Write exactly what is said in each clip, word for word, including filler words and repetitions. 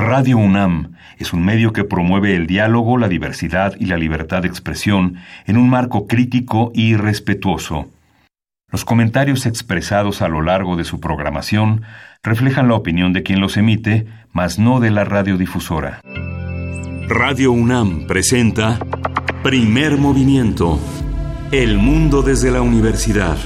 Radio UNAM es un medio que promueve el diálogo, la diversidad y la libertad de expresión en un marco crítico y respetuoso. Los comentarios expresados a lo largo de su programación reflejan la opinión de quien los emite, mas no de la radiodifusora. Radio UNAM presenta Primer Movimiento. El mundo desde la universidad.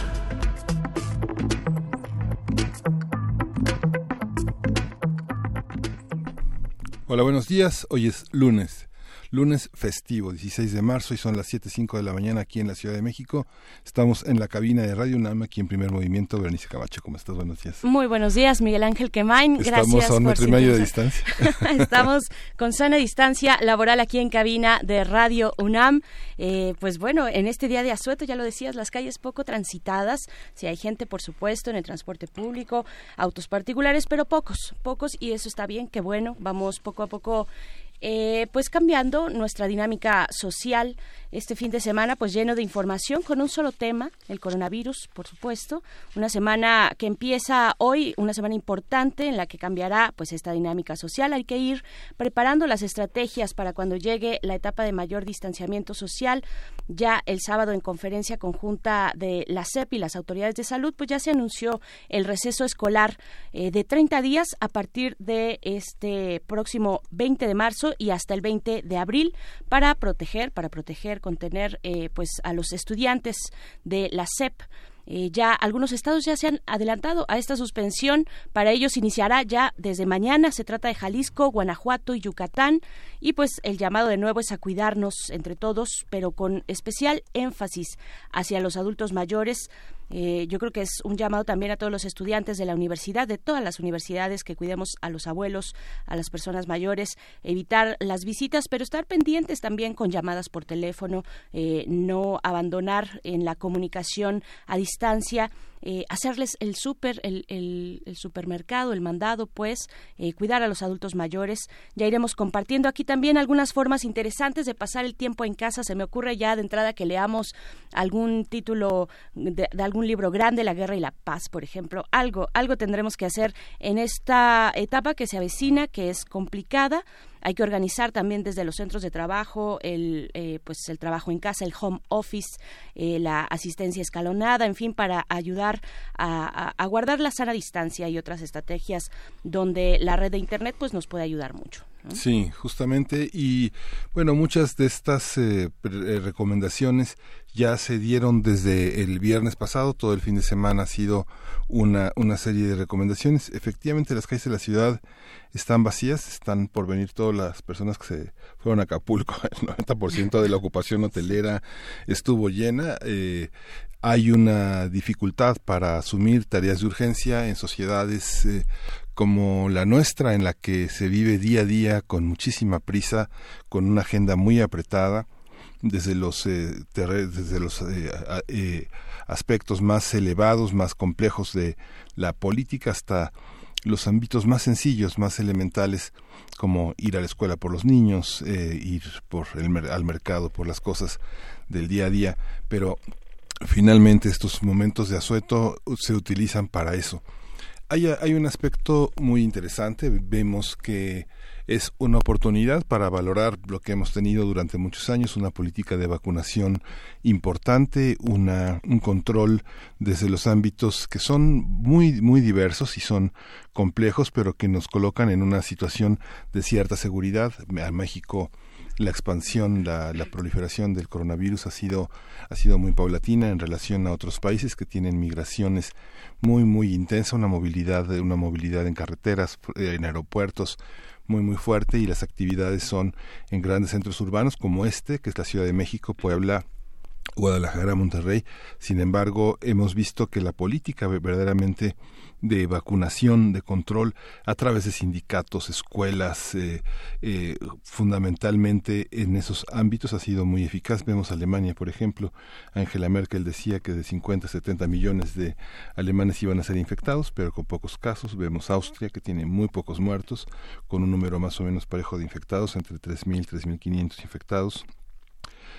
Hola, buenos días. Hoy es lunes, lunes festivo, dieciséis de marzo, y son las siete cinco de la mañana aquí en la Ciudad de México. Estamos en la cabina de Radio UNAM, aquí en Primer Movimiento. Berenice Camacho, ¿cómo estás? Buenos días. Muy buenos días, Miguel Ángel Quemain. Gracias. Estamos a un metro y medio de distancia. Estamos con sana distancia laboral aquí en cabina de Radio UNAM. Eh, pues bueno, en este día de asueto, ya lo decías, las calles poco transitadas. Sí hay gente, por supuesto, en el transporte público, autos particulares, pero pocos, pocos, y eso está bien, qué bueno. Vamos poco a poco Eh, pues cambiando nuestra dinámica social este fin de semana, pues lleno de información con un solo tema, el coronavirus, por supuesto. Una semana que empieza hoy, una semana importante en la que cambiará pues esta dinámica social. Hay que ir preparando las estrategias para cuando llegue la etapa de mayor distanciamiento social. Ya el sábado, en conferencia conjunta de la S E P y las autoridades de salud, pues ya se anunció el receso escolar eh, de treinta días a partir de este próximo veinte de marzo y hasta el veinte de abril para proteger, para proteger, contener eh, pues a los estudiantes de la S E P. Eh, ya algunos estados ya se han adelantado a esta suspensión. Para ellos iniciará ya desde mañana. Se trata de Jalisco, Guanajuato y Yucatán. Y pues el llamado de nuevo es a cuidarnos entre todos, pero con especial énfasis hacia los adultos mayores. Eh, yo creo que es un llamado también a todos los estudiantes de la universidad, de todas las universidades, que cuidemos a los abuelos, a las personas mayores, evitar las visitas, pero estar pendientes también con llamadas por teléfono, eh, no abandonar en la comunicación a distancia. Eh, hacerles el súper, el, el, el supermercado, el mandado, pues, eh, cuidar a los adultos mayores. Ya iremos compartiendo aquí también algunas formas interesantes de pasar el tiempo en casa. Se me ocurre ya de entrada que leamos algún título de, de algún libro grande, La Guerra y la Paz, por ejemplo. Algo, algo tendremos que hacer en esta etapa que se avecina, que es complicada. Hay que organizar también desde los centros de trabajo el eh, pues el trabajo en casa, el home office, eh, la asistencia escalonada, en fin, para ayudar a, a, a guardar la sana distancia y otras estrategias donde la red de internet pues nos puede ayudar mucho, ¿no? Sí, justamente, y bueno, muchas de estas eh, pre- recomendaciones ya se dieron desde el viernes pasado. Todo el fin de semana ha sido una, una serie de recomendaciones. Efectivamente, las calles de la ciudad están vacías, están por venir todas las personas que se fueron a Acapulco. El noventa por ciento de la ocupación hotelera estuvo llena. Eh, hay una dificultad para asumir tareas de urgencia en sociedades eh, como la nuestra, en la que se vive día a día con muchísima prisa, con una agenda muy apretada, desde los eh, terre- desde los eh, a, eh, aspectos más elevados, más complejos de la política, hasta los ámbitos más sencillos, más elementales, como ir a la escuela por los niños, eh, ir por el mer- al mercado por las cosas del día a día. Pero finalmente estos momentos de asueto se utilizan para eso. Hay, hay un aspecto muy interesante. Vemos que es una oportunidad para valorar lo que hemos tenido durante muchos años, una política de vacunación importante, una, un control desde los ámbitos que son muy, muy diversos y son complejos, pero que nos colocan en una situación de cierta seguridad. A México, la expansión, la, la proliferación del coronavirus ha sido, ha sido muy paulatina en relación a otros países que tienen migraciones muy, muy intensa, una movilidad, una movilidad en carreteras, en aeropuertos muy, muy fuerte, y las actividades son en grandes centros urbanos como este, que es la Ciudad de México, Puebla, Guadalajara, Monterrey. Sin embargo, hemos visto que la política verdaderamente de vacunación, de control, a través de sindicatos, escuelas, eh, eh, fundamentalmente en esos ámbitos ha sido muy eficaz. Vemos Alemania, por ejemplo. Angela Merkel decía que de cincuenta a setenta millones de alemanes iban a ser infectados, pero con pocos casos. Vemos Austria, que tiene muy pocos muertos, con un número más o menos parejo de infectados, entre tres mil y tres mil quinientos infectados.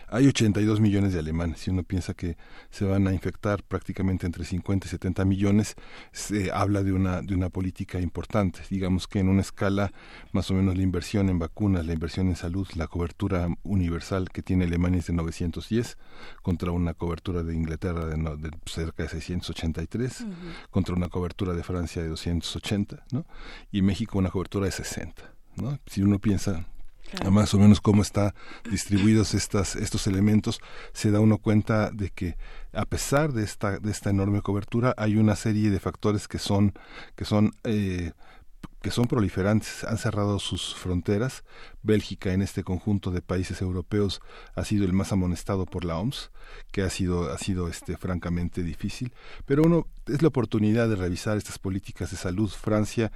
Hay ochenta y dos millones de alemanes. Si uno piensa que se van a infectar prácticamente entre cincuenta y setenta millones, se habla de una de una política importante. Digamos que en una escala, más o menos la inversión en vacunas, la inversión en salud, la cobertura universal que tiene Alemania es de novecientos diez, contra una cobertura de Inglaterra de, no, de cerca de seiscientos ochenta y tres, uh-huh. contra una cobertura de Francia de doscientos ochenta, ¿no? Y México una cobertura de sesenta, ¿no? Si uno piensa... Claro. Más o menos cómo están distribuidos estas, estos elementos, se da uno cuenta de que a pesar de esta, de esta enorme cobertura, hay una serie de factores que son, que son, eh, que son proliferantes. Han cerrado sus fronteras. Bélgica, en este conjunto de países europeos, ha sido el más amonestado por la O M S, que ha sido, ha sido este, francamente difícil. Pero uno es la oportunidad de revisar estas políticas de salud. Francia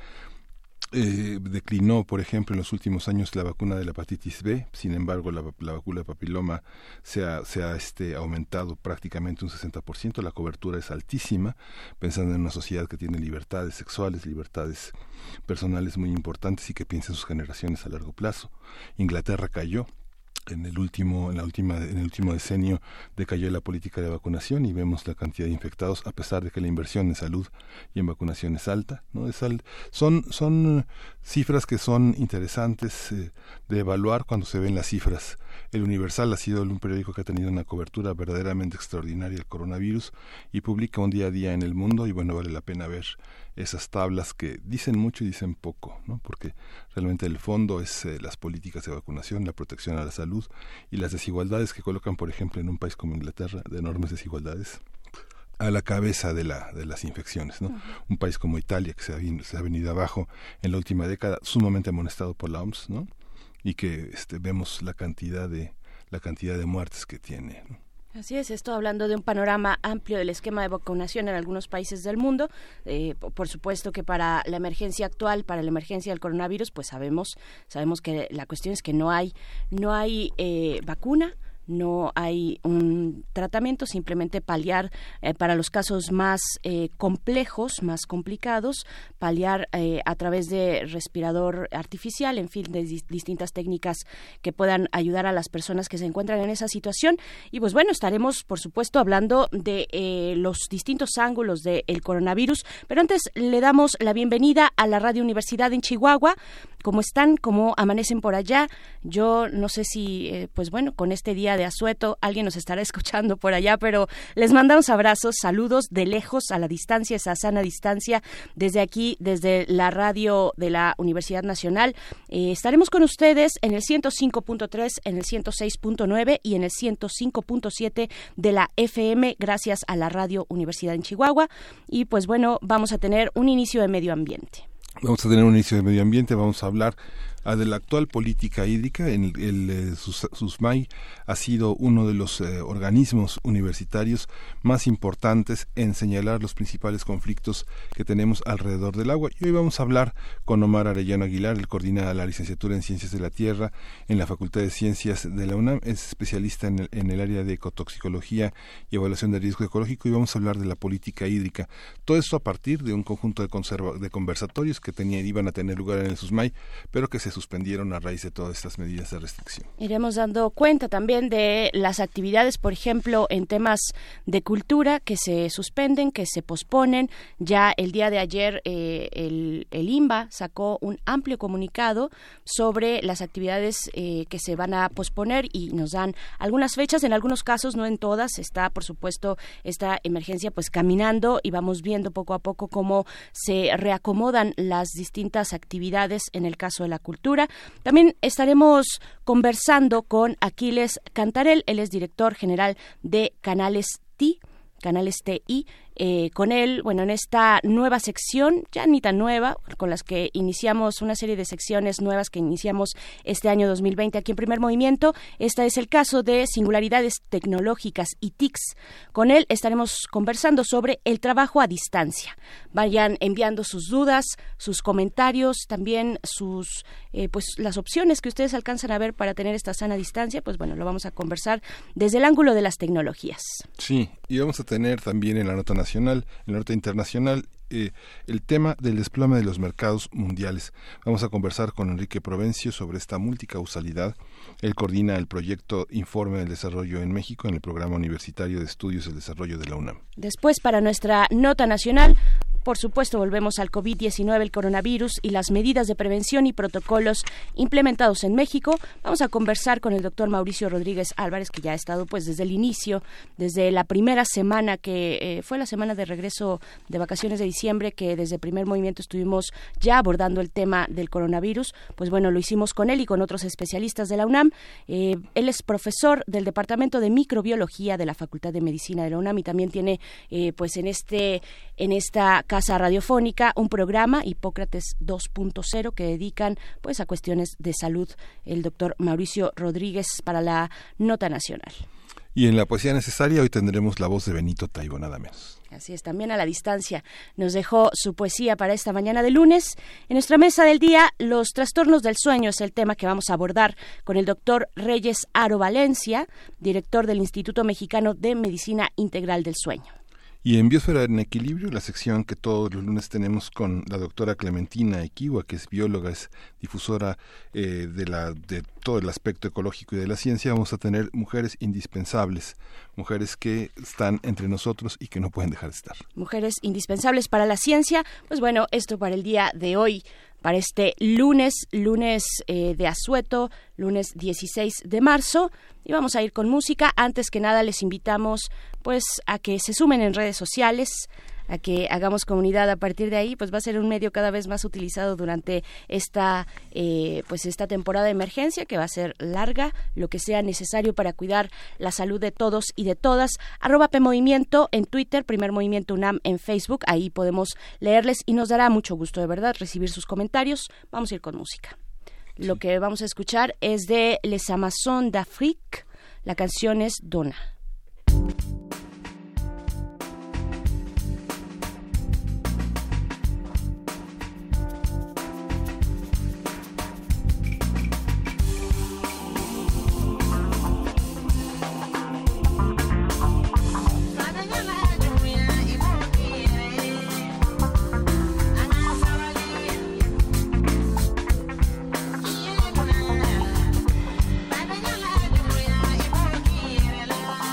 Eh, declinó, por ejemplo, en los últimos años la vacuna de la hepatitis B. Sin embargo, la, la vacuna de papiloma se ha, se ha este, aumentado prácticamente un sesenta por ciento. La cobertura es altísima, pensando en una sociedad que tiene libertades sexuales, libertades personales muy importantes y que piensa en sus generaciones a largo plazo. Inglaterra cayó. En el último, en la última, en el último decenio decayó la política de vacunación y vemos la cantidad de infectados, a pesar de que la inversión en salud y en vacunación es alta, ¿no? Es al, son, son cifras que son interesantes eh, de evaluar cuando se ven las cifras. El Universal ha sido un periódico que ha tenido una cobertura verdaderamente extraordinaria del coronavirus y publica un día a día en el mundo, y bueno, vale la pena ver esas tablas que dicen mucho y dicen poco, ¿no? Porque realmente el fondo es eh, las políticas de vacunación, la protección a la salud y las desigualdades que colocan, por ejemplo, en un país como Inglaterra, de enormes desigualdades, a la cabeza de la de las infecciones, ¿no? Uh-huh. Un país como Italia, que se ha, se ha venido abajo en la última década, sumamente amonestado por la O M S, ¿no? Y que este, vemos la cantidad de la cantidad de muertes que tiene, ¿no? Así es, esto hablando de un panorama amplio del esquema de vacunación en algunos países del mundo. Eh, por supuesto que para la emergencia actual, para la emergencia del coronavirus, pues sabemos, sabemos que la cuestión es que no hay, no hay eh, vacuna. No hay un tratamiento, simplemente paliar eh, para los casos más eh, complejos, más complicados, paliar eh, a través de respirador artificial, en fin, de dis- distintas técnicas que puedan ayudar a las personas que se encuentran en esa situación. Y pues bueno, estaremos, por supuesto, hablando de eh, los distintos ángulos del coronavirus, pero antes le damos la bienvenida a la Radio Universidad en Chihuahua. ¿Cómo están? ¿Cómo amanecen por allá? Yo no sé si, eh, pues bueno, con este día de asueto alguien nos estará escuchando por allá, pero les mandamos abrazos, saludos de lejos, a la distancia, esa sana distancia, desde aquí, desde la radio de la Universidad Nacional. Eh, estaremos con ustedes en el ciento cinco punto tres, en el ciento seis punto nueve y en el ciento cinco punto siete de la F M, gracias a la Radio Universidad en Chihuahua. Y pues bueno, vamos a tener un inicio de medio ambiente. Vamos a tener un inicio de medio ambiente, vamos a hablar a de la actual política hídrica. En el, el eh, SUSMAI ha sido uno de los eh, organismos universitarios más importantes en señalar los principales conflictos que tenemos alrededor del agua. Y hoy vamos a hablar con Omar Arellano Aguilar. Él coordina la licenciatura en Ciencias de la Tierra en la Facultad de Ciencias de la UNAM, es especialista en el, en el área de ecotoxicología y evaluación de riesgo ecológico, y vamos a hablar de la política hídrica. Todo esto a partir de un conjunto de, conserva- de conversatorios que tenían, iban a tener lugar en el SUSMAI, pero que se suspendieron a raíz de todas estas medidas de restricción. Iremos dando cuenta también de las actividades, por ejemplo, en temas de cultura que se suspenden, que se posponen. Ya el día de ayer eh, el, el INBA sacó un amplio comunicado sobre las actividades eh, que se van a posponer y nos dan algunas fechas, en algunos casos, no en todas. Está, por supuesto, esta emergencia pues caminando y vamos viendo poco a poco cómo se reacomodan las distintas actividades en el caso de la cultura. También estaremos conversando con Aquiles Cantarell, él es director general de Canales T I, Canales T I. Eh, con él, bueno, en esta nueva sección, ya ni tan nueva, con las que iniciamos una serie de secciones nuevas que iniciamos este año dos mil veinte aquí en Primer Movimiento. Este es el caso de Singularidades Tecnológicas y T I Cs. Con él estaremos conversando sobre el trabajo a distancia. Vayan enviando sus dudas, sus comentarios, también sus, eh, pues las opciones que ustedes alcanzan a ver para tener esta sana distancia. Pues bueno, lo vamos a conversar desde el ángulo de las tecnologías. Sí, y vamos a tener también en la nota nacional, en la nota internacional, eh, el tema del desplome de los mercados mundiales. Vamos a conversar con Enrique Provencio sobre esta multicausalidad. Él coordina el proyecto Informe del Desarrollo en México en el Programa Universitario de Estudios del Desarrollo de la UNAM. Después, para nuestra nota nacional, por supuesto, volvemos al COVID diecinueve, el coronavirus y las medidas de prevención y protocolos implementados en México. Vamos a conversar con el doctor Mauricio Rodríguez Álvarez, que ya ha estado pues desde el inicio, desde la primera semana que eh, fue la semana de regreso de vacaciones de diciembre, que desde el primer movimiento estuvimos ya abordando el tema del coronavirus. Pues bueno, lo hicimos con él y con otros especialistas de la UNAM. Eh, él es profesor del Departamento de Microbiología de la Facultad de Medicina de la UNAM y también tiene eh, pues en este en esta casa radiofónica un programa Hipócrates dos punto cero que dedican pues a cuestiones de salud, el doctor Mauricio Rodríguez, para la nota nacional. Y en la poesía necesaria hoy tendremos la voz de Benito Taibo, nada menos. Así es, también a la distancia nos dejó su poesía para esta mañana de lunes. En nuestra mesa del día, los trastornos del sueño es el tema que vamos a abordar con el doctor Reyes Aro Valencia, director del Instituto Mexicano de Medicina Integral del Sueño. Y en Biosfera en Equilibrio, la sección que todos los lunes tenemos con la doctora Clementina Equigua, que es bióloga, es difusora eh, de, la, de todo el aspecto ecológico y de la ciencia, vamos a tener mujeres indispensables, mujeres que están entre nosotros y que no pueden dejar de estar. Mujeres indispensables para la ciencia. Pues bueno, esto para el día de hoy, para este lunes, lunes eh, de asueto, lunes dieciséis de marzo. Y vamos a ir con música. Antes que nada les invitamos pues a que se sumen en redes sociales, a que hagamos comunidad. A partir de ahí pues va a ser un medio cada vez más utilizado durante esta eh, pues esta temporada de emergencia, que va a ser larga, lo que sea necesario para cuidar la salud de todos y de todas. Arroba P Movimiento en Twitter, Primer Movimiento UNAM en Facebook, ahí podemos leerles y nos dará mucho gusto de verdad recibir sus comentarios. Vamos a ir con música. Sí. Lo que vamos a escuchar es de Les Amazones d'Afrique, la canción es Dona. La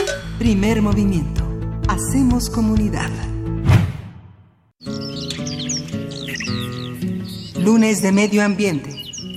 Primer movimiento. Hacemos comunidad. Lunes de Medio Ambiente.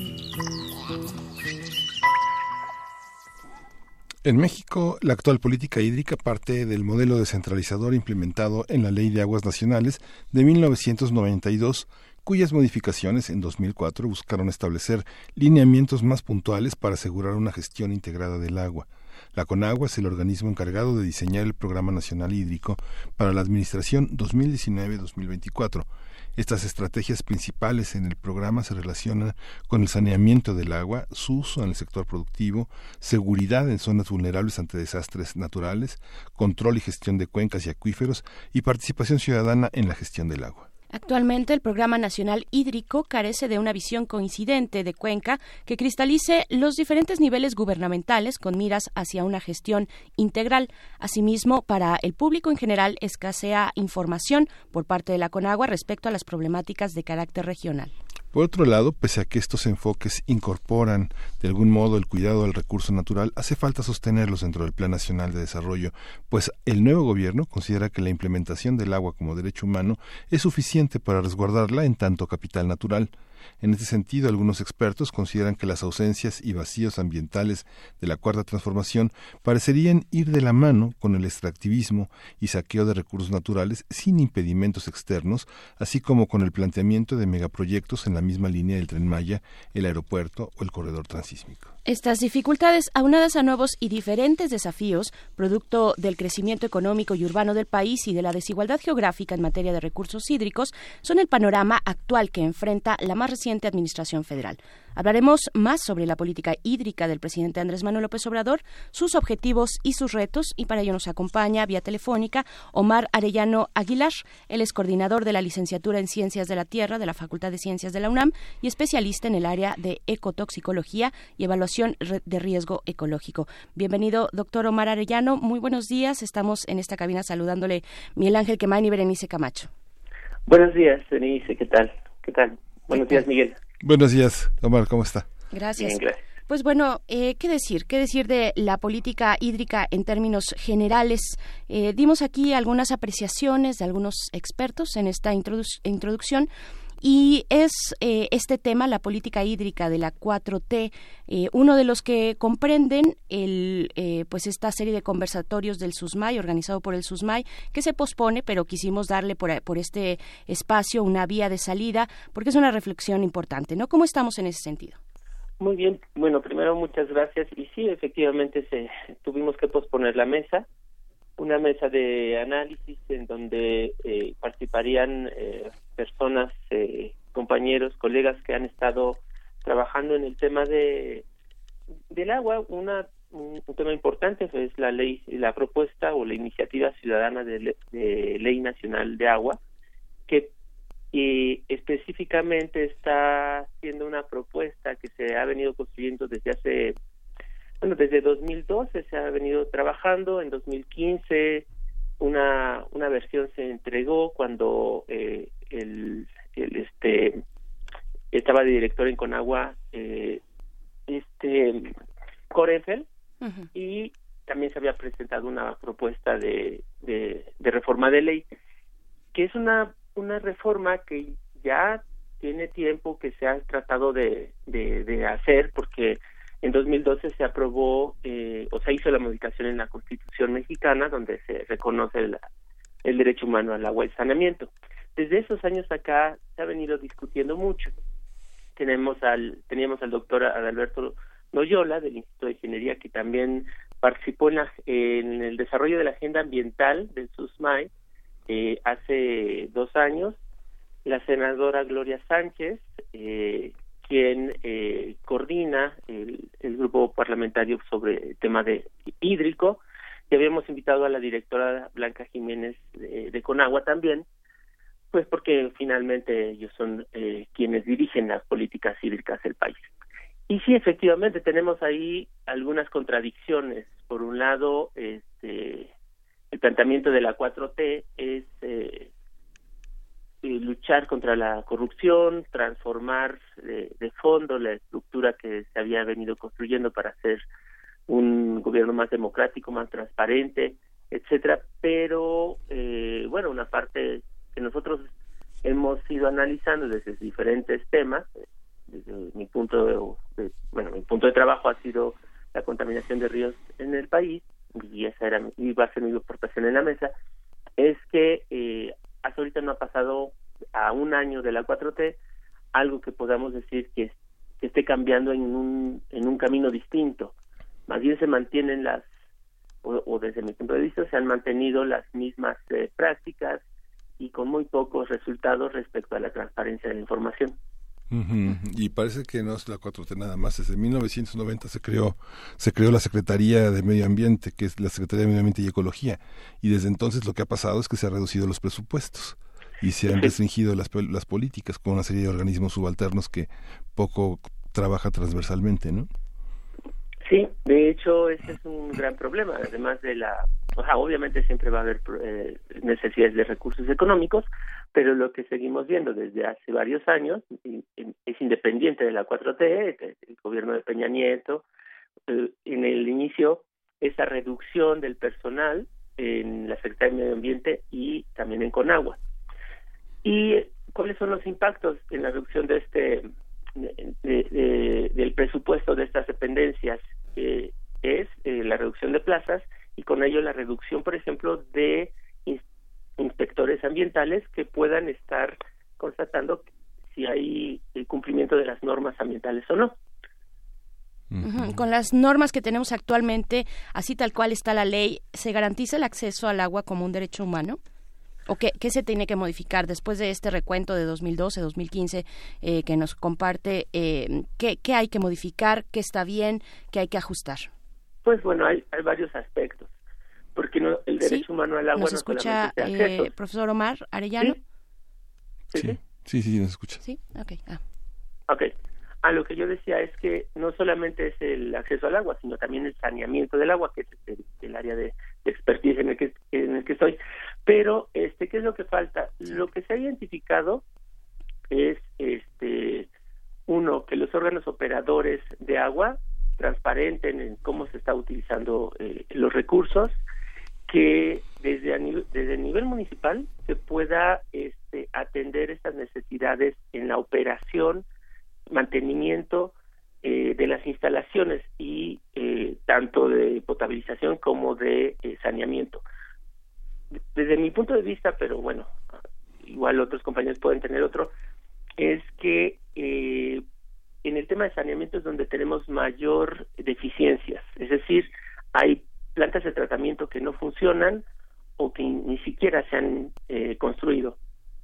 En México, la actual política hídrica parte del modelo descentralizador implementado en la Ley de Aguas Nacionales de mil novecientos noventa y dos, cuyas modificaciones en dos mil cuatro buscaron establecer lineamientos más puntuales para asegurar una gestión integrada del agua. La CONAGUA es el organismo encargado de diseñar el Programa Nacional Hídrico para la Administración dos mil diecinueve a dos mil veinticuatro. Estas estrategias principales en el programa se relacionan con el saneamiento del agua, su uso en el sector productivo, seguridad en zonas vulnerables ante desastres naturales, control y gestión de cuencas y acuíferos y participación ciudadana en la gestión del agua. Actualmente, el Programa Nacional Hídrico carece de una visión coincidente de cuenca que cristalice los diferentes niveles gubernamentales con miras hacia una gestión integral. Asimismo, para el público en general escasea información por parte de la CONAGUA respecto a las problemáticas de carácter regional. Por otro lado, pese a que estos enfoques incorporan de algún modo el cuidado del recurso natural, hace falta sostenerlos dentro del Plan Nacional de Desarrollo, pues el nuevo gobierno considera que la implementación del agua como derecho humano es suficiente para resguardarla en tanto capital natural. En este sentido, algunos expertos consideran que las ausencias y vacíos ambientales de la Cuarta Transformación parecerían ir de la mano con el extractivismo y saqueo de recursos naturales sin impedimentos externos, así como con el planteamiento de megaproyectos en la misma línea del Tren Maya, el aeropuerto o el corredor transísmico. Estas dificultades, aunadas a nuevos y diferentes desafíos, producto del crecimiento económico y urbano del país y de la desigualdad geográfica en materia de recursos hídricos, son el panorama actual que enfrenta la más reciente Administración Federal. Hablaremos más sobre la política hídrica del presidente Andrés Manuel López Obrador, sus objetivos y sus retos, y para ello nos acompaña vía telefónica Omar Arellano Aguilar. Él es coordinador de la licenciatura en Ciencias de la Tierra de la Facultad de Ciencias de la UNAM y especialista en el área de ecotoxicología y evaluación de riesgo ecológico. Bienvenido, doctor Omar Arellano. Muy buenos días. Estamos en esta cabina saludándole Miguel Ángel Quemain y Berenice Camacho. Buenos días, Berenice. ¿Qué tal? ¿Qué tal? Buenos días, Miguel. Buenos días, Omar. ¿Cómo está? Gracias. Bien, gracias. Pues bueno, eh, ¿qué decir? ¿Qué decir de la política hídrica en términos generales? Eh, dimos aquí algunas apreciaciones de algunos expertos en esta introdu- introducción. Y es eh, este tema, la política hídrica de la cuatro T, eh, uno de los que comprenden el, eh, pues esta serie de conversatorios del SUSMAI, organizado por el SUSMAI, que se pospone, pero quisimos darle por, por este espacio una vía de salida, porque es una reflexión importante, ¿no? ¿Cómo estamos en ese sentido? Muy bien. Bueno, primero, muchas gracias. Y sí, efectivamente, se tuvimos que posponer la mesa, una mesa de análisis en donde eh, participarían eh, personas, eh, compañeros, colegas que han estado trabajando en el tema de del agua. Una un, un tema importante es la ley, la propuesta o la iniciativa ciudadana de, le, de Ley Nacional de Agua, que y específicamente está haciendo una propuesta que se ha venido construyendo desde hace Bueno, desde dos mil doce se ha venido trabajando. En dos mil quince una una versión se entregó cuando eh, el, el este estaba de director en Conagua eh, este Kornfeld, uh-huh. Y también se había presentado una propuesta de, de de reforma de ley, que es una una reforma que ya tiene tiempo que se ha tratado de de, de hacer, porque en dos mil doce se aprobó, eh, o se hizo la modificación en la Constitución mexicana, donde se reconoce el, el derecho humano al agua y saneamiento. Desde esos años acá se ha venido discutiendo mucho. Tenemos al, teníamos al doctor Adalberto Loyola, del Instituto de Ingeniería, que también participó en, la, en el desarrollo de la agenda ambiental del SUSMAI eh, hace dos años. La senadora Gloria Sánchez, eh, quien eh, coordina el, el grupo parlamentario sobre el tema de hídrico, y habíamos invitado a la directora Blanca Jiménez de, de Conagua también, pues porque finalmente ellos son eh, quienes dirigen las políticas hídricas del país. Y sí, efectivamente, tenemos ahí algunas contradicciones. Por un lado, este, el planteamiento de la cuatro T es eh, luchar contra la corrupción, transformar de, de fondo la estructura que se había venido construyendo para hacer un gobierno más democrático, más transparente, etcétera. Pero eh, bueno, una parte que nosotros hemos ido analizando desde diferentes temas, desde mi punto de, de bueno, mi punto de trabajo ha sido la contaminación de ríos en el país, y esa era iba a ser mi aportación en la mesa, es que eh, hasta ahorita no ha pasado a un año de la cuatro T algo que podamos decir que, que esté cambiando en un en un camino distinto. Más bien se mantienen las, o, o desde mi punto de vista, se han mantenido las mismas eh, prácticas y con muy pocos resultados respecto a la transparencia de la información. Uh-huh. Y parece que no es la cuatro T nada más. Desde mil novecientos noventa se creó se creó la Secretaría de Medio Ambiente, que es la Secretaría de Medio Ambiente y Ecología, y desde entonces lo que ha pasado es que se han reducido los presupuestos y se han restringido las, las políticas con una serie de organismos subalternos que poco trabaja transversalmente, ¿no? Sí, de hecho ese es un gran problema, además de la, o sea, obviamente siempre va a haber eh, necesidades de recursos económicos, pero lo que seguimos viendo desde hace varios años y, y, es independiente de la cuatro T, el gobierno de Peña Nieto, eh, en el inicio, esa reducción del personal en la Secretaría de Medio Ambiente y también en Conagua. ¿Y cuáles son los impactos en la reducción de este de, de, de, del presupuesto de estas dependencias? Eh, es eh, la reducción de plazas y con ello la reducción, por ejemplo, de in- inspectores ambientales que puedan estar constatando si hay el cumplimiento de las normas ambientales o no. Uh-huh. Con las normas que tenemos actualmente, así tal cual está la ley, ¿se garantiza el acceso al agua como un derecho humano? ¿O qué, qué se tiene que modificar después de este recuento de dos mil doce, dos mil quince eh, que nos comparte? Eh, ¿qué, ¿Qué hay que modificar? ¿Qué está bien? ¿Qué hay que ajustar? Pues bueno, hay, hay varios aspectos. Porque no, el derecho ¿Sí? humano al agua ¿Nos no escucha solamente es acceso. eh, profesor Omar Arellano? ¿Sí? ¿Sí? Sí, sí, sí, nos escucha. Sí, ok. Ah. Ok. Ah, lo que yo decía es que no solamente es el acceso al agua, sino también el saneamiento del agua, que es el, el área de, de expertise en el que en el que estoy. Pero, este, ¿qué es lo que falta? Lo que se ha identificado es, este, uno, que los órganos operadores de agua transparenten en cómo se está utilizando eh, los recursos, que desde a nivel, desde el nivel municipal se pueda este, atender estas necesidades en la operación, mantenimiento eh, de las instalaciones y eh, tanto de potabilización como de eh, saneamiento. Desde mi punto de vista, pero bueno, igual otros compañeros pueden tener otro, es que eh, en el tema de saneamiento es donde tenemos mayor deficiencias, es decir, hay plantas de tratamiento que no funcionan o que ni siquiera se han eh, construido.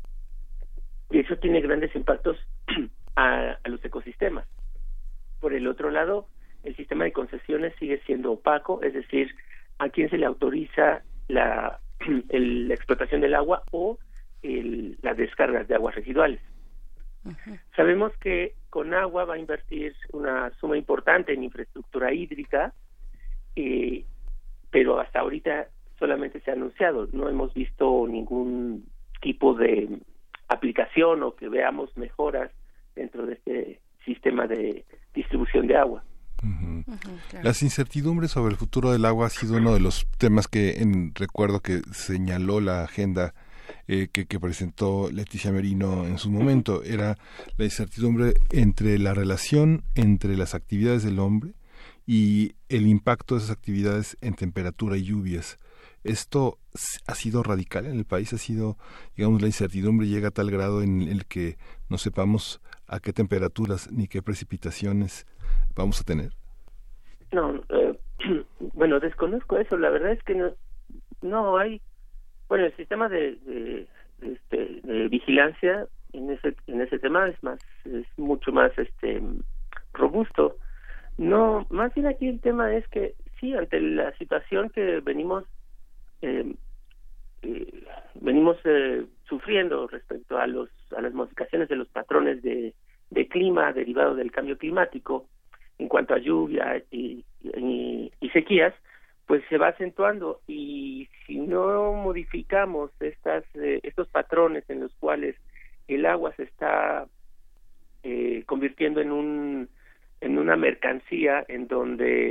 Y eso tiene grandes impactos a, a los ecosistemas. Por el otro lado, el sistema de concesiones sigue siendo opaco, es decir, a quién se le autoriza la, el, la explotación del agua o el, las descargas de aguas residuales. Uh-huh. Sabemos que Conagua va a invertir una suma importante en infraestructura hídrica, eh, pero hasta ahorita solamente se ha anunciado, no hemos visto ningún tipo de aplicación o que veamos mejoras dentro de este sistema de distribución de agua. Uh-huh. Uh-huh, claro. Las incertidumbres sobre el futuro del agua ha sido uno de los temas que en, recuerdo que señaló la agenda eh, que, que presentó Leticia Merino en su momento. Era la incertidumbre entre la relación entre las actividades del hombre y el impacto de esas actividades en temperatura y lluvias. Esto ha sido radical en el país, ha sido, digamos, la incertidumbre llega a tal grado en el que no sepamos a qué temperaturas ni qué precipitaciones vamos a tener. No, eh, bueno, desconozco eso, la verdad es que no, no hay, bueno, el sistema de, de, de, este, de vigilancia en ese en ese tema es más, es mucho más este robusto. No, más bien aquí el tema es que sí, ante la situación que venimos eh, eh, venimos eh, sufriendo respecto a los a las modificaciones de los patrones de, de clima derivados del cambio climático en cuanto a lluvia y, y, y sequías, pues se va acentuando, y si no modificamos estas eh, estos patrones en los cuales el agua se está eh, convirtiendo en un en una mercancía en donde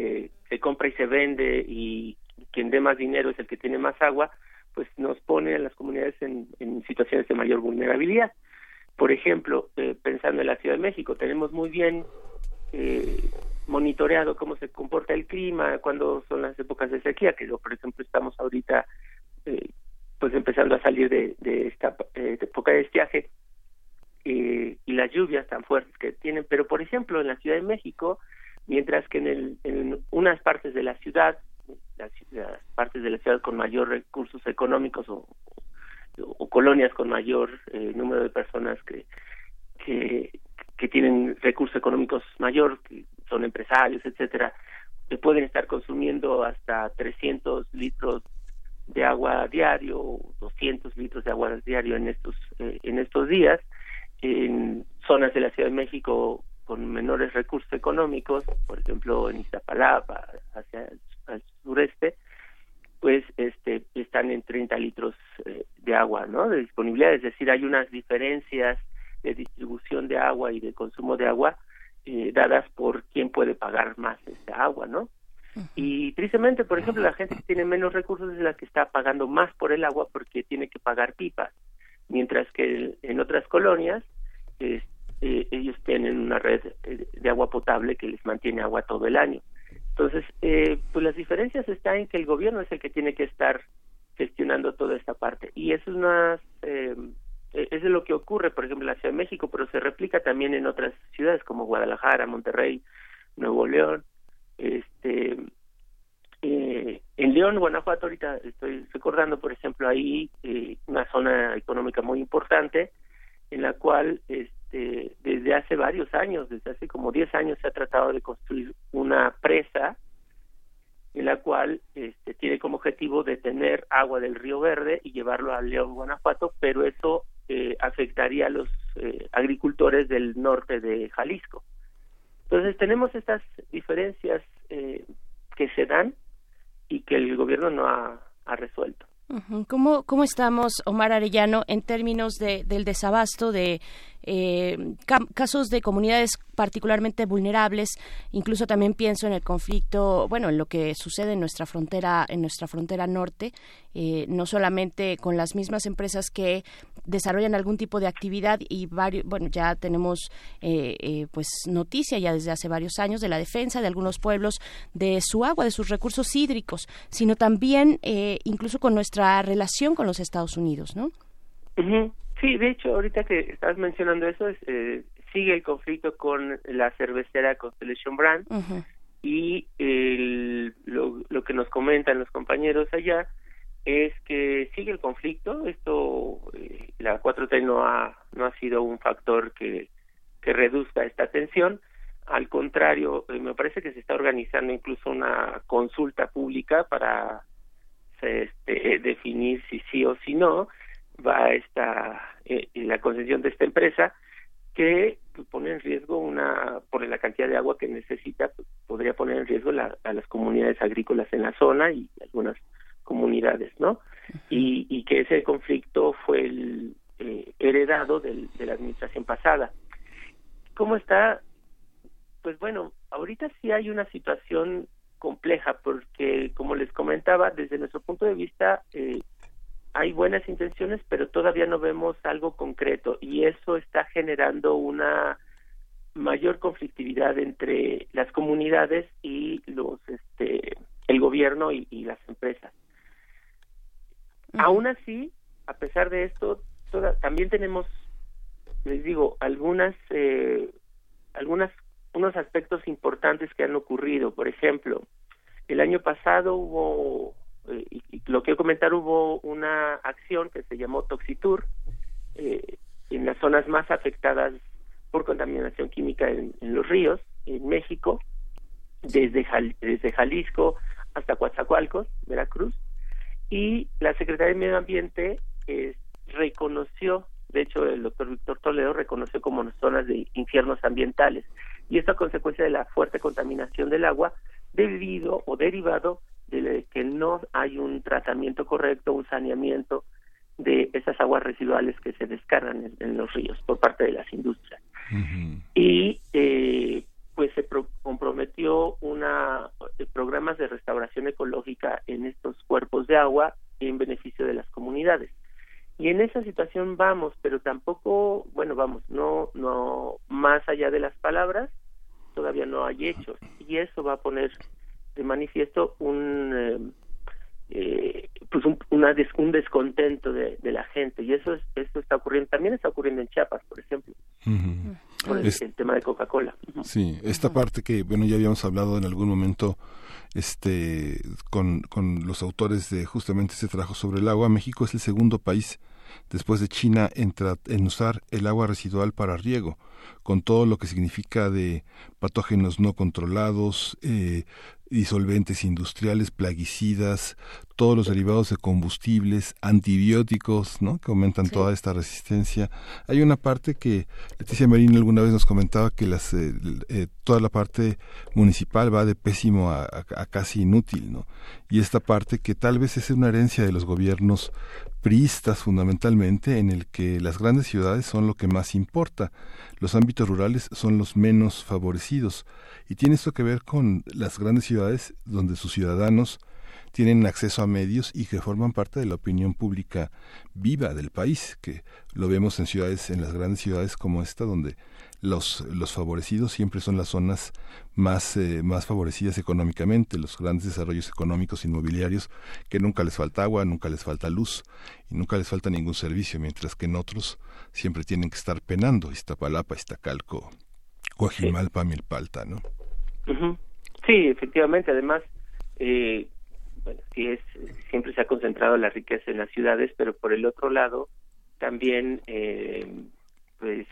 se compra y se vende y quien dé más dinero es el que tiene más agua, pues nos pone a las comunidades en, en situaciones de mayor vulnerabilidad. Por ejemplo, eh, pensando en la Ciudad de México, tenemos muy bien eh, monitoreado cómo se comporta el clima, cuándo son las épocas de sequía, que por ejemplo estamos ahorita eh, pues empezando a salir de, de esta eh, de época de estiaje, eh, y las lluvias tan fuertes que tienen. Pero por ejemplo en la Ciudad de México, mientras que en, el, en unas partes de la ciudad, las, las partes de la ciudad con mayor recursos económicos o, o, o colonias con mayor eh, número de personas que, que que tienen recursos económicos mayor, que son empresarios, etcétera, que pueden estar consumiendo hasta trescientos litros de agua diario, doscientos litros de agua diario en estos eh, en estos días. En zonas de la Ciudad de México con menores recursos económicos, por ejemplo en Iztapalapa, hacia el, el sureste, pues este están en treinta litros eh, de agua, ¿no?, de disponibilidad. Es decir, hay unas diferencias de distribución de agua y de consumo de agua eh, dadas por quién puede pagar más esta agua, ¿no? Uh-huh. Y tristemente, por ejemplo, la gente que tiene menos recursos es la que está pagando más por el agua porque tiene que pagar pipas, mientras que en otras colonias eh, eh, ellos tienen una red de agua potable que les mantiene agua todo el año. Entonces, eh, pues las diferencias están en que el gobierno es el que tiene que estar gestionando toda esta parte, y eso es una eh, eso es lo que ocurre, por ejemplo, en la Ciudad de México, pero se replica también en otras ciudades como Guadalajara, Monterrey, Nuevo León. Este, eh, en León, Guanajuato, ahorita estoy recordando, por ejemplo, ahí eh, una zona económica muy importante en la cual este, desde hace varios años, desde hace como diez años, se ha tratado de construir una presa en la cual este, tiene como objetivo detener agua del Río Verde y llevarlo a León, Guanajuato, pero eso eh, afectaría a los eh, agricultores del norte de Jalisco. Entonces tenemos estas diferencias eh, que se dan y que el gobierno no ha, ha resuelto. ¿Cómo, cómo estamos, Omar Arellano, en términos de, del desabasto de eh, ca- casos de comunidades particularmente vulnerables? Incluso también pienso en el conflicto, bueno, en lo que sucede en nuestra frontera, en nuestra frontera norte, eh, no solamente con las mismas empresas que desarrollan algún tipo de actividad y varios, bueno, ya tenemos eh, eh, pues noticia ya desde hace varios años de la defensa de algunos pueblos de su agua, de sus recursos hídricos, sino también eh, incluso con nuestra relación con los Estados Unidos, ¿no? Uh-huh. Sí, de hecho, ahorita que estabas mencionando eso, es, eh, sigue el conflicto con la cervecera Constellation Brand. Uh-huh. Y el, lo, lo que nos comentan los compañeros allá es que sigue el conflicto. Esto, eh, la cuatro T no ha no ha sido un factor que, que reduzca esta tensión. Al contrario, eh, me parece que se está organizando incluso una consulta pública para este, definir si sí o si no va esta eh, la concesión de esta empresa, que pues, pone en riesgo una, por la cantidad de agua que necesita, pues, podría poner en riesgo la, a las comunidades agrícolas en la zona y algunas comunidades, ¿no? Y, y que ese conflicto fue el, eh, heredado del, de la administración pasada. ¿Cómo está? Pues bueno, ahorita sí hay una situación compleja porque, como les comentaba, desde nuestro punto de vista eh, hay buenas intenciones, pero todavía no vemos algo concreto, y eso está generando una mayor conflictividad entre las comunidades y los este el gobierno y, y las empresas. Uh-huh. Aún así, a pesar de esto, toda, también tenemos, les digo, algunas eh, algunas unos aspectos importantes que han ocurrido. Por ejemplo, el año pasado hubo, eh, y, y lo quiero comentar, hubo una acción que se llamó Toxitour eh, en las zonas más afectadas por contaminación química en, en los ríos, en México, desde, Jal, desde Jalisco hasta Coatzacoalcos, Veracruz, y la Secretaría de Medio Ambiente eh, reconoció, de hecho el doctor Víctor Toledo reconoció como zonas de infiernos ambientales, y esto a consecuencia de la fuerte contaminación del agua debido o derivado de que no hay un tratamiento correcto, un saneamiento de esas aguas residuales que se descargan en, en los ríos por parte de las industrias. Uh-huh. Y eh, pues se pro- comprometió una programas de restauración ecológica en estos cuerpos de agua en beneficio de las comunidades. Y en esa situación vamos, pero tampoco, bueno, vamos, no, no más allá de las palabras, todavía no hay hechos, y eso va a poner de manifiesto un eh, eh, pues un, una des, un descontento de, de la gente, y eso es, eso está ocurriendo, también está ocurriendo en Chiapas, por ejemplo. Uh-huh. Por el, es, el tema de Coca-Cola. Sí, esta parte que, bueno, ya habíamos hablado en algún momento este con, con los autores de justamente este trabajo sobre el agua. México es el segundo país después de China en, tra- en usar el agua residual para riego, con todo lo que significa de patógenos no controlados, eh, disolventes industriales, plaguicidas, todos los derivados de combustibles, antibióticos, ¿no?, que aumentan sí. toda esta resistencia. Hay una parte que Leticia Merino alguna vez nos comentaba que las eh, eh, toda la parte municipal va de pésimo a, a, a casi inútil, ¿no? Y esta parte que tal vez es una herencia de los gobiernos priistas fundamentalmente, en el que las grandes ciudades son lo que más importa, los ámbitos rurales son los menos favorecidos, y tiene esto que ver con las grandes ciudades donde sus ciudadanos tienen acceso a medios y que forman parte de la opinión pública viva del país, que lo vemos en ciudades, en las grandes ciudades como esta, donde los los favorecidos siempre son las zonas más eh, más favorecidas económicamente, los grandes desarrollos económicos inmobiliarios, que nunca les falta agua, nunca les falta luz y nunca les falta ningún servicio, mientras que en otros siempre tienen que estar penando, Iztapalapa, Iztacalco, Coajimalpa, sí. Milpalta, ¿no? Uh-huh. Sí, efectivamente, además eh, bueno, sí es, siempre se ha concentrado la riqueza en las ciudades, pero por el otro lado también eh, pues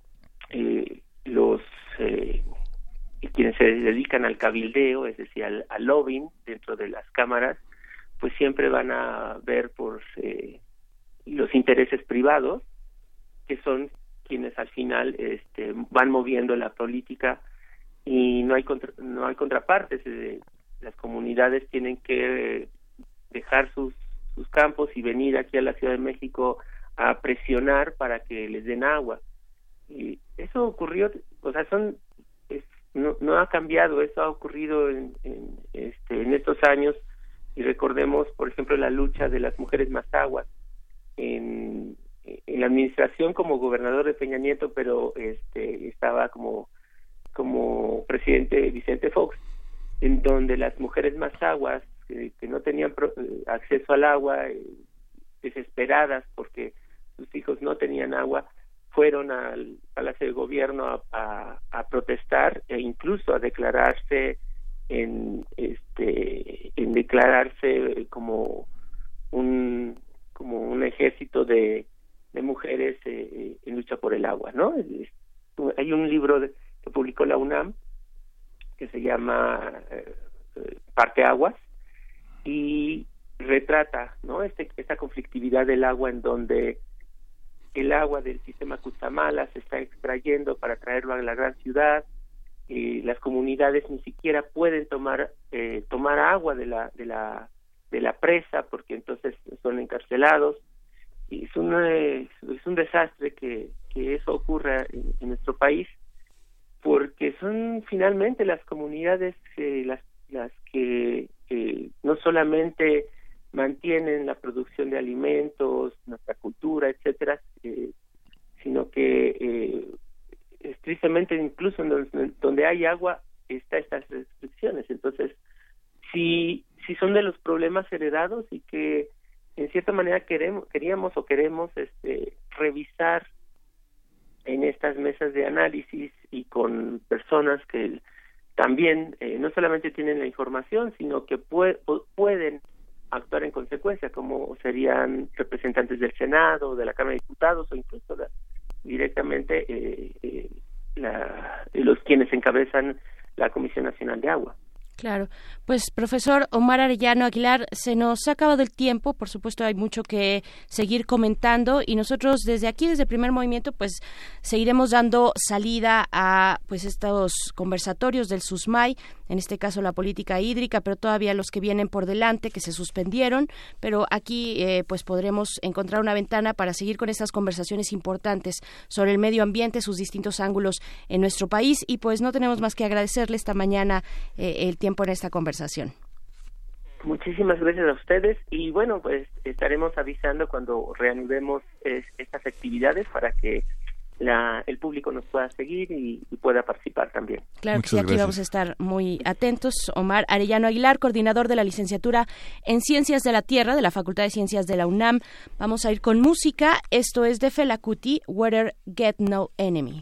eh, los eh, quienes se dedican al cabildeo, es decir, al, al lobbying dentro de las cámaras, pues siempre van a ver por eh, los intereses privados, que son quienes al final este, van moviendo la política, y no hay contra, no hay contrapartes. Eh, las comunidades tienen que dejar sus sus campos y venir aquí a la Ciudad de México a presionar para que les den agua. Y eso ocurrió, o sea, son es, no no ha cambiado, eso ha ocurrido en, en este en estos años, y recordemos, por ejemplo, la lucha de las mujeres mazahuas en en la administración como gobernador de Peña Nieto, pero este estaba como como presidente Vicente Fox, en donde las mujeres mazahuas eh, que no tenían pro, eh, acceso al agua, eh, desesperadas porque sus hijos no tenían agua, fueron al Palacio de Gobierno a, a, a protestar e incluso a declararse en este en declararse como un como un ejército de de mujeres eh, en lucha por el agua, ¿no? Hay un libro de, que publicó la UNAM que se llama eh, Parteaguas, y retrata, ¿no?, este esta conflictividad del agua, en donde el agua del sistema Cutzamala se está extrayendo para traerlo a la gran ciudad, y las comunidades ni siquiera pueden tomar eh, tomar agua de la de la de la presa, porque entonces son encarcelados. Y es un es un desastre que que eso ocurra en, en nuestro país, porque son finalmente las comunidades eh, las las que eh, no solamente mantienen la producción de alimentos, nuestra cultura, etcétera, eh, sino que eh, es tristemente incluso en donde, donde hay agua está estas restricciones. Entonces, sí sí son de los problemas heredados, y que en cierta manera queremos queríamos o queremos este revisar en estas mesas de análisis, y con personas que también eh, no solamente tienen la información, sino que pue- pueden actuar en consecuencia, como serían representantes del Senado, de la Cámara de Diputados, o incluso la, directamente eh, eh, la, los quienes encabezan la Comisión Nacional de Agua. Claro, pues profesor Omar Arellano Aguilar, se nos ha acabado el tiempo, por supuesto hay mucho que seguir comentando, y nosotros desde aquí, desde Primer Movimiento, pues seguiremos dando salida a pues estos conversatorios del SUSMAI, en este caso la política hídrica, pero todavía los que vienen por delante, que se suspendieron, pero aquí eh, pues podremos encontrar una ventana para seguir con estas conversaciones importantes sobre el medio ambiente, sus distintos ángulos en nuestro país, y pues no tenemos más que agradecerle esta mañana eh, el tiempo tiempo en esta conversación. Muchísimas gracias a ustedes y bueno, pues estaremos avisando cuando reanudemos es, estas actividades para que la, el público nos pueda seguir y, y pueda participar también. Claro Muchas que sí, aquí gracias. vamos a estar muy atentos. Omar Arellano Aguilar, coordinador de la licenciatura en Ciencias de la Tierra de la Facultad de Ciencias de la UNAM. Vamos a ir con música. Esto es de Fela Kuti, Whether Get No Enemy.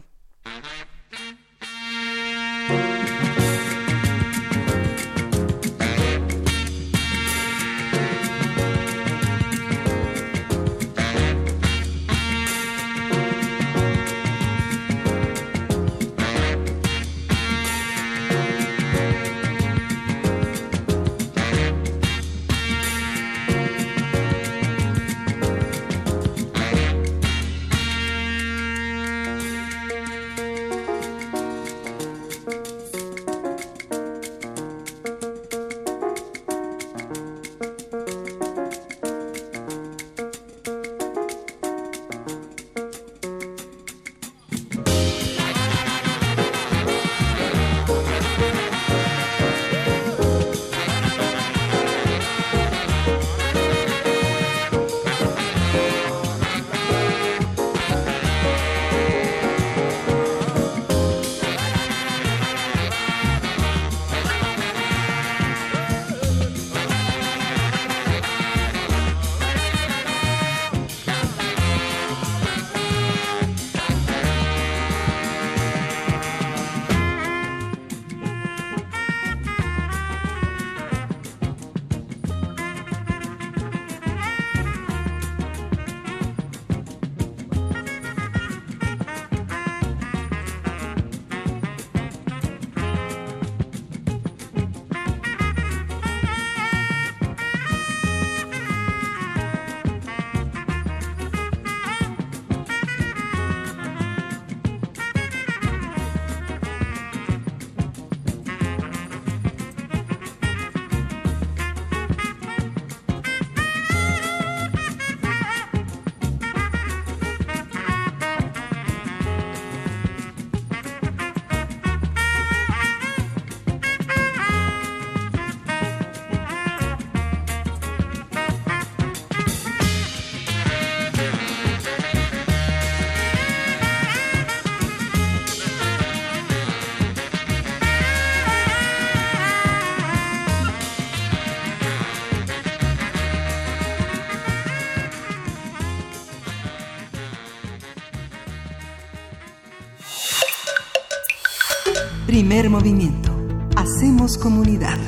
Primer movimiento. Hacemos comunidad.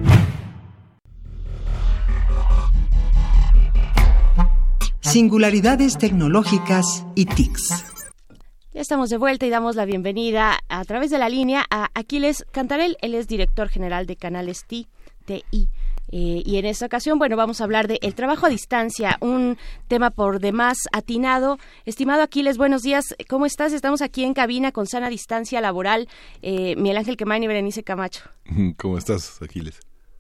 Singularidades tecnológicas y T I Cs. Ya estamos de vuelta y damos la bienvenida a través de la línea a Aquiles Cantarell. Él es director general de Canales T I. Eh, y en esta ocasión, bueno, vamos a hablar de el trabajo a distancia, un tema por demás atinado. Estimado Aquiles, buenos días. ¿Cómo estás? Estamos aquí en cabina con Sana Distancia Laboral. Eh, Miguel Ángel Quemain y Berenice Camacho. ¿Cómo estás, Aquiles?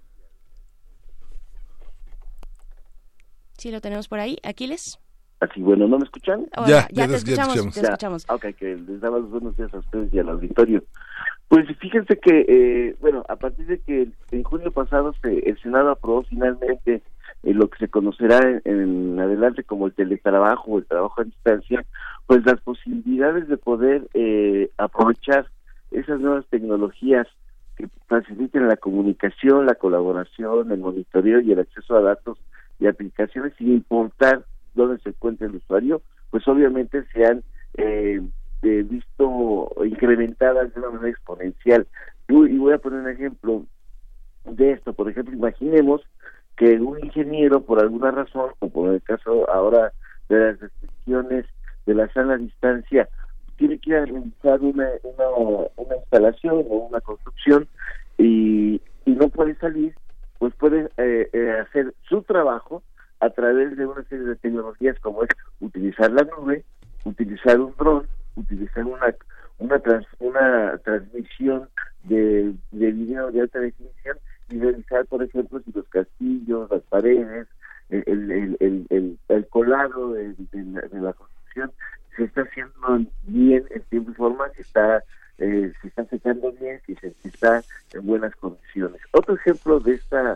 Sí, lo tenemos por ahí. Aquiles. Así, bueno, ¿no me escuchan? Hola, ya, ya, ya te nos- ya escuchamos, escuchamos. te escuchamos. Ya, ok, que les daba los buenos días a ustedes y al auditorio. Pues fíjense que, eh, bueno, a partir de que en junio pasado se, el Senado aprobó finalmente eh, lo que se conocerá en, en adelante como el teletrabajo o el trabajo a distancia, pues las posibilidades de poder eh, aprovechar esas nuevas tecnologías que faciliten la comunicación, la colaboración, el monitoreo y el acceso a datos y aplicaciones sin importar dónde se encuentre el usuario, pues obviamente se han eh, eh, visto incrementadas de una manera exponencial. Y, y voy a poner un ejemplo de esto. Por ejemplo, imaginemos que un ingeniero, por alguna razón, o por el caso ahora de las restricciones de la sana distancia, tiene que ir a realizar una, una, una instalación o una construcción y, y no puede salir, pues puede eh, eh, hacer su trabajo a través de una serie de tecnologías como es utilizar la nube, utilizar un dron, utilizar una una trans, una transmisión de, de video de alta definición y realizar, por ejemplo, si los castillos, las paredes, el el el el, el colado de, de, la, de la construcción se está haciendo bien en tiempo y forma, se está eh, se está secando bien, si se si está en buenas condiciones. aplicaciones. Otro ejemplo de esta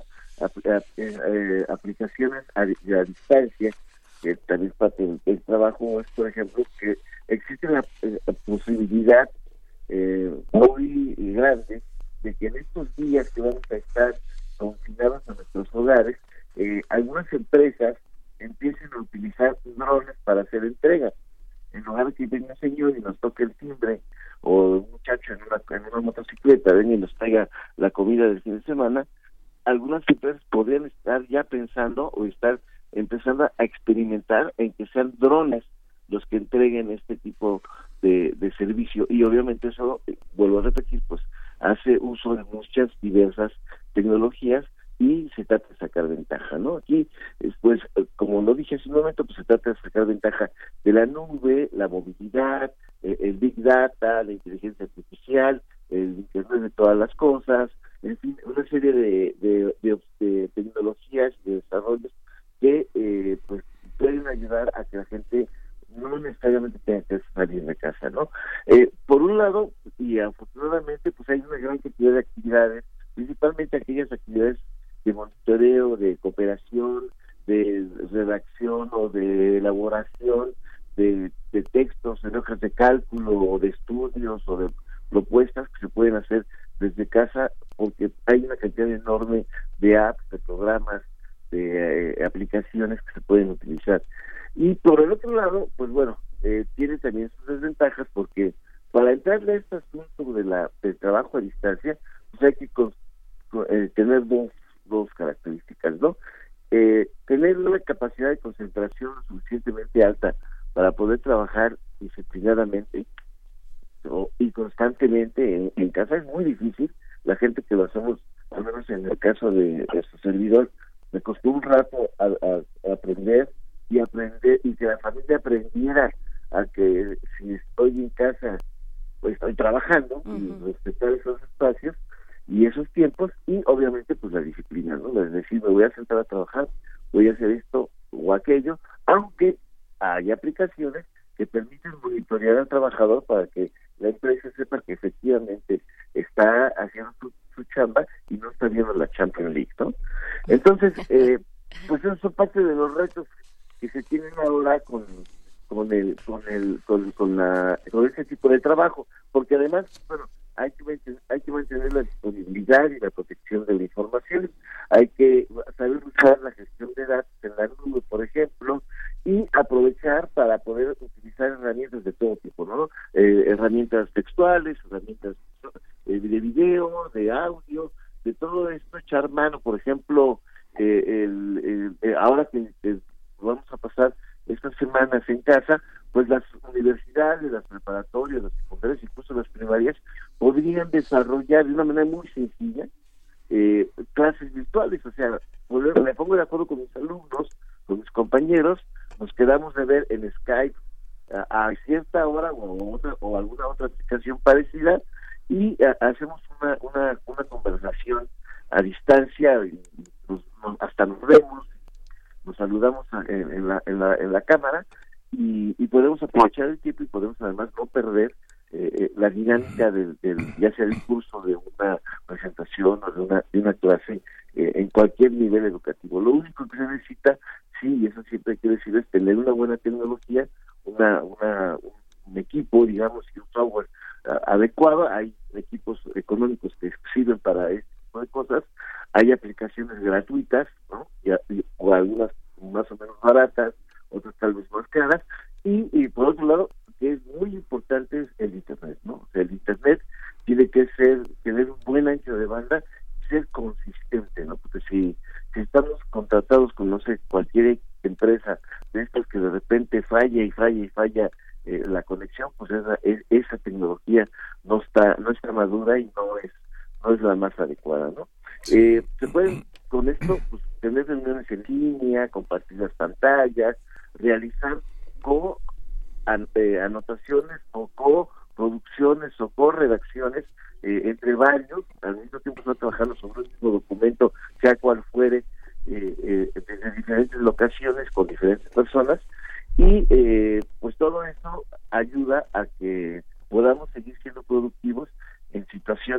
eh, aplicaciones a, a distancia, que también es parte del, del trabajo, es por ejemplo que existe la, la posibilidad eh, muy grande de que en estos días que vamos a estar confinados a nuestros hogares, eh, algunas empresas empiecen a utilizar drones para hacer entrega. En lugar de que venga un señor y nos toque el timbre, o un muchacho en una, en una motocicleta venga y nos traiga la comida del fin de semana, algunas empresas podrían estar ya pensando o estar empezando a experimentar en que sean drones los que entreguen este tipo de, de servicio. Y obviamente eso, vuelvo a repetir, pues hace uso de muchas diversas tecnologías y se trata de sacar ventaja, ¿no? Aquí, pues, como lo dije hace un momento, pues se trata de sacar ventaja de la nube, la movilidad, eh, el Big Data, la inteligencia artificial, el Internet de todas las cosas, en fin, una serie de, de, de, de tecnologías y de desarrollos que, eh, pues, pueden ayudar a que la gente no necesariamente tenga que salir de casa, ¿no? Eh, por un lado, y afortunadamente, pues hay una gran cantidad de actividades, principalmente aquellas actividades de monitoreo, de cooperación, de redacción o de elaboración de, de textos, de hojas de cálculo o de estudios o de propuestas que se pueden hacer desde casa, porque hay una cantidad enorme de apps, de programas, de eh, aplicaciones que se pueden utilizar. Y por el otro lado, pues bueno, eh, tiene también sus desventajas, porque para entrarle a este asunto de la del trabajo a distancia, pues hay que con, con, eh, tener dos dos características, ¿no? Eh, tener una capacidad de concentración suficientemente alta para poder trabajar disciplinadamente o, y constantemente en, en casa es muy difícil. La gente que lo hacemos, al menos en el caso de, de su servidor, me costó un rato a, a, a aprender y aprender y que la familia aprendiera a que si estoy en casa, pues estoy trabajando, uh-huh, y respetar esos espacios y esos tiempos, y obviamente pues la disciplina, ¿no? Es decir, me voy a sentar a trabajar, voy a hacer esto o aquello, aunque hay aplicaciones que permiten monitorear al trabajador para que la empresa sepa que efectivamente está haciendo su, su chamba y no está viendo la Champions League, ¿no? Entonces, eh, pues eso son parte de los retos que se tienen ahora con con el con el con, con la con ese tipo de trabajo, porque además, bueno, hay que mantener, hay que mantener la disponibilidad y la protección de la información, hay que saber usar la gestión de datos en la nube, por ejemplo, y aprovechar para poder utilizar herramientas de todo tipo, ¿no? Eh, herramientas textuales, herramientas eh, de video, de audio, de todo esto, echar mano, por ejemplo, eh, el, el, eh, ahora que eh, vamos a pasar estas semanas en casa, pues las universidades, las preparatorias, las secundarias, incluso las primarias, podrían desarrollar de una manera muy sencilla eh, clases virtuales. O sea, me pongo de acuerdo con mis alumnos, con mis compañeros, nos quedamos de ver en Skype a, a cierta hora o otra o alguna otra aplicación parecida y a, hacemos una, una una conversación a distancia, y nos, nos, hasta nos vemos, nos saludamos a, en, en, la, en la en la cámara y, y podemos aprovechar el tiempo y podemos además no perder eh, eh, la dinámica del, del ya sea el curso de una presentación o de una de una clase eh, en cualquier nivel educativo. Lo único que se necesita, sí, y eso siempre hay que decir, es tener una buena tecnología, una una un equipo, digamos, y un software uh, adecuado. Hay equipos económicos que sirven para este tipo de cosas, hay aplicaciones gratuitas, ¿no? Y, y, o algunas más o menos baratas, otras tal vez más caras, y, y por otro lado, que es muy importante es el Internet, ¿no? O sea, el Internet tiene que ser, tener un buen ancho de banda y ser consistente, ¿no? Porque si, si estamos contratados con, no sé, cualquier empresa de estas que de repente falla y falla y falla eh, la conexión, pues esa, es, esa tecnología no está no está madura y no es no es la más adecuada, ¿no? Eh, se pueden con esto pues tener reuniones en línea, compartir las pantallas, realizar co an, eh, anotaciones o co-producciones o co-redacciones eh, entre varios, al mismo tiempo están trabajando sobre un mismo documento, sea cual fuere, eh, eh, desde diferentes locaciones, con diferentes personas, y eh, pues todo eso ayuda a que podamos seguir siendo productivos en situaciones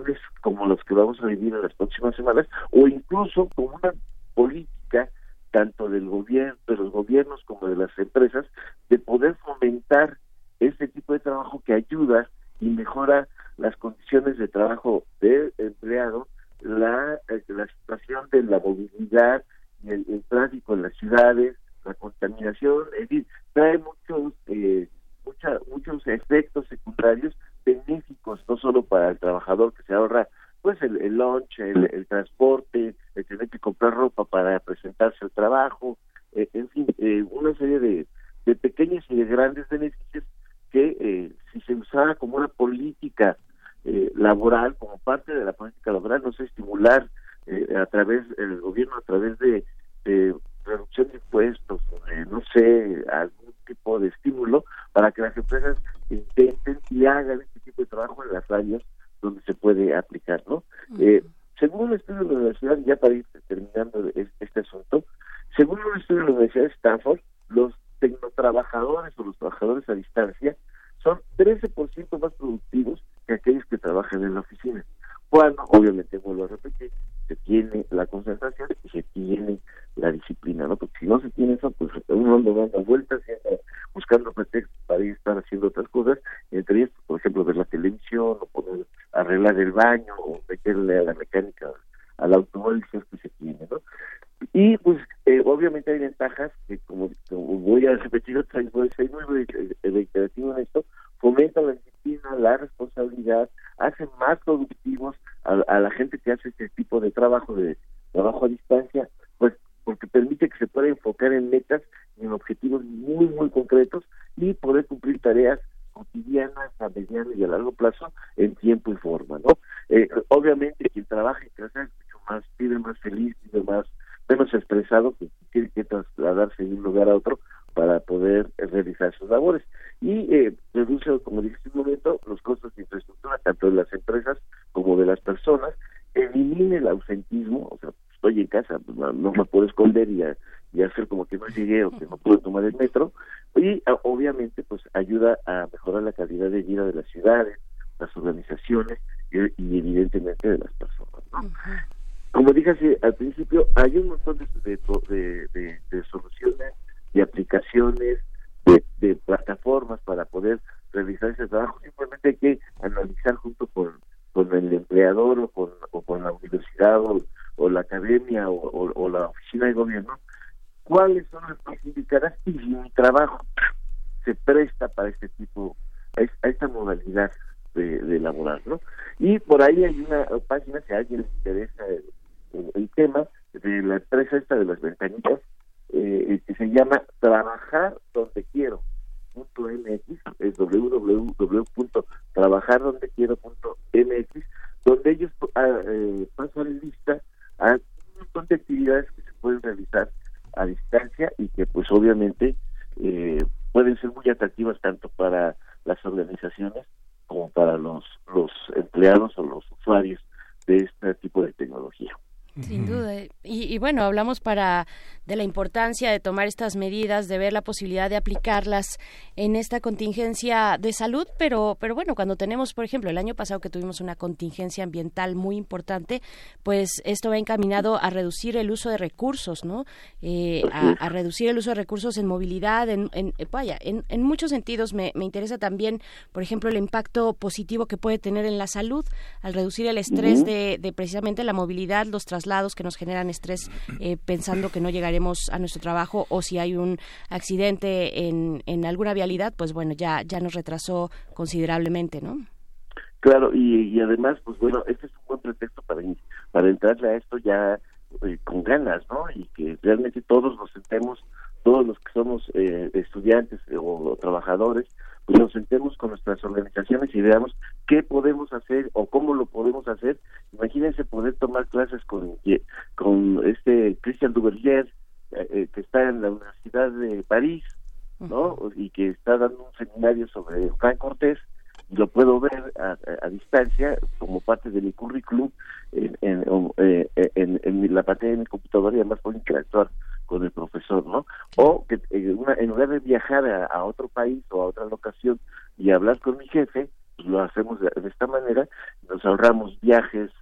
como los que vamos a vivir en las próximas semanas, o incluso como una política tanto del gobierno, de los gobiernos como de las empresas, de poder fomentar este tipo de trabajo que ayuda y mejora las condiciones de trabajo del empleado, la, la situación de la movilidad, el, el tráfico en las ciudades, la contaminación, es decir, trae muchos eh, mucha, muchos efectos secundarios benéficos, no solo para el trabajador que se ahorra pues el, el lunch, el, el transporte, el tener que comprar ropa para presentarse al trabajo, eh, en fin, eh, una serie de, de pequeños y de grandes beneficios que eh, si se usara como una política eh, laboral, como parte de la política laboral, no sé, estimular eh, a través del gobierno, a través de, de reducción de impuestos, eh, no sé, algún tipo de estímulo para que las empresas intenten y hagan este tipo de trabajo en las áreas donde se puede aplicar, ¿no? Uh-huh. Eh, según un estudio de la universidad, ya para ir terminando este asunto, según un estudio de la Universidad de Stanford, los tecnotrabajadores o los trabajadores a distancia son trece por ciento más productivos que aquellos que trabajan en la oficina. Cuando, obviamente, vuelvo a repetir, se tiene la concentración y se tiene la disciplina, ¿no? Porque si no se tiene eso, pues uno anda dando vueltas y anda buscando pretextos para ir estar haciendo otras cosas, entre ellas, por ejemplo, ver la televisión, o poner, arreglar el baño, o meterle a la mecánica al automóvil, si es que se tiene, ¿no? Y, pues, eh, obviamente hay ventajas que, como, como voy a repetir otra vez, voy a ser muy reiterativo en esto, fomentan la disciplina, la responsabilidad, hacen más productivos a, a la gente que hace este tipo de trabajo, de trabajo a distancia, pues porque permite que se pueda enfocar en metas y en objetivos muy, muy concretos y poder cumplir tareas cotidianas a mediano y a largo plazo en tiempo y forma, ¿no? Eh, obviamente quien trabaja en casa es mucho más, vive más feliz, vive más, menos estresado, que tiene que trasladarse de un lugar a otro para poder eh, realizar sus labores. Y eh, reduce, como dije hace un momento, los costos de infraestructura, tanto de las empresas como de las personas, elimine el ausentismo, o sea, estoy en casa, pues, no, no me puedo esconder y, a, y hacer como que no llegué o que no puedo tomar el metro, y a, obviamente pues ayuda a mejorar la calidad de vida de las ciudades, las organizaciones y, y evidentemente de las personas, ¿no? Uh-huh. Como dije así, al principio, hay un montón de, de, de, de, de soluciones, de aplicaciones, de, de plataformas para poder realizar ese trabajo. Simplemente hay que analizar junto con, con el empleador o con, o con la universidad o, o la academia o, o, o la oficina de gobierno cuáles son las más indicadas y si mi trabajo se presta para este tipo, a esta modalidad de, de laborar, ¿no? Y por ahí hay una página, si a alguien le interesa el, el, el tema, de la empresa esta de las ventanitas, eh, que se llama Trabajar Donde Quiero punto m x, es doble u doble u doble u punto trabajar donde quiero punto m x, donde ellos eh, pasan lista a un montón de actividades que se pueden realizar a distancia y que pues obviamente eh, pueden ser muy atractivas tanto para las organizaciones como para los los empleados o los usuarios de este tipo de tecnología. Sin duda. Y, y bueno, hablamos para de la importancia de tomar estas medidas, de ver la posibilidad de aplicarlas en esta contingencia de salud, pero pero bueno, cuando tenemos, por ejemplo, el año pasado que tuvimos una contingencia ambiental muy importante, pues esto va encaminado a reducir el uso de recursos, ¿no? Eh, a, a reducir el uso de recursos en movilidad, en, en vaya, en, en muchos sentidos me, me interesa también, por ejemplo, el impacto positivo que puede tener en la salud al reducir el estrés uh-huh. de, de precisamente la movilidad, los traslados lados que nos generan estrés eh, pensando que no llegaremos a nuestro trabajo o si hay un accidente en, en alguna vialidad, pues bueno, ya ya nos retrasó considerablemente, ¿no? Claro, y, y además, pues bueno, este es un buen pretexto para, para entrarle a esto ya eh, con ganas, ¿no? Y que realmente todos nos sentemos, todos los que somos eh, estudiantes eh, o, o trabajadores, pues nos sentemos con nuestras organizaciones y veamos qué podemos hacer o cómo lo podemos hacer. Imagínense poder tomar clases con con este Christian Duverger, eh, que está en la Universidad de París, ¿no? Uh-huh. Y que está dando un seminario sobre Hernán Cortés, y lo puedo ver a, a, a distancia como parte de mi currículum en, en, en, en, en la pantalla de mi computadora, y además puedo interactuar con el profesor, ¿no? O que en, una, en lugar de viajar a, a otro país o a otra locación y hablar con mi jefe, pues lo hacemos de, de esta manera, nos ahorramos viajes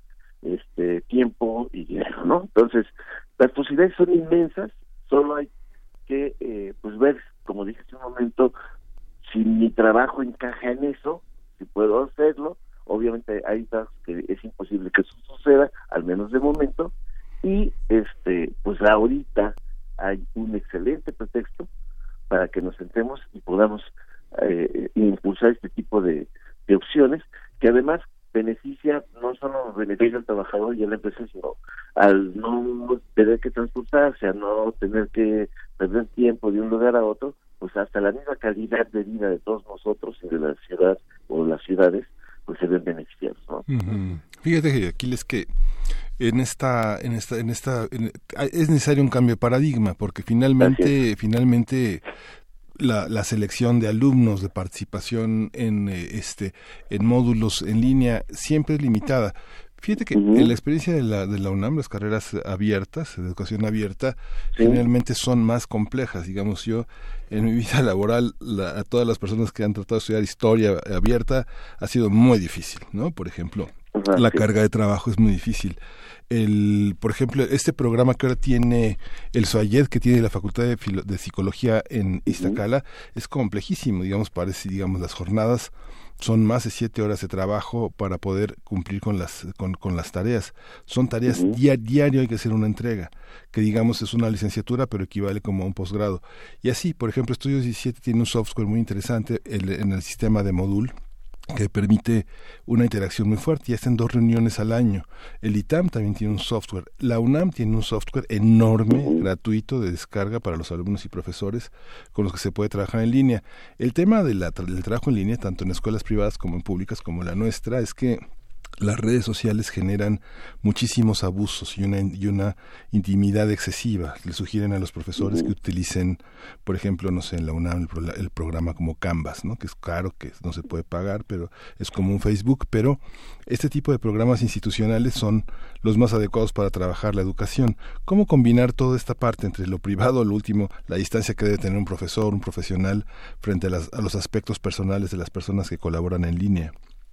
este tiempo y dinero, ¿no? Entonces, las posibilidades son inmensas, solo hay que eh, pues ver, como dije hace un momento, si mi trabajo encaja en eso, si puedo hacerlo. Obviamente hay trabajos que es imposible que eso suceda, al menos de momento, y este pues ahorita hay un excelente pretexto para que nos sentemos y podamos eh, impulsar este tipo de, de opciones, que además beneficia, no solo beneficia al trabajador y a la empresa, sino al no tener que transportarse, a no tener que perder tiempo de un lugar a otro, pues hasta la misma calidad de vida de todos nosotros y de la ciudad o las ciudades, pues se ven beneficiados, ¿no? Uh-huh. Fíjate, Aquiles, que en esta, en esta, en esta, en, es necesario un cambio de paradigma, porque finalmente, finalmente la, la selección de alumnos, de participación en eh, este, en módulos en línea siempre es limitada. Fíjate que uh-huh. en la experiencia de la de la UNAM, las carreras abiertas, de educación abierta, sí. generalmente son más complejas. Digamos, yo en mi vida laboral, la, a todas las personas que han tratado de estudiar historia abierta, ha sido muy difícil, ¿no? Por ejemplo, uh-huh, la sí. carga de trabajo es muy difícil. El, por ejemplo, este programa que ahora tiene el SOAYED, que tiene la Facultad de, Filo, de Psicología en Iztacala, uh-huh. es complejísimo, digamos, parece, digamos, las jornadas son más de siete horas de trabajo para poder cumplir con las con, con las tareas. Son tareas uh-huh. dia, diario hay que hacer una entrega, que digamos es una licenciatura, pero equivale como a un posgrado. Y así, por ejemplo, Estudios diecisiete tiene un software muy interesante el, en el sistema de Modul, que permite una interacción muy fuerte y hacen dos reuniones al año. El ITAM también tiene un software. La UNAM tiene un software enorme, gratuito, de descarga para los alumnos y profesores con los que se puede trabajar en línea. El tema de la, del trabajo en línea, tanto en escuelas privadas como en públicas como la nuestra, es que las redes sociales generan muchísimos abusos y una y una intimidad excesiva. Le sugieren a los profesores que utilicen, por ejemplo, no sé, en la UNAM el, pro, el programa como Canvas, ¿no? Que es caro, que no se puede pagar, pero es como un Facebook. Pero este tipo de programas institucionales son los más adecuados para trabajar la educación. ¿Cómo combinar toda esta parte entre lo privado, lo último, la distancia que debe tener un profesor, un profesional, frente a, las, a los aspectos personales de las personas que colaboran en línea?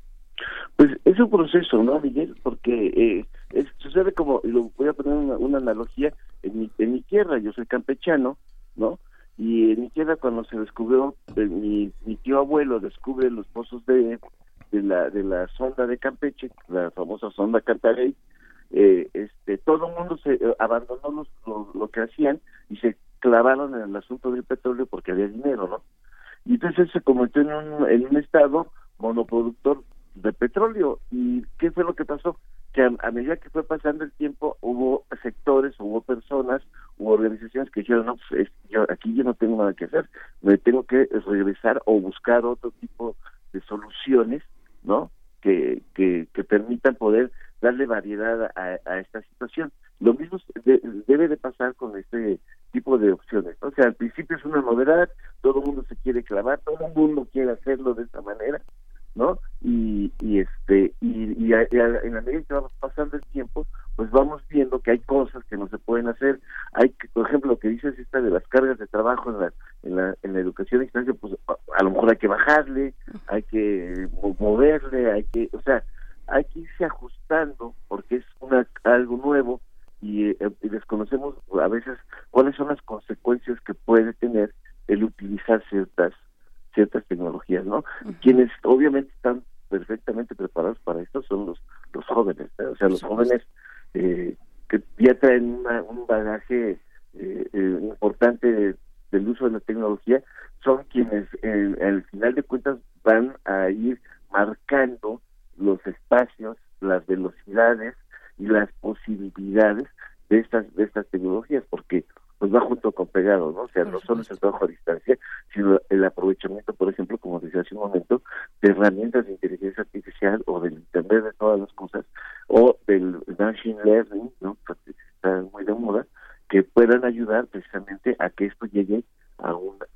Pues es un proceso, ¿no, Miguel? Porque eh, es, sucede como, lo voy a poner una, una analogía, en mi, en mi tierra, yo soy campechano, ¿no? Y en mi tierra cuando se descubrió, eh, mi, mi tío abuelo descubre los pozos de, de la de la sonda de Campeche, la famosa sonda Cantarey, eh, este, todo el mundo se eh, abandonó los, lo, lo que hacían y se clavaron en el asunto del petróleo porque había dinero, ¿no? Y entonces se convirtió en un, en un estado monoproductor de petróleo. ¿Y qué fue lo que pasó? Que a, a medida que fue pasando el tiempo hubo sectores, hubo personas, hubo organizaciones que dijeron, no, pues es, yo, aquí yo no tengo nada que hacer, me tengo que regresar o buscar otro tipo de soluciones, ¿no? Que, que, que permitan poder darle variedad a, a esta situación. Lo mismo de, debe de pasar con este tipo de opciones, ¿no? O sea, al principio es una novedad, todo el mundo se quiere clavar, todo el mundo quiere hacerlo de esta manera, ¿no? Y, y este y, y, a, y a, en la medida que vamos pasando el tiempo, pues vamos viendo que hay cosas que no se pueden hacer. Hay que, por ejemplo, lo que dices esta de las cargas de trabajo en la en la, en la educación a distancia, pues a, a lo mejor hay que bajarle, hay que moverle, hay que, o sea, hay que irse ajustando porque es una algo nuevo y, eh, y desconocemos a veces cuáles son las consecuencias que puede tener el utilizar ciertas ciertas tecnologías, ¿no? Uh-huh. Quienes obviamente están perfectamente preparados para esto son los los jóvenes, ¿eh? O sea, los jóvenes eh, que ya traen una, un bagaje eh, eh, importante de, del uso de la tecnología, son quienes eh, al final de cuentas van a ir marcando los espacios, las velocidades y las posibilidades de estas de estas tecnologías, porque pues va junto con pegado, ¿no? O sea, no solo es el trabajo a distancia, sino el aprovechamiento, por ejemplo, como decía hace un momento, de herramientas de inteligencia artificial o del Internet de todas las cosas, o del machine learning, ¿no? Que está muy de moda, que puedan ayudar precisamente a que esto llegue a un a un equilibrio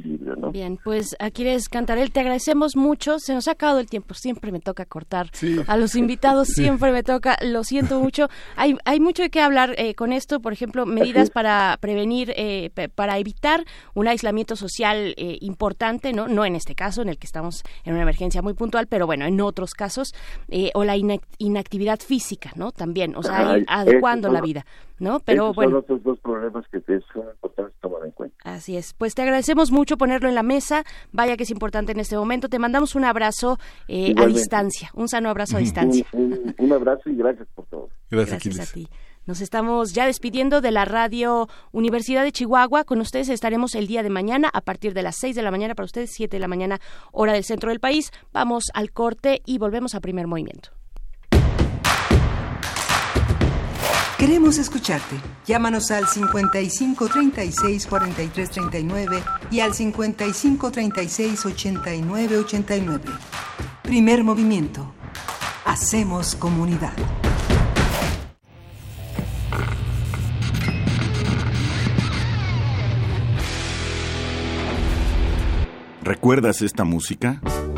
equilibrio, ¿no? Bien, pues Aquiles Cantarell, te agradecemos mucho. Se nos ha acabado el tiempo, siempre me toca cortar sí. a los invitados, sí. siempre me toca, lo siento mucho. Hay hay mucho de qué hablar eh, con esto, por ejemplo, medidas para prevenir, eh, p- para evitar un aislamiento social eh, importante, ¿no? No en este caso, en el que estamos en una emergencia muy puntual, pero bueno, en otros casos, eh, o la inact- inactividad física, ¿no? También, o sea, Ay, adecuando son, la vida, ¿no? Pero esos bueno. son otros dos problemas que te son importantes tomar en cuenta. Así es. Pues te agradecemos mucho ponerlo en la mesa. Vaya que es importante en este momento. Te mandamos un abrazo eh, a distancia, un sano abrazo a distancia. Un, un, un abrazo y gracias por todo. Gracias, gracias a ti. Nos estamos ya despidiendo de la Radio Universidad de Chihuahua. Con ustedes estaremos el día de mañana a partir de las seis de la mañana para ustedes, siete de la mañana, hora del centro del país. Vamos al corte y volvemos a Primer Movimiento. Queremos escucharte. Llámanos al cincuenta y cinco treinta y seis cuarenta y tres treinta y nueve y al cincuenta y cinco treinta y seis ochenta y nueve ochenta y nueve. Primer Movimiento. Hacemos comunidad. ¿Recuerdas esta música?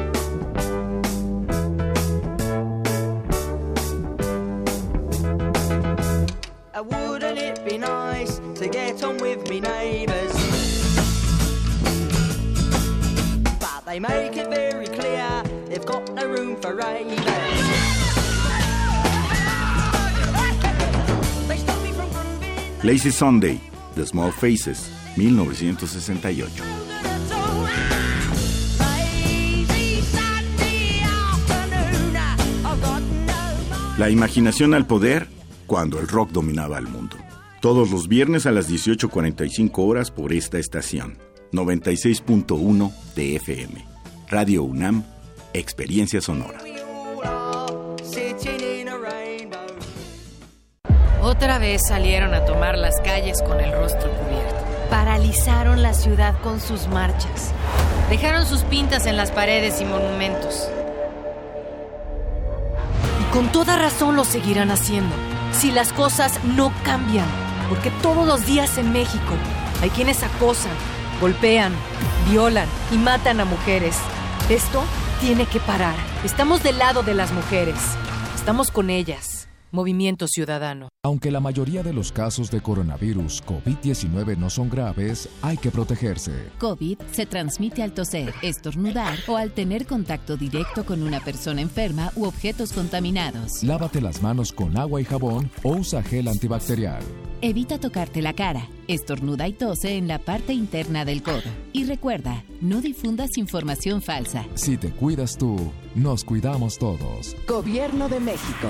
Wouldn't it be nice to get on with me neighbours? But they make it very clear they've got no room for ravers. Lazy Sunday, The Small Faces, mil novecientos sesenta y ocho. La imaginación al poder cuando el rock dominaba el mundo. Todos los viernes a las dieciocho cuarenta y cinco horas por esta estación. noventa y seis punto uno de F M. Radio UNAM, Experiencia Sonora. Otra vez salieron a tomar las calles con el rostro cubierto. Paralizaron la ciudad con sus marchas. Dejaron sus pintas en las paredes y monumentos. Y con toda razón lo seguirán haciendo. Si las cosas no cambian, porque todos los días en México hay quienes acosan, golpean, violan y matan a mujeres. Esto tiene que parar. Estamos del lado de las mujeres. Estamos con ellas. Movimiento Ciudadano. Aunque la mayoría de los casos de coronavirus COVID diecinueve no son graves, hay que protegerse. COVID se transmite al toser, estornudar o al tener contacto directo con una persona enferma u objetos contaminados. Lávate las manos con agua y jabón o usa gel antibacterial. Evita tocarte la cara, estornuda y tose en la parte interna del codo. Y recuerda, no difundas información falsa. Si te cuidas tú, nos cuidamos todos. Gobierno de México.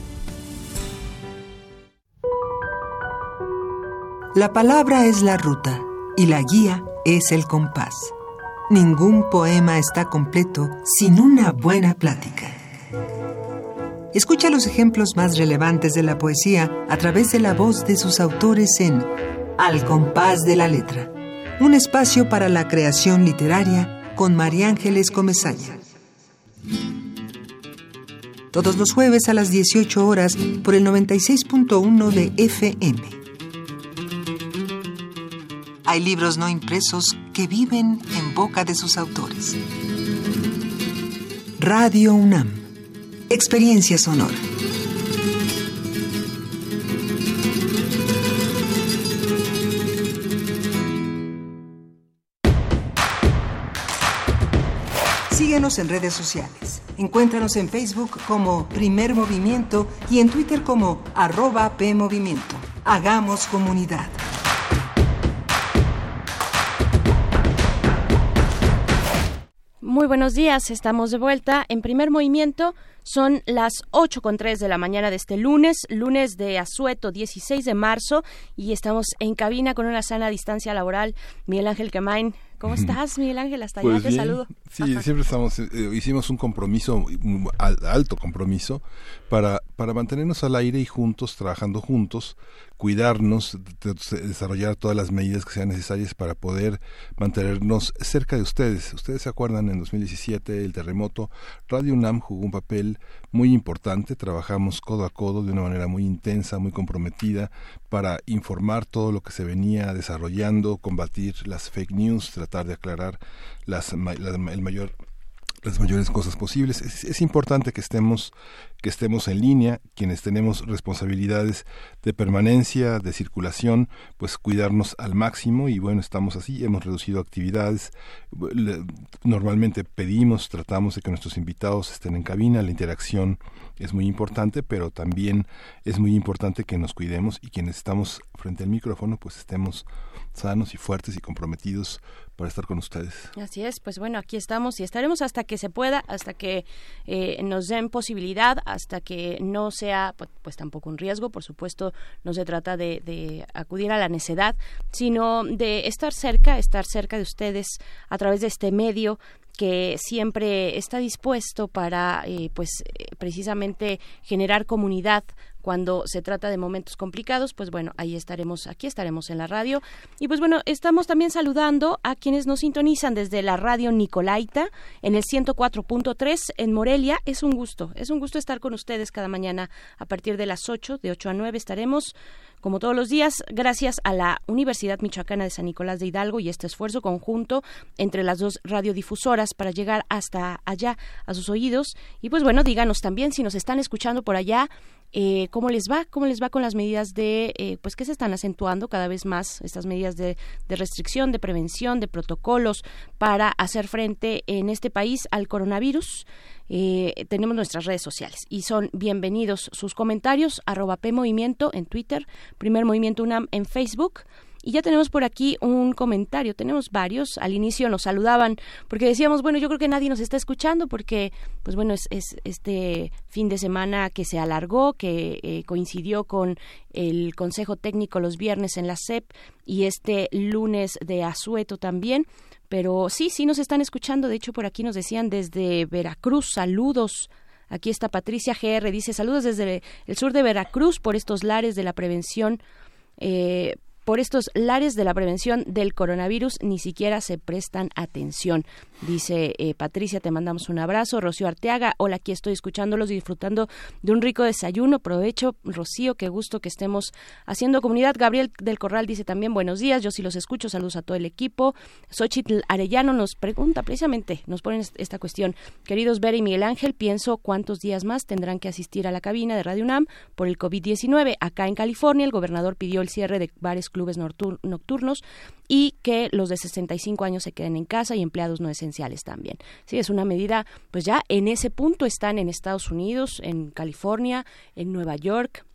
La palabra es la ruta y la guía es el compás. Ningún poema está completo sin una buena plática. Escucha los ejemplos más relevantes de la poesía a través de la voz de sus autores en Al compás de la letra, un espacio para la creación literaria con María Ángeles Comesaña. Todos los jueves a las dieciocho horas por el noventa y seis punto uno de F M. Hay libros no impresos que viven en boca de sus autores. Radio UNAM. Experiencia sonora. Síguenos en redes sociales. Encuéntranos en Facebook como Primer Movimiento y en Twitter como arroba PMovimiento. Hagamos comunidad. Muy buenos días, estamos de vuelta en Primer Movimiento. Son las ocho con tres de la mañana de este lunes, lunes de asueto, dieciséis de marzo, y estamos en cabina con una sana distancia laboral. Miguel Ángel Quemain, ¿cómo estás, Miguel Ángel? Hasta allá, pues te bien. Saludo. Sí, siempre estamos, eh, hicimos un compromiso, un alto compromiso, para para mantenernos al aire y juntos, trabajando juntos, cuidarnos, de, de desarrollar todas las medidas que sean necesarias para poder mantenernos cerca de ustedes. Ustedes se acuerdan, en dos mil diecisiete, el terremoto, Radio UNAM jugó un papel muy importante, trabajamos codo a codo de una manera muy intensa, muy comprometida, para informar todo lo que se venía desarrollando, combatir las fake news, tratar de aclarar las, las, el mayor... las mayores cosas posibles. Es, es importante que estemos que estemos en línea, quienes tenemos responsabilidades de permanencia, de circulación, pues cuidarnos al máximo, y bueno, estamos así, hemos reducido actividades. Normalmente pedimos, tratamos de que nuestros invitados estén en cabina, la interacción es muy importante, pero también es muy importante que nos cuidemos, y quienes estamos frente al micrófono pues estemos sanos y fuertes y comprometidos para estar con ustedes. Así es, pues bueno, aquí estamos y estaremos hasta que se pueda, hasta que eh, nos den posibilidad, hasta que no sea pues, pues tampoco un riesgo. Por supuesto, no se trata de, de acudir a la necedad, sino de estar cerca, estar cerca de ustedes a través de este medio que siempre está dispuesto para eh, pues eh, precisamente generar comunidad cuando se trata de momentos complicados. Pues bueno, ahí estaremos, aquí estaremos en la radio. Y pues bueno, estamos también saludando a quienes nos sintonizan desde la radio Nicolaita en el ciento cuatro punto tres en Morelia. Es un gusto, es un gusto estar con ustedes cada mañana a partir de las ocho, de ocho a nueve estaremos como todos los días, gracias a la Universidad Michoacana de San Nicolás de Hidalgo y este esfuerzo conjunto entre las dos radiodifusoras para llegar hasta allá a sus oídos. Y pues bueno, díganos también si nos están escuchando por allá, eh, cómo les va, cómo les va con las medidas de, eh, pues que se están acentuando cada vez más, estas medidas de, de restricción, de prevención, de protocolos para hacer frente en este país al coronavirus. Eh, tenemos nuestras redes sociales y son bienvenidos sus comentarios, arroba P Movimiento en Twitter, Primer Movimiento UNAM en Facebook. Y ya tenemos por aquí un comentario, tenemos varios. Al inicio nos saludaban porque decíamos, bueno, yo creo que nadie nos está escuchando porque, pues bueno, es, es este fin de semana que se alargó, que eh, coincidió con el Consejo Técnico los viernes en la S E P y este lunes de asueto también. Pero sí, sí nos están escuchando. De hecho, por aquí nos decían desde Veracruz, saludos. Aquí está Patricia G R, dice, saludos desde el sur de Veracruz por estos lares de la prevención, eh, por estos lares de la prevención del coronavirus, ni siquiera se prestan atención. Dice eh, Patricia, te mandamos un abrazo. Rocío Arteaga, hola, aquí estoy escuchándolos y disfrutando de un rico desayuno. Provecho, Rocío, qué gusto que estemos haciendo comunidad. Gabriel del Corral dice también, buenos días, yo sí los escucho, saludos a todo el equipo. Xochitl Arellano nos pregunta, precisamente, nos ponen esta cuestión. Queridos Vera y Miguel Ángel, pienso cuántos días más tendrán que asistir a la cabina de Radio UNAM por el COVID diecinueve. Acá en California, el gobernador pidió el cierre de bares, clubes nocturnos y que los de sesenta y cinco años se queden en casa y empleados no esenciales también. Sí, es una medida, pues ya en ese punto están en Estados Unidos, en California, en Nueva York,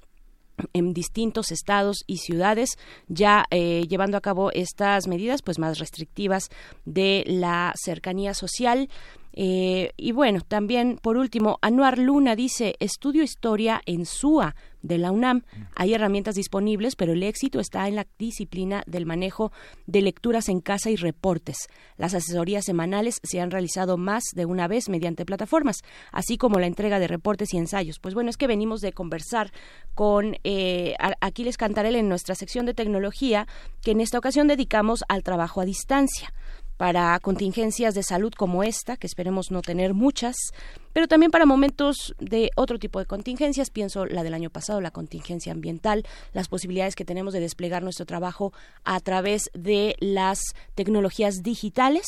en distintos estados y ciudades ya eh, llevando a cabo estas medidas pues más restrictivas de la cercanía social. Eh, y bueno, también por último, Anuar Luna dice, estudio historia en S U A de la UNAM. Hay herramientas disponibles, pero el éxito está en la disciplina del manejo de lecturas en casa y reportes. Las asesorías semanales se han realizado más de una vez mediante plataformas, así como la entrega de reportes y ensayos. Pues bueno, es que venimos de conversar con eh, Aquiles Cantarell en nuestra sección de tecnología, que en esta ocasión dedicamos al trabajo a distancia. Para contingencias de salud como esta, que esperemos no tener muchas, pero también para momentos de otro tipo de contingencias, pienso la del año pasado, la contingencia ambiental, las posibilidades que tenemos de desplegar nuestro trabajo a través de las tecnologías digitales.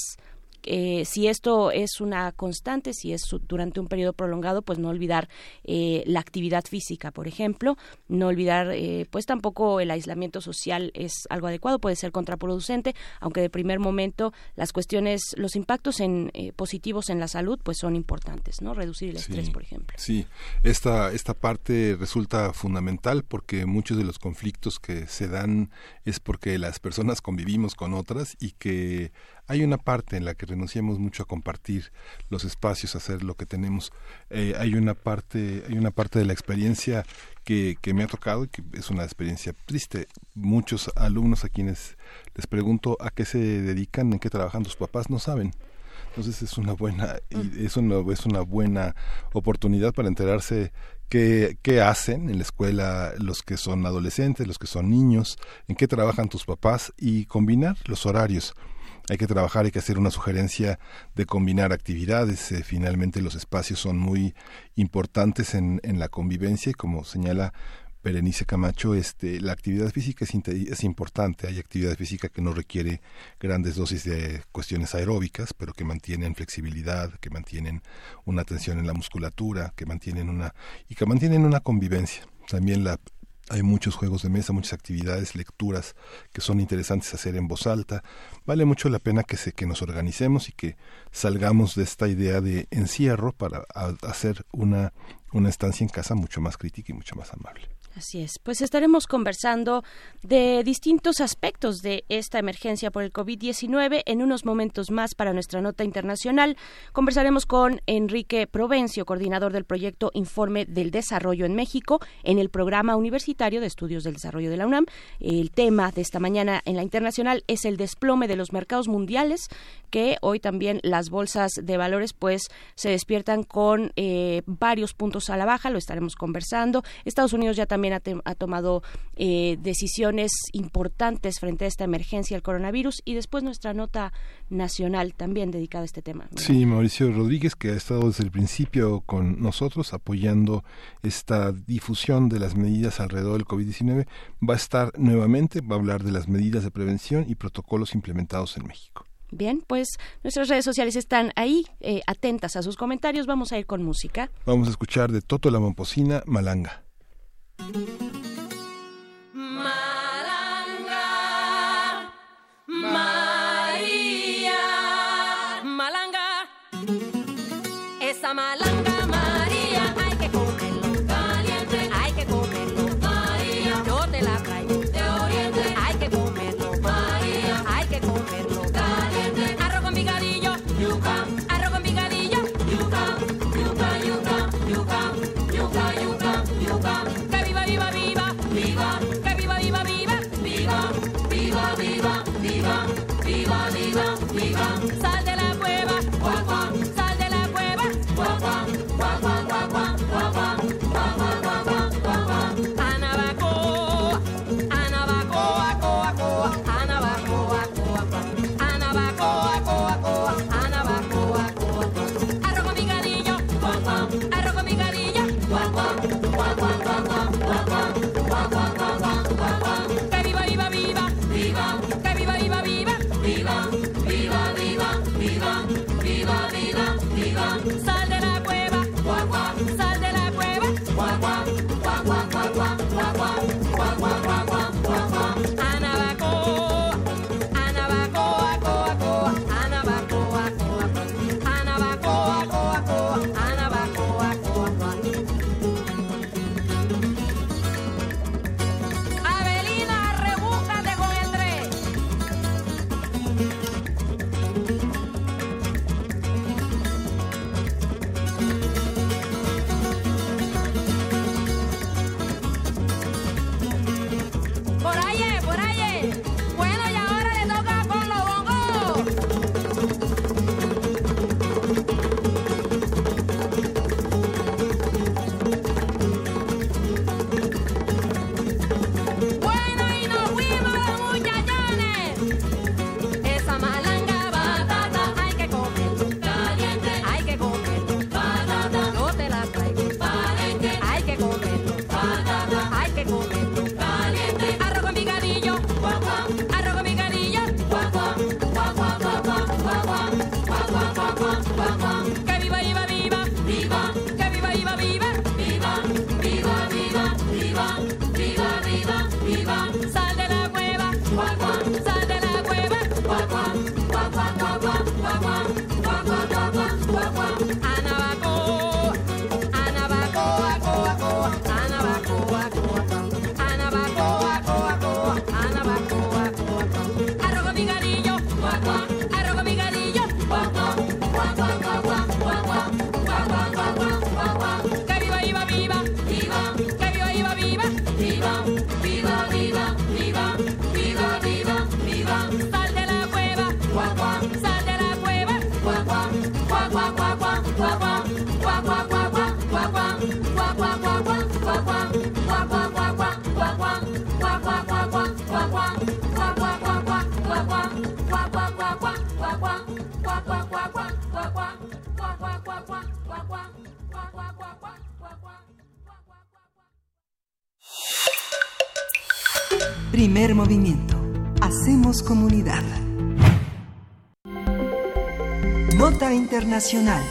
Eh, si esto es una constante, si es durante un periodo prolongado, pues no olvidar eh, la actividad física, por ejemplo, no olvidar, eh, pues tampoco el aislamiento social es algo adecuado, puede ser contraproducente, aunque de primer momento las cuestiones, los impactos en eh, positivos en la salud, pues son importantes, ¿no? Reducir el estrés, sí, por ejemplo. Sí, esta esta parte resulta fundamental porque muchos de los conflictos que se dan es porque las personas convivimos con otras y que hay una parte en la que renunciamos mucho a compartir los espacios, a hacer lo que tenemos. Eh, hay una parte, hay una parte de la experiencia que, que me ha tocado y que es una experiencia triste. Muchos alumnos a quienes les pregunto a qué se dedican, en qué trabajan sus papás, no saben. Entonces es una buena, es una, es una buena oportunidad para enterarse qué, qué hacen en la escuela los que son adolescentes, los que son niños, en qué trabajan tus papás y combinar los horarios. Hay que trabajar, hay que hacer una sugerencia de combinar actividades. Eh, finalmente los espacios son muy importantes en, en la convivencia y como señala Berenice Camacho, este, la actividad física es, es importante. Hay actividad física que no requiere grandes dosis de cuestiones aeróbicas, pero que mantienen flexibilidad, que mantienen una tensión en la musculatura, que mantienen una y que mantienen una convivencia. También la hay muchos juegos de mesa, muchas actividades, lecturas que son interesantes hacer en voz alta. Vale mucho la pena que se que nos organicemos y que salgamos de esta idea de encierro para a, hacer una una estancia en casa mucho más crítica y mucho más amable. Así es, pues estaremos conversando de distintos aspectos de esta emergencia por el COVID diecinueve en unos momentos más. Para nuestra nota internacional conversaremos con Enrique Provencio, coordinador del proyecto Informe del Desarrollo en México en el Programa Universitario de Estudios del Desarrollo de la UNAM. El tema de esta mañana en la internacional es el desplome de los mercados mundiales, que hoy también las bolsas de valores pues se despiertan con eh, varios puntos a la baja, lo estaremos conversando. Estados Unidos ya también También ha, te, ha tomado eh, decisiones importantes frente a esta emergencia del coronavirus y después nuestra nota nacional también dedicada a este tema. ¿Verdad? Sí, Mauricio Rodríguez, que ha estado desde el principio con nosotros apoyando esta difusión de las medidas alrededor del COVID diecinueve, va a estar nuevamente, va a hablar de las medidas de prevención y protocolos implementados en México. Bien, pues nuestras redes sociales están ahí, eh, atentas a sus comentarios. Vamos a ir con música. Vamos a escuchar de Toto la Momposina, Malanga. Malanga, María, Malanga, esa malanga María, hay que comerlo caliente, hay que comerlo María, yo te la traigo de oriente, hay que comerlo María, hay que comerlo caliente, arroz con picadillo, yuca, arroz con picadillo, yuca, yuca, yuca, yuca, yuca, yuca, yuca. Viva, viva, viva, que viva, viva, viva, viva, viva, viva, viva, viva, viva, viva. Sal de la cueva, guau, guau, sal de la cueva, guau, guau, guau, guau, guau, guau, guau, guau, guau, guau, guau, guau, guau. Anabacoa, anabacoa, coa, coa, anabacoa, coa, coa, anabacoa, coa, coa, anabacoa, coa, coa. Arroz con picadillo, guau, guau, arroz con picadillo, guau, guau, guau, guau, guau, guau. Que viva, viva, viva, viva, que viva, viva, viva, viva, viva, viva, viva, viva, viva, viva. Sal de la cueva, guau, guau, sal de la cueva, guau, guau, guau, guau, guau, guau, guau, guau, guau, guau, guau, guau. Anabacoa, anabacoa, coa, coa, anabacoa, coa, coa, anabacoa, coa, coa, anabacoa, coa, coa. Por ahí, por ahí. Bueno, y ahora le toca con los bongos. Bueno, y nos fuimos los muchachones. Esa malanga batata hay que comerlo caliente, hay que comerlo batata, yo te la traigo caliente, hay que comerlo batata, hay que comerlo caliente. Arroz con picadillo, Primer movimiento. Hacemos comunidad. Nota internacional.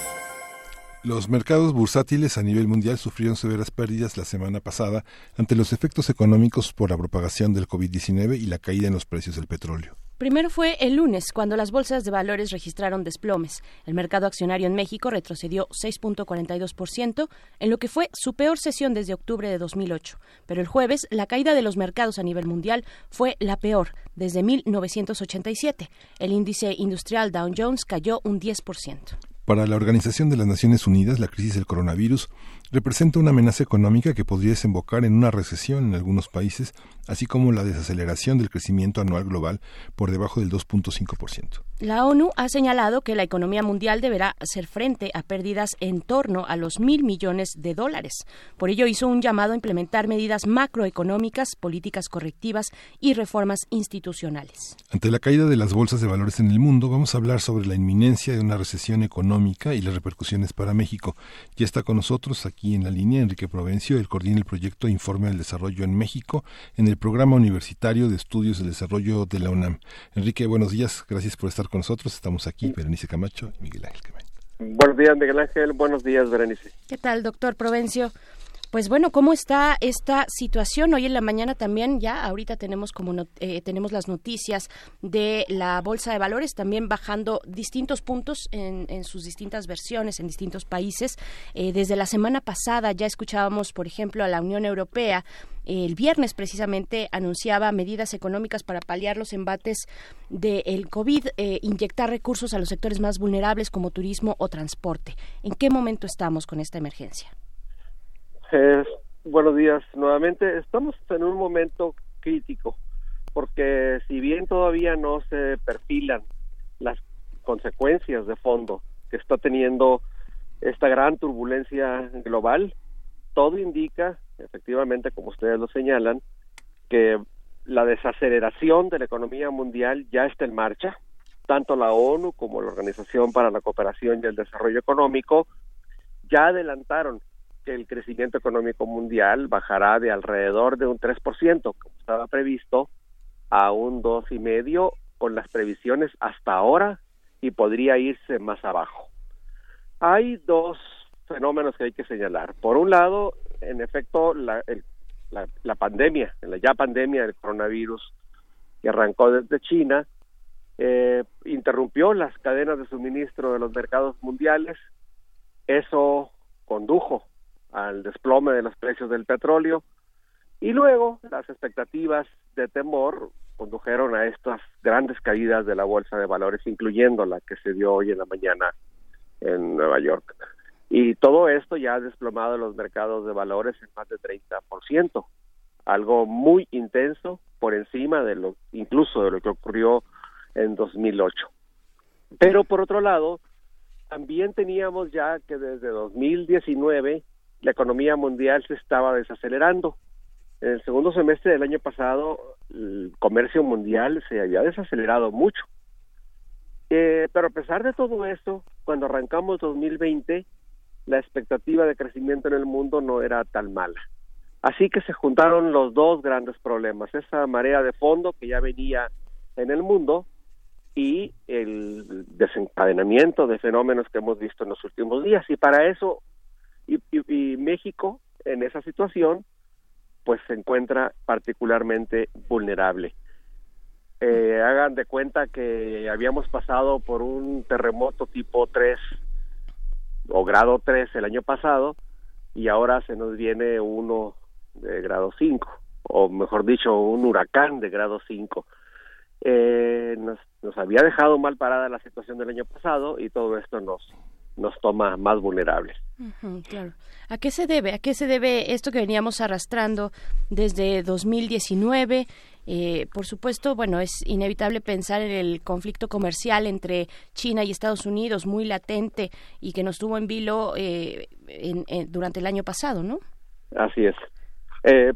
Los mercados bursátiles a nivel mundial sufrieron severas pérdidas la semana pasada ante los efectos económicos por la propagación del covid diecinueve y la caída en los precios del petróleo. Primero fue el lunes, cuando las bolsas de valores registraron desplomes. El mercado accionario en México retrocedió seis punto cuarenta y dos por ciento, en lo que fue su peor sesión desde octubre de dos mil ocho. Pero el jueves, la caída de los mercados a nivel mundial fue la peor desde mil novecientos ochenta y siete. El índice industrial Dow Jones cayó un diez por ciento. Para la Organización de las Naciones Unidas, la crisis del coronavirus representa una amenaza económica que podría desembocar en una recesión en algunos países, así como la desaceleración del crecimiento anual global por debajo del dos punto cinco por ciento. La ONU ha señalado que la economía mundial deberá hacer frente a pérdidas en torno a los mil millones de dólares. Por ello hizo un llamado a implementar medidas macroeconómicas, políticas correctivas y reformas institucionales. Ante la caída de las bolsas de valores en el mundo, vamos a hablar sobre la inminencia de una recesión económica y las repercusiones para México. Ya está con nosotros aquí en la línea Enrique Provencio, él coordina el proyecto Informe del Desarrollo en México en el Programa Universitario de Estudios del Desarrollo de la UNAM. Enrique, buenos días, gracias por estar con nosotros. Estamos aquí, Berenice Camacho y Miguel Ángel Camacho. Buenos días, Miguel Ángel. Buenos días, Berenice. ¿Qué tal, doctor Provencio? Pues bueno, ¿cómo está esta situación? Hoy en la mañana también, ya ahorita tenemos como not- eh, tenemos las noticias de la Bolsa de Valores, también bajando distintos puntos en, en sus distintas versiones, en distintos países. Eh, desde la semana pasada ya escuchábamos, por ejemplo, a la Unión Europea. El viernes precisamente anunciaba medidas económicas para paliar los embates del COVID, eh, inyectar recursos a los sectores más vulnerables como turismo o transporte. ¿En qué momento estamos con esta emergencia? Eh, buenos días nuevamente. Estamos en un momento crítico porque si bien todavía no se perfilan las consecuencias de fondo que está teniendo esta gran turbulencia global, todo indica, efectivamente, como ustedes lo señalan, que la desaceleración de la economía mundial ya está en marcha. Tanto la ONU como la Organización para la Cooperación y el Desarrollo Económico ya adelantaron que el crecimiento económico mundial bajará de alrededor de un tres por ciento, como estaba previsto, a un dos y medio con las previsiones hasta ahora, y podría irse más abajo. Hay dos fenómenos que hay que señalar. Por un lado, en efecto, la, el, la, la pandemia, la ya pandemia del coronavirus que arrancó desde China, eh, interrumpió las cadenas de suministro de los mercados mundiales. Eso condujo al desplome de los precios del petróleo, y luego las expectativas de temor condujeron a estas grandes caídas de la bolsa de valores, incluyendo la que se dio hoy en la mañana en Nueva York. Y todo esto ya ha desplomado los mercados de valores en más de treinta por ciento, algo muy intenso, por encima de lo incluso de lo que ocurrió en dos mil ocho. Pero por otro lado, también teníamos ya que desde dos mil diecinueve la economía mundial se estaba desacelerando. En el segundo semestre del año pasado, el comercio mundial se había desacelerado mucho. Eh, pero a pesar de todo esto, cuando arrancamos dos mil veinte, la expectativa de crecimiento en el mundo no era tan mala. Así que se juntaron los dos grandes problemas, esa marea de fondo que ya venía en el mundo y el desencadenamiento de fenómenos que hemos visto en los últimos días. Y para eso, y, y, y México, en esa situación, pues se encuentra particularmente vulnerable. Eh, hagan de cuenta que habíamos pasado por un terremoto tipo tres o grado tres el año pasado, y ahora se nos viene uno de grado cinco, o mejor dicho, un huracán de grado cinco. Eh, nos, nos había dejado mal parada la situación del año pasado, y todo esto nos nos toma más vulnerables. Uh-huh, claro. ¿A qué se debe? ¿A qué se debe esto que veníamos arrastrando desde dos mil diecinueve? Eh, por supuesto, bueno, es inevitable pensar en el conflicto comercial entre China y Estados Unidos, muy latente y que nos tuvo en vilo eh, en, en, durante el año pasado, ¿no? Así es. Eh,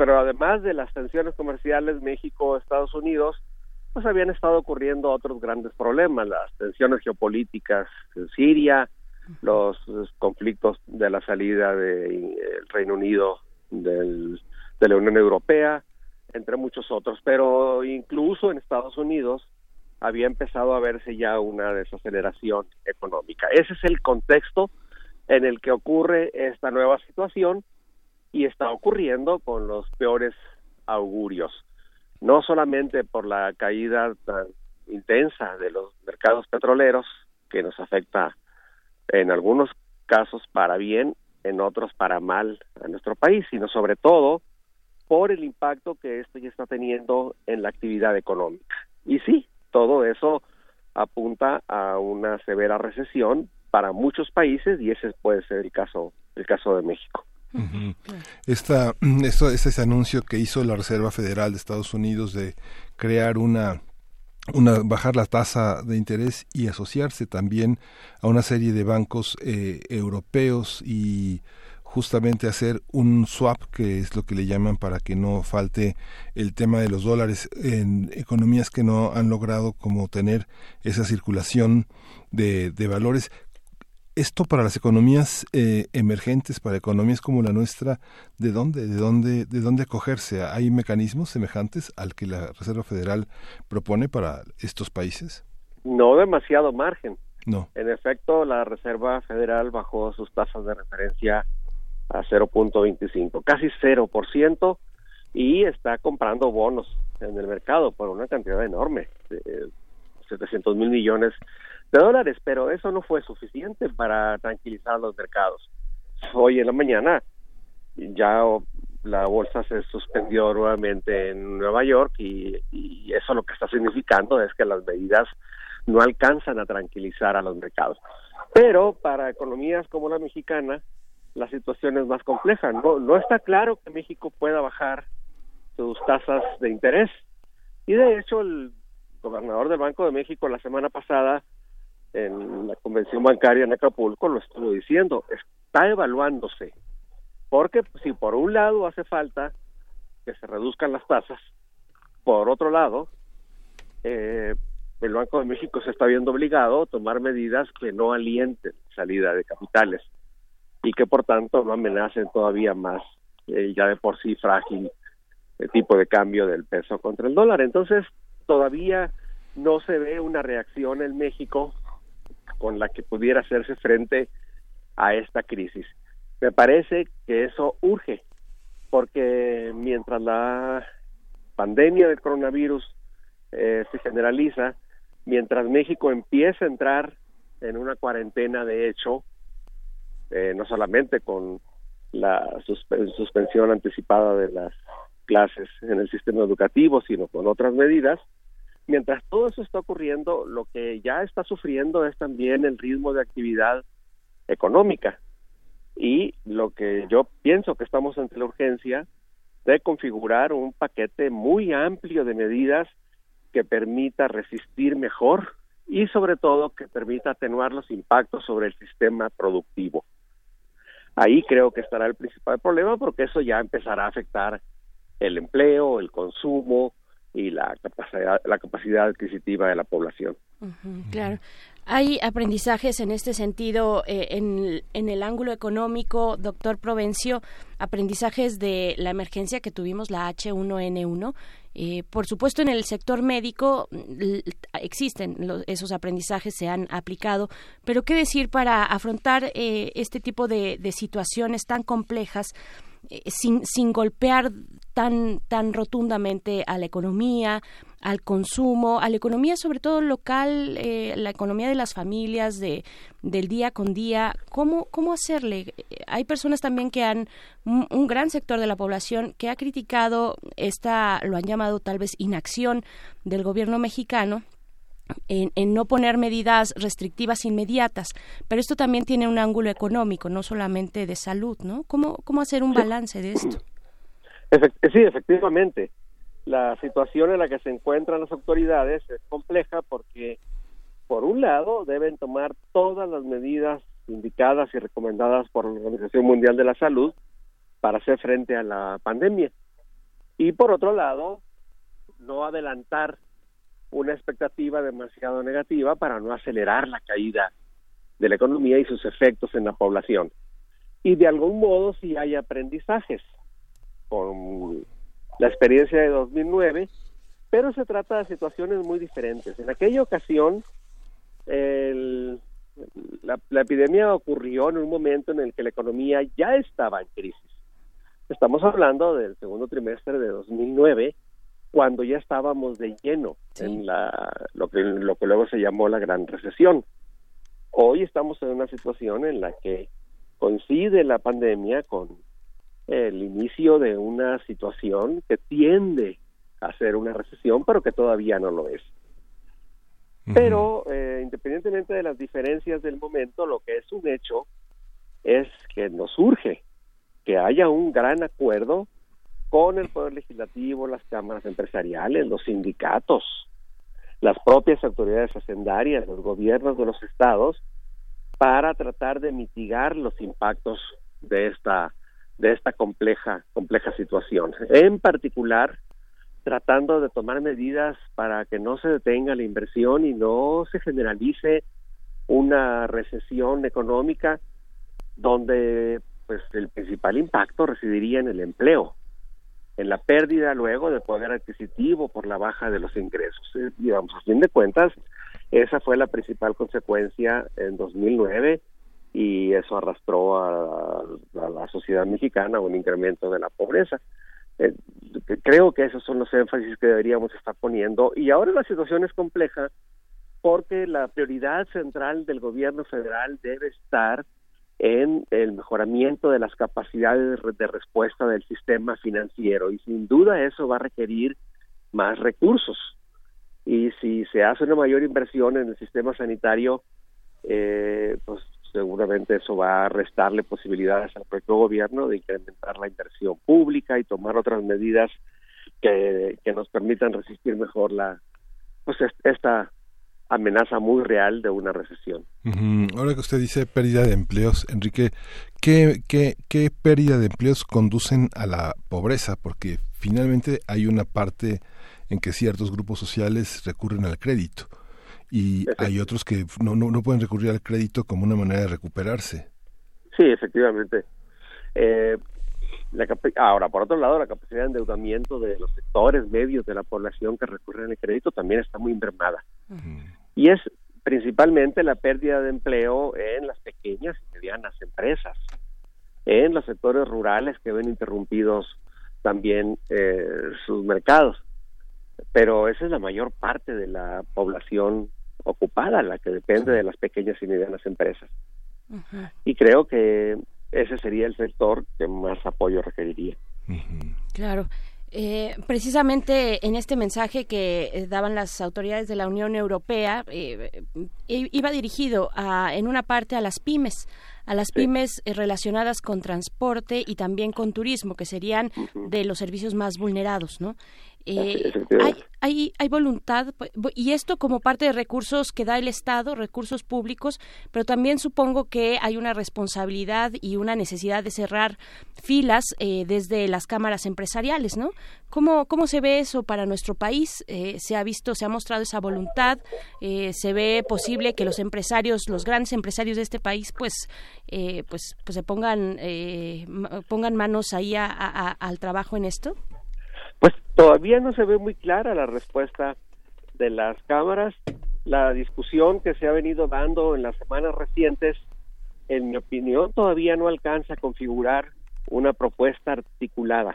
pero además de las tensiones comerciales México-Estados Unidos, pues habían estado ocurriendo otros grandes problemas, las tensiones geopolíticas en Siria, los, los conflictos de la salida del Reino Unido del, de la Unión Europea, entre muchos otros, pero incluso en Estados Unidos había empezado a verse ya una desaceleración económica. Ese es el contexto en el que ocurre esta nueva situación y está ocurriendo con los peores augurios, no solamente por la caída tan intensa de los mercados petroleros, que nos afecta en algunos casos para bien, en otros para mal a nuestro país, sino sobre todo por el impacto que esto ya está teniendo en la actividad económica. Y sí, todo eso apunta a una severa recesión para muchos países y ese puede ser el caso, el caso de México. Uh-huh. Esta, esto, este es anuncio que hizo la Reserva Federal de Estados Unidos de crear una Una, bajar la tasa de interés y asociarse también a una serie de bancos eh, europeos y justamente hacer un swap, que es lo que le llaman, para que no falte el tema de los dólares en economías que no han logrado como tener esa circulación de, de valores. Esto para las economías eh, emergentes, para economías como la nuestra, ¿de dónde, de dónde, de dónde acogerse? ¿Hay mecanismos semejantes al que la Reserva Federal propone para estos países? No demasiado margen. No. En efecto, la Reserva Federal bajó sus tasas de referencia a cero punto veinticinco, casi cero por ciento, y está comprando bonos en el mercado por una cantidad enorme, de setecientos mil millones de dólares, pero eso no fue suficiente para tranquilizar los mercados. Hoy en la mañana ya la bolsa se suspendió nuevamente en Nueva York y, y eso lo que está significando es que las medidas no alcanzan a tranquilizar a los mercados. Pero para economías como la mexicana, la situación es más compleja. No, no está claro que México pueda bajar sus tasas de interés. Y de hecho, el gobernador del Banco de México la semana pasada en la convención bancaria en Acapulco lo estuvo diciendo, está evaluándose, porque si por un lado hace falta que se reduzcan las tasas, por otro lado, eh, el Banco de México se está viendo obligado a tomar medidas que no alienten salida de capitales y que por tanto no amenacen todavía más el ya de por sí frágil el tipo de cambio del peso contra el dólar. Entonces todavía no se ve una reacción en México con la que pudiera hacerse frente a esta crisis. Me parece que eso urge, porque mientras la pandemia del coronavirus eh, se generaliza, mientras México empieza a entrar en una cuarentena de hecho, eh, no solamente con la susp- suspensión anticipada de las clases en el sistema educativo, sino con otras medidas. Mientras todo eso está ocurriendo, lo que ya está sufriendo es también el ritmo de actividad económica. Y lo que yo pienso que estamos ante la urgencia de configurar un paquete muy amplio de medidas que permita resistir mejor y sobre todo que permita atenuar los impactos sobre el sistema productivo. Ahí creo que estará el principal problema, porque eso ya empezará a afectar el empleo, el consumo y la capacidad, la capacidad adquisitiva de la población. Uh-huh, claro. ¿Hay aprendizajes en este sentido eh, en, en el ángulo económico, doctor Provencio? Aprendizajes de la emergencia que tuvimos, la hache uno ene uno. Eh, por supuesto, en el sector médico l- existen los, esos aprendizajes, se han aplicado, pero ¿qué decir para afrontar eh, este tipo de, de situaciones tan complejas eh, sin, sin golpear tan, tan rotundamente a la economía, al consumo, a la economía sobre todo local, eh, la economía de las familias, de del día con día? ¿Cómo, cómo hacerle? Hay personas también que han, un, un gran sector de la población que ha criticado esta, lo han llamado tal vez inacción del gobierno mexicano en, en no poner medidas restrictivas inmediatas, pero esto también tiene un ángulo económico, no solamente de salud, ¿no? ¿Cómo, cómo hacer un balance de esto? Efect- sí, efectivamente. La situación en la que se encuentran las autoridades es compleja porque, por un lado, deben tomar todas las medidas indicadas y recomendadas por la Organización Mundial de la Salud para hacer frente a la pandemia. Y por otro lado, no adelantar una expectativa demasiado negativa para no acelerar la caída de la economía y sus efectos en la población. Y de algún modo sí hay aprendizajes con la experiencia de dos mil nueve, pero se trata de situaciones muy diferentes. En aquella ocasión, el, la, la epidemia ocurrió en un momento en el que la economía ya estaba en crisis. Estamos hablando del segundo trimestre de dos mil nueve, cuando ya estábamos de lleno sí. en la lo que lo que luego se llamó la Gran Recesión. Hoy estamos en una situación en la que coincide la pandemia con el inicio de una situación que tiende a ser una recesión, pero que todavía no lo es. Uh-huh. Pero eh, independientemente de las diferencias del momento, lo que es un hecho es que nos urge que haya un gran acuerdo con el Poder Legislativo, las cámaras empresariales, los sindicatos, las propias autoridades hacendarias, los gobiernos de los estados, para tratar de mitigar los impactos de esta de esta compleja compleja situación. En particular, tratando de tomar medidas para que no se detenga la inversión y no se generalice una recesión económica donde pues el principal impacto residiría en el empleo, en la pérdida luego de poder adquisitivo por la baja de los ingresos. Eh, digamos, a fin de cuentas, esa fue la principal consecuencia en dos mil nueve y eso arrastró a, a la sociedad mexicana a un incremento de la pobreza. Eh, creo que esos son los énfasis que deberíamos estar poniendo, y ahora la situación es compleja porque la prioridad central del gobierno federal debe estar en el mejoramiento de las capacidades de respuesta del sistema financiero, y sin duda eso va a requerir más recursos. Y si se hace una mayor inversión en el sistema sanitario, eh, pues seguramente eso va a restarle posibilidades al propio gobierno de incrementar la inversión pública y tomar otras medidas que, que nos permitan resistir mejor la pues esta amenaza muy real de una recesión. Uh-huh. Ahora que usted dice pérdida de empleos, Enrique, ¿qué, qué, qué pérdida de empleos conducen a la pobreza? Porque finalmente hay una parte en que ciertos grupos sociales recurren al crédito y hay otros que no, no, no pueden recurrir al crédito como una manera de recuperarse. Sí, efectivamente. Eh, la cap- ahora, por otro lado, la capacidad de endeudamiento de los sectores medios de la población que recurren al crédito también está muy mermada. Uh-huh. Y es principalmente la pérdida de empleo en las pequeñas y medianas empresas, en los sectores rurales que ven interrumpidos también eh, sus mercados. Pero esa es la mayor parte de la población ocupada, la que depende de las pequeñas y medianas empresas. Uh-huh. Y creo que ese sería el sector que más apoyo requeriría. Uh-huh. Claro. Eh, precisamente en este mensaje que eh, daban las autoridades de la Unión Europea, eh, iba dirigido a, en una parte a las pymes, a las sí. pymes eh, relacionadas con transporte y también con turismo, que serían uh-huh. de los servicios más vulnerados, ¿no? Eh, hay, hay, hay voluntad, y esto como parte de recursos que da el Estado, recursos públicos, pero también supongo que hay una responsabilidad y una necesidad de cerrar filas eh, desde las cámaras empresariales, ¿no? ¿Cómo, cómo se ve eso para nuestro país? Eh, ¿Se ha visto, se ha mostrado esa voluntad? Eh, ¿Se ve posible que los empresarios, los grandes empresarios de este país, pues, eh, pues, pues se pongan, eh, pongan manos ahí a, a, al trabajo en esto? Pues todavía no se ve muy clara la respuesta de las cámaras. La discusión que se ha venido dando en las semanas recientes, en mi opinión, todavía no alcanza a configurar una propuesta articulada.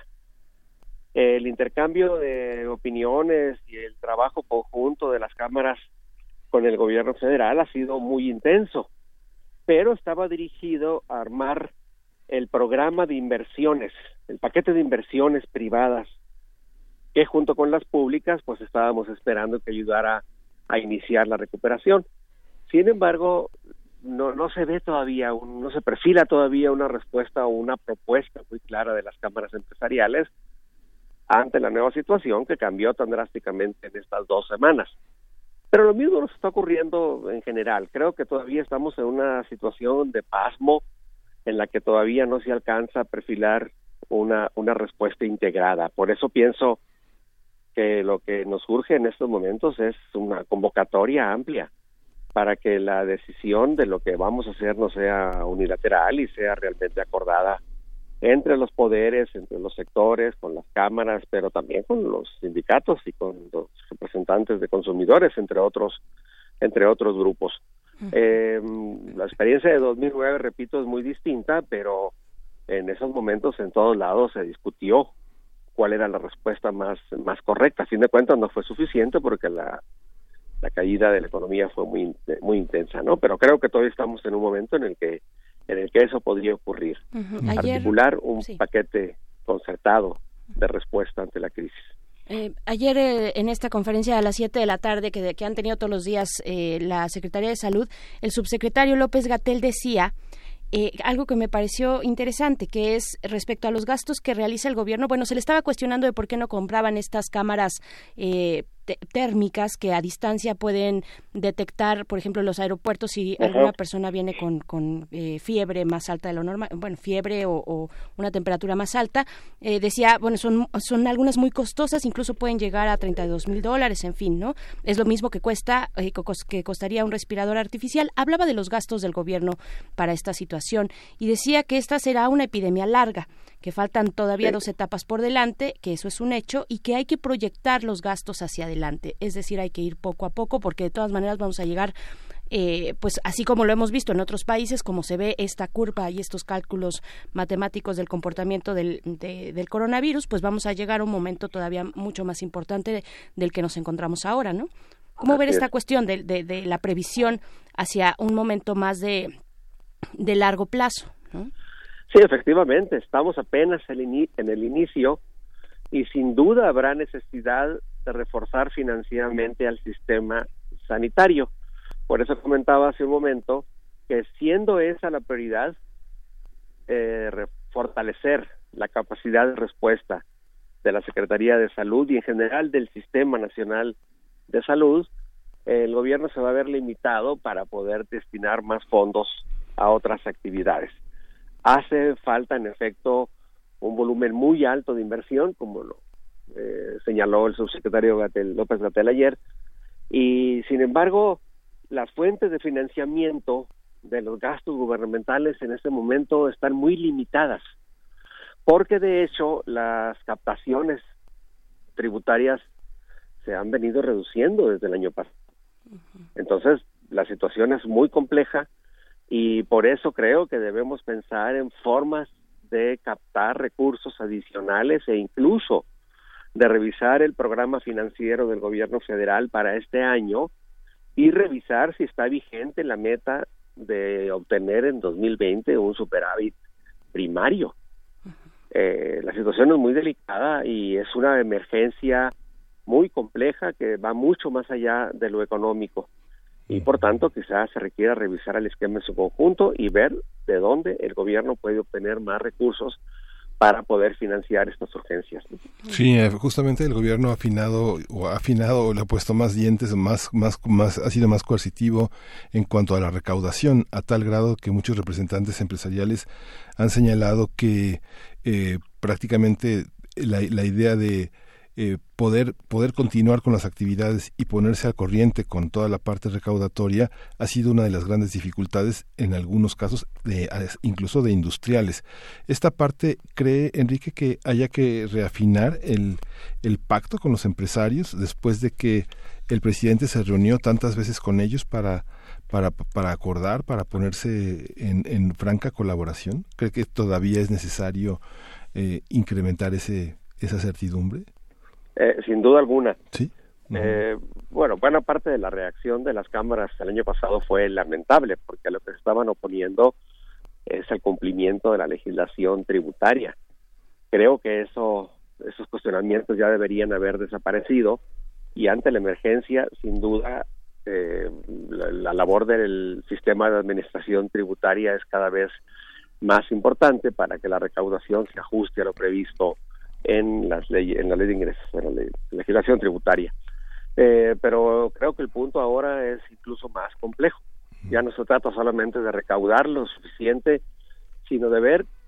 El intercambio de opiniones y el trabajo conjunto de las cámaras con el gobierno federal ha sido muy intenso, pero estaba dirigido a armar el programa de inversiones, el paquete de inversiones privadas, que junto con las públicas pues estábamos esperando que ayudara a iniciar la recuperación. Sin embargo, no no se ve todavía, un, no se perfila todavía una respuesta o una propuesta muy clara de las cámaras empresariales ante la nueva situación que cambió tan drásticamente en estas dos semanas. Pero lo mismo nos está ocurriendo en general. Creo que todavía estamos en una situación de pasmo en la que todavía no se alcanza a perfilar una, una respuesta integrada. Por eso pienso que lo que nos urge en estos momentos es una convocatoria amplia para que la decisión de lo que vamos a hacer no sea unilateral y sea realmente acordada entre los poderes, entre los sectores, con las cámaras, pero también con los sindicatos y con los representantes de consumidores, entre otros, entre otros grupos. Uh-huh. Eh, la experiencia de dos mil nueve, repito, es muy distinta, pero en esos momentos en todos lados se discutió cuál era la respuesta más, más correcta. A fin de cuentas no fue suficiente porque la, la caída de la economía fue muy, muy intensa, ¿no? Pero creo que todavía estamos en un momento en el que en el que eso podría ocurrir. Uh-huh. Ayer, articular un sí. paquete concertado de respuesta ante la crisis. Eh, ayer eh, en esta conferencia a las siete de la tarde que, que han tenido todos los días eh, la Secretaría de Salud, el subsecretario López-Gatell decía Eh, algo que me pareció interesante, que es respecto a los gastos que realiza el gobierno. Bueno, se le estaba cuestionando de por qué no compraban estas cámaras eh, te- térmicas que a distancia pueden detectar, por ejemplo, en los aeropuertos si uh-huh. alguna persona viene con, con eh, fiebre más alta de lo normal, bueno, fiebre o, o una temperatura más alta. Eh, decía, bueno, son, son algunas muy costosas, incluso pueden llegar a treinta y dos mil dólares, en fin, ¿no? Es lo mismo que cuesta, eh, que costaría un respirador artificial. Hablaba de los gastos del gobierno para esta situación y decía que esta será una epidemia larga, que faltan todavía sí. dos etapas por delante, que eso es un hecho y que hay que proyectar los gastos hacia adelante, es decir, hay que ir poco a poco porque de todas maneras vamos a llegar, eh, pues así como lo hemos visto en otros países, como se ve esta curva y estos cálculos matemáticos del comportamiento del, de, del coronavirus, pues vamos a llegar a un momento todavía mucho más importante de, del que nos encontramos ahora, ¿no? ¿Cómo así ver esta es. cuestión de, de, de la previsión hacia un momento más de de largo plazo, ¿no? Sí, efectivamente, estamos apenas en el inicio y sin duda habrá necesidad de reforzar financieramente al sistema sanitario. Por eso comentaba hace un momento que siendo esa la prioridad, eh, fortalecer la capacidad de respuesta de la Secretaría de Salud y en general del Sistema Nacional de Salud, eh, el gobierno se va a ver limitado para poder destinar más fondos a otras actividades. Hace falta, en efecto, un volumen muy alto de inversión, como lo eh, señaló el subsecretario Gatell, López-Gatell ayer, y sin embargo, las fuentes de financiamiento de los gastos gubernamentales en este momento están muy limitadas, porque de hecho las captaciones tributarias se han venido reduciendo desde el año pasado. Entonces, la situación es muy compleja, y por eso creo que debemos pensar en formas de captar recursos adicionales e incluso de revisar el programa financiero del gobierno federal para este año y revisar si está vigente la meta de obtener en dos mil veinte un superávit primario. Eh, la situación es muy delicada y es una emergencia muy compleja que va mucho más allá de lo económico. Y por tanto quizás se requiera revisar el esquema en su conjunto y ver de dónde el gobierno puede obtener más recursos para poder financiar estas urgencias. Sí, justamente el gobierno ha afinado o ha afinado o le ha puesto más dientes, más, más, más, ha sido más coercitivo en cuanto a la recaudación, a tal grado que muchos representantes empresariales han señalado que eh, prácticamente la, la idea de Eh, poder poder continuar con las actividades y ponerse al corriente con toda la parte recaudatoria ha sido una de las grandes dificultades en algunos casos de incluso de industriales. Esta parte, ¿cree Enrique que haya que reafinar el el pacto con los empresarios después de que el presidente se reunió tantas veces con ellos para para para acordar, para ponerse en, en franca colaboración? ¿Cree que todavía es necesario eh, incrementar ese esa certidumbre? Eh, sin duda alguna. Sí. Uh-huh. Eh, bueno, buena parte de la reacción de las cámaras el año pasado fue lamentable, porque lo que se estaban oponiendo es el cumplimiento de la legislación tributaria. Creo que eso, esos cuestionamientos ya deberían haber desaparecido y ante la emergencia, sin duda, eh, la, la labor del sistema de administración tributaria es cada vez más importante para que la recaudación se ajuste a lo previsto en las leyes, en la ley de ingresos, en la ley, legislación tributaria. Eh, pero creo que el punto ahora es incluso más complejo. Ya no se trata solamente de recaudar lo suficiente, sino de ver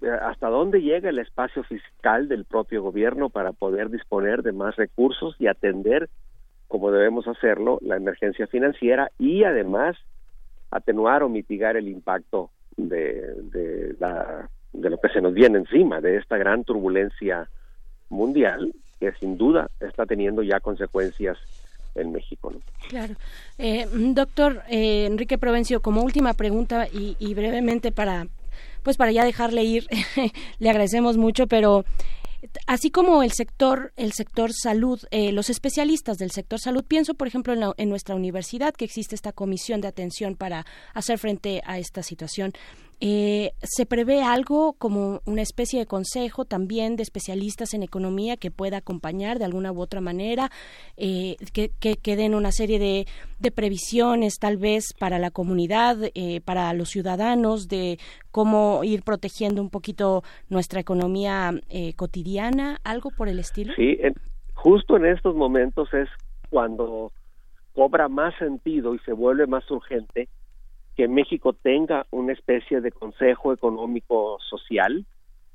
hasta dónde llega el espacio fiscal del propio gobierno para poder disponer de más recursos y atender, como debemos hacerlo, la emergencia financiera y además atenuar o mitigar el impacto de, de, la, de lo que se nos viene encima, de esta gran turbulencia mundial que sin duda está teniendo ya consecuencias en México, ¿no? Claro. Eh, doctor eh, Enrique Provencio, como última pregunta y, y brevemente para, pues para ya dejarle ir, le agradecemos mucho, pero así como el sector, el sector salud, eh, los especialistas del sector salud, pienso por ejemplo en, la, en nuestra universidad que existe esta comisión de atención para hacer frente a esta situación. Eh, ¿Se prevé algo como una especie de consejo también de especialistas en economía que pueda acompañar de alguna u otra manera, eh, que, que, que den una serie de, de previsiones tal vez para la comunidad, eh, para los ciudadanos, de cómo ir protegiendo un poquito nuestra economía eh, cotidiana, algo por el estilo? Sí, en, justo en estos momentos es cuando cobra más sentido y se vuelve más urgente que México tenga una especie de consejo económico social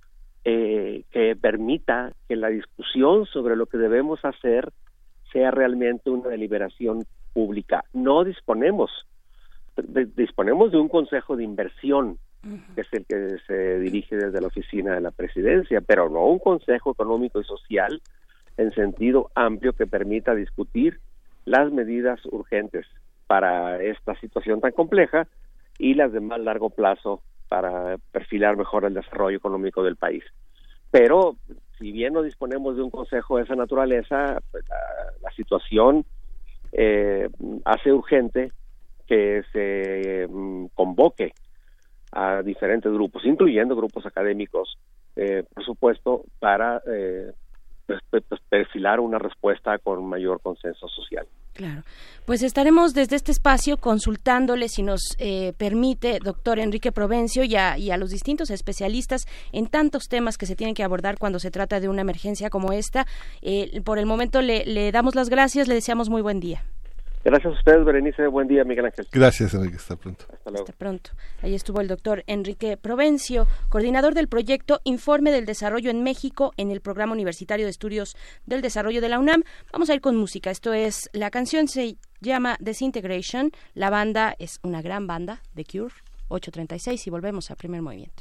eh, que permita que la discusión sobre lo que debemos hacer sea realmente una deliberación pública. No disponemos, de, disponemos de un consejo de inversión, uh-huh. que es el que se dirige desde la oficina de la presidencia, pero no un consejo económico y social en sentido amplio que permita discutir las medidas urgentes para esta situación tan compleja y las de más largo plazo para perfilar mejor el desarrollo económico del país. Pero si bien no disponemos de un consejo de esa naturaleza, pues la, la situación eh, hace urgente que se um, convoque a diferentes grupos, incluyendo grupos académicos, eh, por supuesto, para eh, pues, pues, perfilar una respuesta con mayor consenso social. Claro, pues estaremos desde este espacio consultándole, si nos eh, permite, doctor Enrique Provencio, y a, y a los distintos especialistas en tantos temas que se tienen que abordar cuando se trata de una emergencia como esta. Eh, por el momento le, le damos las gracias, le deseamos muy buen día. Gracias a ustedes, Berenice. Buen día, Miguel Ángel. Gracias, Enrique. Hasta pronto. Hasta luego. Hasta pronto. Ahí estuvo el doctor Enrique Provencio, coordinador del proyecto Informe del Desarrollo en México en el Programa Universitario de Estudios del Desarrollo de la UNAM. Vamos a ir con música. Esto es, la canción se llama Disintegration. La banda es una gran banda, The Cure, ocho treinta y seis, y volvemos a Primer Movimiento.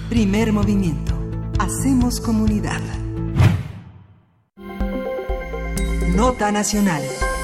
Primer movimiento. Hacemos comunidad. Nota nacional.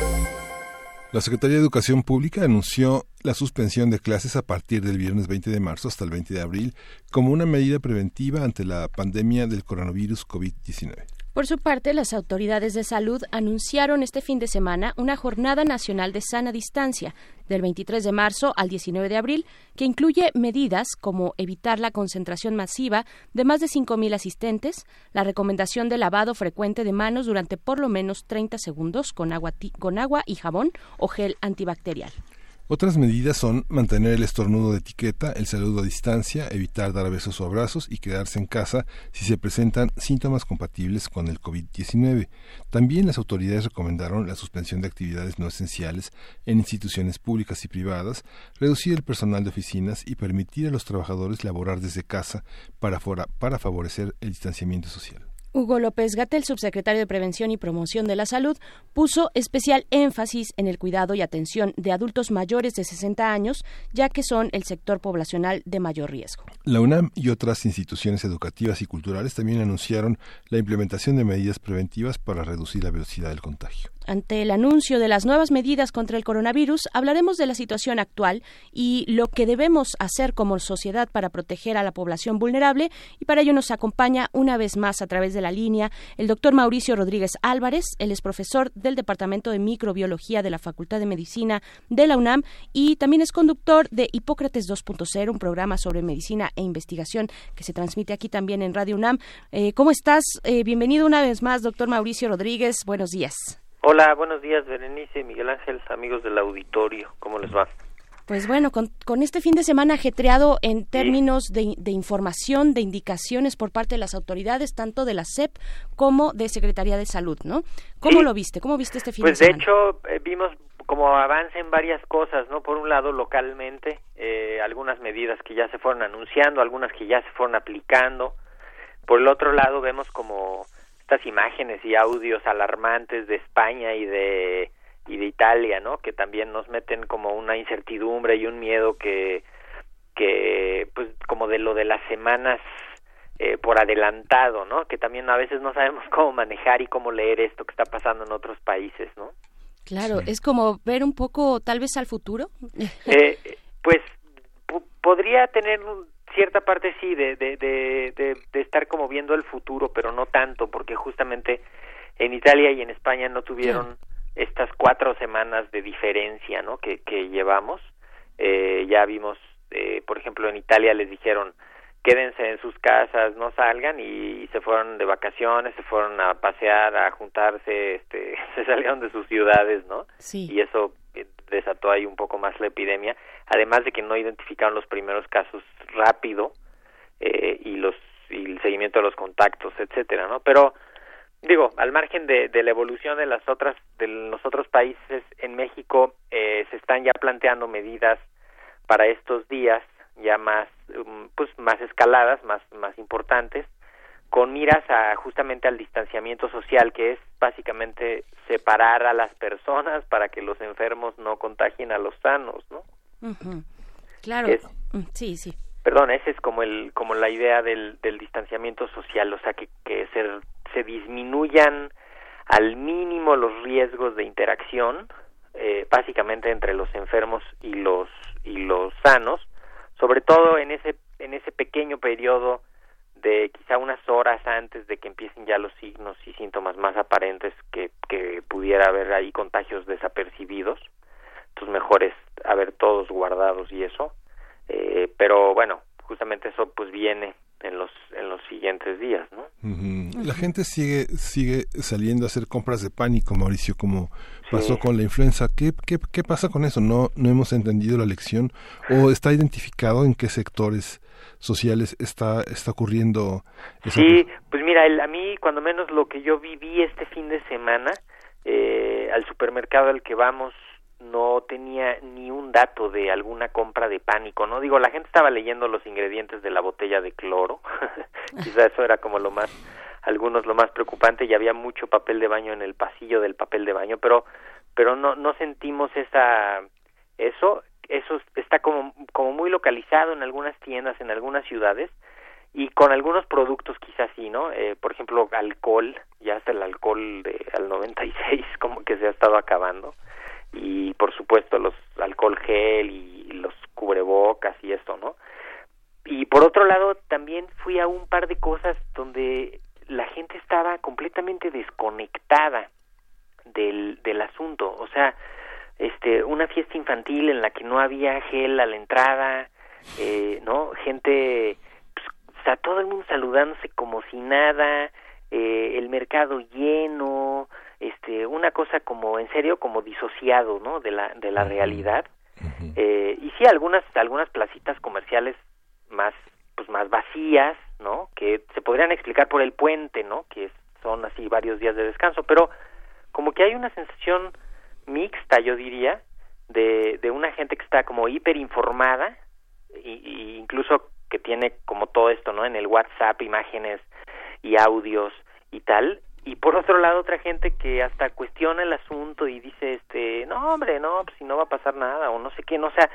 La Secretaría de Educación Pública anunció la suspensión de clases a partir del viernes veinte de marzo hasta el veinte de abril como una medida preventiva ante la pandemia del coronavirus covid diecinueve. Por su parte, las autoridades de salud anunciaron este fin de semana una jornada nacional de sana distancia del veintitrés de marzo al diecinueve de abril, que incluye medidas como evitar la concentración masiva de más de cinco mil asistentes, la recomendación de lavado frecuente de manos durante por lo menos treinta segundos con agua, con agua y jabón o gel antibacterial. Otras medidas son mantener el estornudo de etiqueta, el saludo a distancia, evitar dar besos o abrazos y quedarse en casa si se presentan síntomas compatibles con el covid diecinueve. También las autoridades recomendaron la suspensión de actividades no esenciales en instituciones públicas y privadas, reducir el personal de oficinas y permitir a los trabajadores laborar desde casa para, fora, para favorecer el distanciamiento social. Hugo López-Gatell, subsecretario de Prevención y Promoción de la Salud, puso especial énfasis en el cuidado y atención de adultos mayores de sesenta años, ya que son el sector poblacional de mayor riesgo. La UNAM y otras instituciones educativas y culturales también anunciaron la implementación de medidas preventivas para reducir la velocidad del contagio. Ante el anuncio de las nuevas medidas contra el coronavirus, hablaremos de la situación actual y lo que debemos hacer como sociedad para proteger a la población vulnerable, y para ello nos acompaña una vez más a través de la línea el doctor Mauricio Rodríguez Álvarez. Él es profesor del Departamento de Microbiología de la Facultad de Medicina de la UNAM y también es conductor de Hipócrates dos punto cero, un programa sobre medicina e investigación que se transmite aquí también en Radio UNAM. Eh, ¿Cómo estás? Eh, bienvenido una vez más, doctor Mauricio Rodríguez. Buenos días. Hola, buenos días, Berenice, Miguel Ángel, amigos del auditorio, ¿cómo les va? Pues bueno, con, con este fin de semana ajetreado en términos de, de información, de indicaciones por parte de las autoridades, tanto de la S E P como de Secretaría de Salud, ¿no? ¿Cómo sí. lo viste? ¿Cómo viste este fin pues de semana? Pues de hecho, eh, vimos como avance en varias cosas, ¿no? Por un lado, localmente, eh, algunas medidas que ya se fueron anunciando, algunas que ya se fueron aplicando. Por el otro lado, vemos como estas imágenes y audios alarmantes de España y de y de Italia, ¿no? Que también nos meten como una incertidumbre y un miedo que que pues como de lo de las semanas eh, por adelantado, ¿no? Que también a veces no sabemos cómo manejar y cómo leer esto que está pasando en otros países, ¿no? Claro, sí. Es como ver un poco tal vez al futuro. Eh, pues p- podría tener un cierta parte sí de, de, de, de, de estar como viendo el futuro, pero no tanto, porque justamente en Italia y en España no tuvieron sí. estas cuatro semanas de diferencia, ¿no? Que, que llevamos. Eh, ya vimos, eh, por ejemplo, en Italia les dijeron quédense en sus casas, no salgan, y se fueron de vacaciones, se fueron a pasear, a juntarse, este, se salieron de sus ciudades, ¿no? Sí. Y eso desató ahí un poco más la epidemia, además de que no identificaron los primeros casos rápido eh, y los y el seguimiento de los contactos, etcétera, ¿no? Pero digo, al margen de, de la evolución de las otras de los otros países, en México eh, se están ya planteando medidas para estos días ya más um, pues más escaladas, más más importantes, con miras a justamente al distanciamiento social, que es básicamente separar a las personas para que los enfermos no contagien a los sanos, ¿no? Uh-huh. Claro, es, sí, sí. Perdón, esa es como el como la idea del, del distanciamiento social, o sea, que, que se, se disminuyan al mínimo los riesgos de interacción, eh, básicamente entre los enfermos y los y los sanos, sobre todo en ese en ese pequeño periodo de quizá unas horas antes de que empiecen ya los signos y síntomas más aparentes, que, que pudiera haber ahí contagios desapercibidos. Entonces mejor es haber todos guardados y eso, eh, pero bueno, justamente eso pues viene en los en los siguientes días, ¿no? Uh-huh. La gente sigue sigue saliendo a hacer compras de pánico, Mauricio, como pasó sí. con la influenza. ¿Qué, qué qué pasa con eso? ¿No no hemos entendido la lección o está identificado en qué sectores sociales está está ocurriendo esa Sí, cosa? Pues mira, el, a mí cuando menos lo que yo viví este fin de semana, eh, al supermercado al que vamos no tenía ni un dato de alguna compra de pánico, ¿no? Digo, la gente estaba leyendo los ingredientes de la botella de cloro, quizá eso era como lo más, algunos lo más preocupante, y había mucho papel de baño en el pasillo del papel de baño, pero pero no no sentimos esa eso, eso está como como muy localizado en algunas tiendas, en algunas ciudades, y con algunos productos quizás sí, ¿no? Eh, por ejemplo, alcohol, ya hasta el alcohol de al noventa y seis como que se ha estado acabando, y por supuesto los alcohol gel y los cubrebocas y esto, ¿no? Y por otro lado también fui a un par de cosas donde la gente estaba completamente desconectada del, del asunto, o sea, este, una fiesta infantil en la que no había gel a la entrada, eh, ¿no? Gente, pues, o sea, todo el mundo saludándose como si nada, eh, el mercado lleno, este, una cosa como, en serio, como disociado, ¿no? De la, de la realidad. Uh-huh. Eh, y sí, algunas, algunas placitas comerciales más, pues más vacías, ¿no? Que se podrían explicar por el puente, ¿no? Que son así varios días de descanso, pero como que hay una sensación mixta, yo diría, de, de una gente que está como hiperinformada, y, y incluso que tiene como todo esto, ¿no? En el WhatsApp, imágenes y audios y tal, y por otro lado otra gente que hasta cuestiona el asunto y dice, este, no hombre, no, pues si no va a pasar nada, o no sé qué, no, o sea,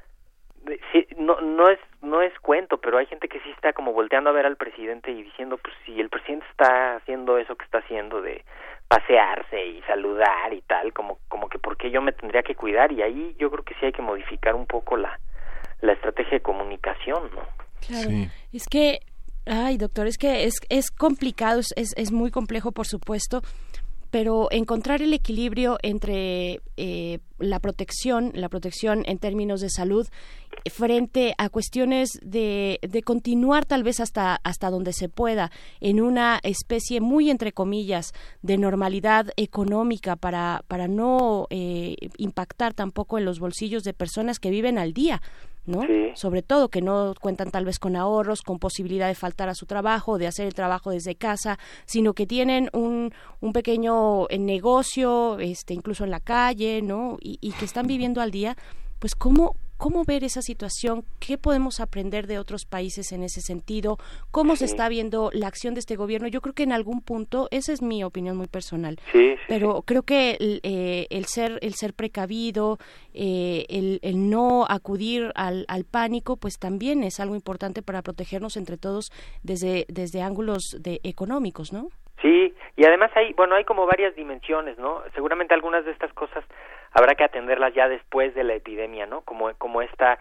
sí, no, no es, no es cuento, pero hay gente que sí está como volteando a ver al presidente y diciendo, pues si el presidente está haciendo eso que está haciendo de pasearse y saludar y tal, como, como que por qué yo me tendría que cuidar, y ahí yo creo que sí hay que modificar un poco la, la estrategia de comunicación, ¿no? Claro, sí. Es que, ay doctor, es que es, es complicado, es, es muy complejo por supuesto, pero encontrar el equilibrio entre eh, la protección, la protección en términos de salud, frente a cuestiones de, de continuar tal vez hasta, hasta donde se pueda en una especie muy entre comillas de normalidad económica para, para no eh, impactar tampoco en los bolsillos de personas que viven al día, ¿no? Sí. Sobre todo que no cuentan tal vez con ahorros, con posibilidad de faltar a su trabajo, de hacer el trabajo desde casa, sino que tienen un, un pequeño negocio, este, incluso en la calle, ¿no? Y, y que están viviendo al día, pues cómo ¿Cómo ver esa situación? ¿Qué podemos aprender de otros países en ese sentido? ¿Cómo sí. se está viendo la acción de este gobierno? Yo creo que en algún punto, esa es mi opinión muy personal, sí, sí, pero sí. creo que el, eh, el ser el ser precavido, eh, el, el no acudir al, al pánico, pues también es algo importante para protegernos entre todos desde desde ángulos de económicos, ¿no? Sí, y además hay, bueno, hay como varias dimensiones, ¿no? Seguramente algunas de estas cosas habrá que atenderlas ya después de la epidemia, ¿no? Como, como esta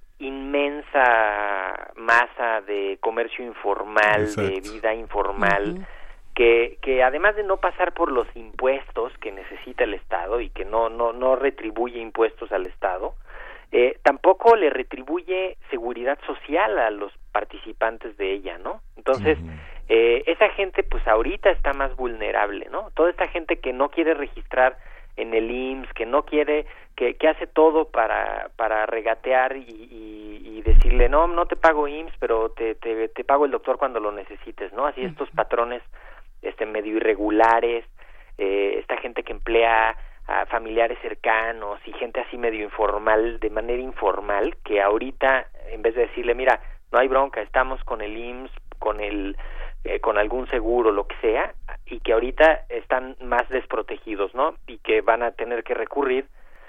inmensa masa de comercio informal, Exacto. de vida informal, uh-huh. que, que además de no pasar por los impuestos que necesita el Estado y que no, no, no retribuye impuestos al Estado, eh, tampoco le retribuye seguridad social a los participantes de ella, ¿no? Entonces, uh-huh. eh, esa gente pues ahorita está más vulnerable, ¿no? Toda esta gente que no quiere registrar en el I M S S, que no quiere, que, que hace todo para para regatear y, y, y decirle, no, no te pago I M S S, pero te, te, te pago el doctor cuando lo necesites, ¿no? Así uh-huh. estos patrones este medio irregulares, eh, esta gente que emplea a familiares cercanos y gente así medio informal, de manera informal, que ahorita, en vez de decirle, mira, no hay bronca, estamos con el I M S S, con el eh, con algún seguro, lo que sea, y que ahorita están más desprotegidos, ¿no? Y que van a tener que recurrir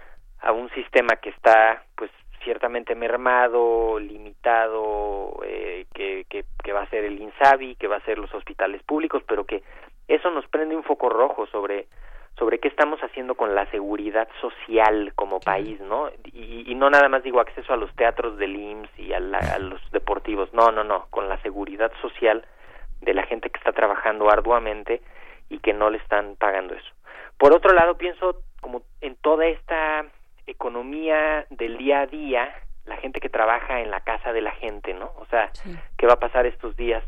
a un sistema que está, pues, ciertamente mermado, limitado, eh, que, que, que va a ser el INSABI, que va a ser los hospitales públicos, pero que eso nos prende un foco rojo sobre sobre qué estamos haciendo con la seguridad social como país, ¿no? Y, y no nada más digo acceso a los teatros del I M S S y a, la, a los deportivos, no, no, no, con la seguridad social de la gente que está trabajando arduamente y que no le están pagando eso. Por otro lado, pienso como en toda esta economía del día a día, la gente que trabaja en la casa de la gente, ¿no? O sea, sí. ¿qué va a pasar estos días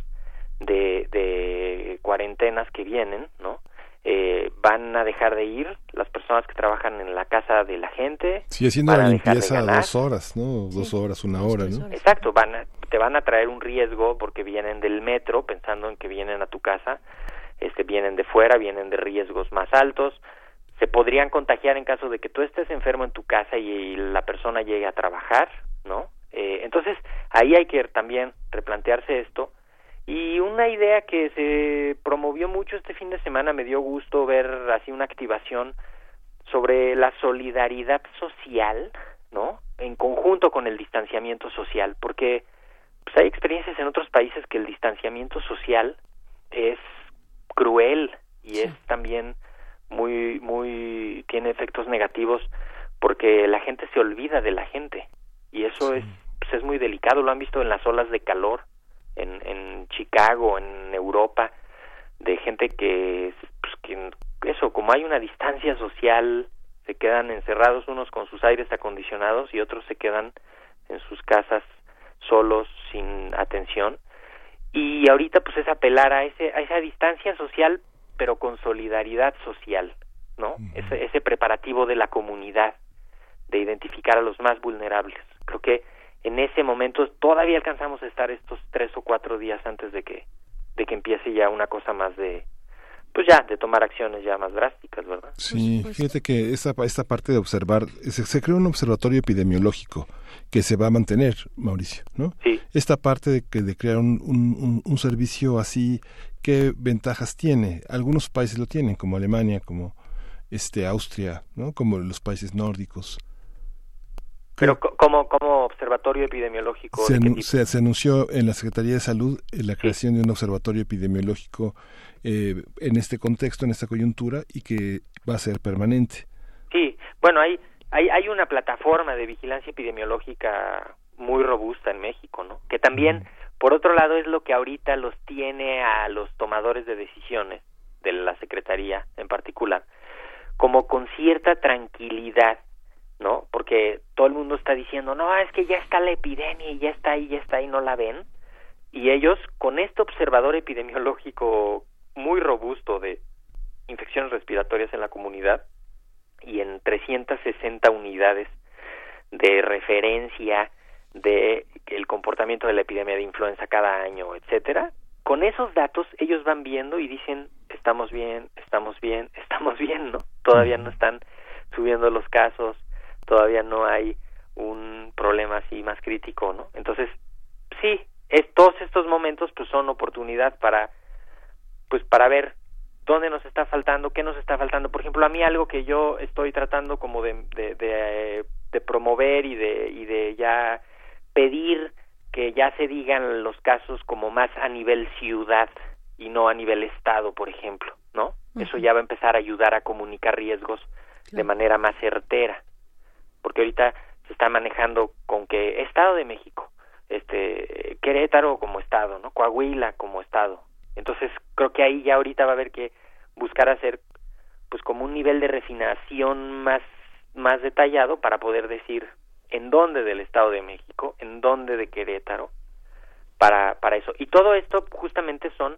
de, de cuarentenas que vienen, ¿no? Eh, van a dejar de ir las personas que trabajan en la casa de la gente. Sí, haciendo la limpieza dos horas, ¿no? Dos sí. horas, una hora, ¿no? Exacto, van a, te van a traer un riesgo porque vienen del metro, pensando en que vienen a tu casa, este, vienen de fuera, vienen de riesgos más altos, se podrían contagiar en caso de que tú estés enfermo en tu casa y, y la persona llegue a trabajar, ¿no? Eh, entonces, ahí hay que también replantearse esto. Y una idea que se promovió mucho este fin de semana, me dio gusto ver así una activación sobre la solidaridad social, ¿no? En conjunto con el distanciamiento social, porque pues hay experiencias en otros países que el distanciamiento social es cruel y es también muy, muy, tiene efectos negativos porque la gente se olvida de la gente y eso sí. es, pues es muy delicado. Lo han visto en las olas de calor en, en Chicago, en Europa, de gente que, pues, que eso, como hay una distancia social, se quedan encerrados unos con sus aires acondicionados y otros se quedan en sus casas solos, sin atención. Y ahorita pues es apelar a ese a esa distancia social, pero con solidaridad social, ¿no? Uh-huh. Ese, ese preparativo de la comunidad, de identificar a los más vulnerables. Creo que en ese momento todavía alcanzamos a estar estos tres o cuatro días antes de que de que empiece ya una cosa más de, pues ya, de tomar acciones ya más drásticas, ¿verdad? Sí, fíjate que esta, esta parte de observar, se, se creó un observatorio epidemiológico que se va a mantener, Mauricio, ¿no? Sí. Esta parte de, que, de crear un, un, un servicio así, ¿qué ventajas tiene? Algunos países lo tienen, como Alemania, como este Austria, ¿no? Como los países nórdicos. Pero como como observatorio epidemiológico. Se, anu- se, se anunció en la Secretaría de Salud eh, la creación sí. de un observatorio epidemiológico eh, en este contexto, en esta coyuntura, y que va a ser permanente. Sí, bueno, hay hay hay una plataforma de vigilancia epidemiológica muy robusta en México, ¿no? Que también, mm. por otro lado, es lo que ahorita los tiene a los tomadores de decisiones de la Secretaría en particular, como con cierta tranquilidad, ¿no? Porque todo el mundo está diciendo, no, es que ya está la epidemia y ya está ahí, ya está ahí, no la ven. Y ellos, con este observador epidemiológico muy robusto de infecciones respiratorias en la comunidad y en trescientas sesenta unidades de referencia de el comportamiento de la epidemia de influenza cada año, etcétera, con esos datos ellos van viendo y dicen, estamos bien, estamos bien, estamos bien, ¿no? Todavía no están subiendo los casos, todavía no hay un problema así más crítico, ¿no? Entonces, sí, es, todos estos momentos pues son oportunidad para, pues para ver dónde nos está faltando, qué nos está faltando. Por ejemplo, a mí algo que yo estoy tratando como de, de, de, de promover y de, y de ya pedir que ya se digan los casos como más a nivel ciudad y no a nivel estado, por ejemplo, ¿no? Uh-huh. Eso ya va a empezar a ayudar a comunicar riesgos claro. de manera más certera. Porque ahorita se está manejando con que Estado de México, este Querétaro como estado, ¿no? Coahuila como estado. Entonces creo que ahí ya ahorita va a haber que buscar hacer pues como un nivel de refinación más más detallado para poder decir en dónde del Estado de México, en dónde de Querétaro, para para eso. Y todo esto justamente son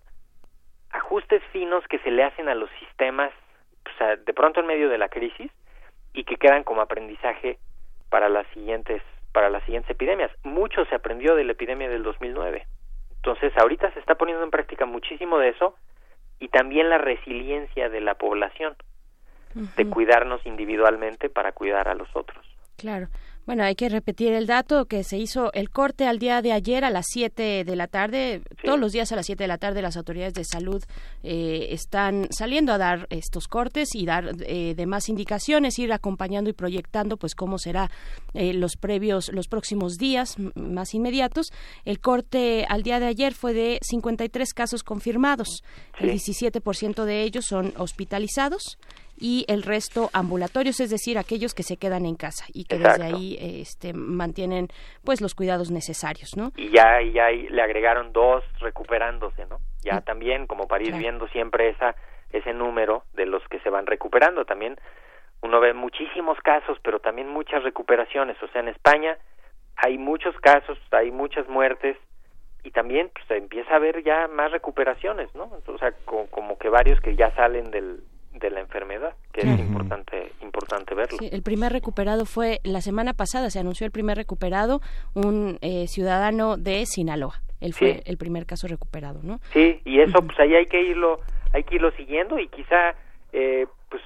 ajustes finos que se le hacen a los sistemas, o sea, de pronto en medio de la crisis, y que quedan como aprendizaje para las siguientes para las siguientes epidemias. Mucho se aprendió de la epidemia del dos mil nueve. Entonces, ahorita se está poniendo en práctica muchísimo de eso y también la resiliencia de la población, uh-huh. de cuidarnos individualmente para cuidar a los otros. Claro. Bueno, hay que repetir el dato que se hizo el corte al día de ayer a las siete de la tarde. Sí. Todos los días a las siete de la tarde las autoridades de salud eh, están saliendo a dar estos cortes y dar eh, demás indicaciones, ir acompañando y proyectando pues cómo será eh, los previos, los próximos días m- más inmediatos. El corte al día de ayer fue de cincuenta y tres casos confirmados. Sí. El diecisiete por ciento de ellos son hospitalizados y el resto ambulatorios, es decir, aquellos que se quedan en casa y que Exacto. desde ahí este, mantienen pues los cuidados necesarios, ¿no? Y ya y ya le agregaron dos recuperándose, ¿no? Ya sí. también como para ir claro. viendo siempre esa ese número de los que se van recuperando. También uno ve muchísimos casos, pero también muchas recuperaciones. O sea, en España hay muchos casos, hay muchas muertes y también pues se empieza a ver ya más recuperaciones, ¿no? O sea, como, como que varios que ya salen del de la enfermedad, que uh-huh. es importante importante verlo. Sí, el primer recuperado fue la semana pasada, se anunció el primer recuperado, un eh, ciudadano de Sinaloa. Él fue sí. el primer caso recuperado, ¿no? Sí, y eso uh-huh. pues ahí hay que irlo, hay que irlo siguiendo y quizá eh, pues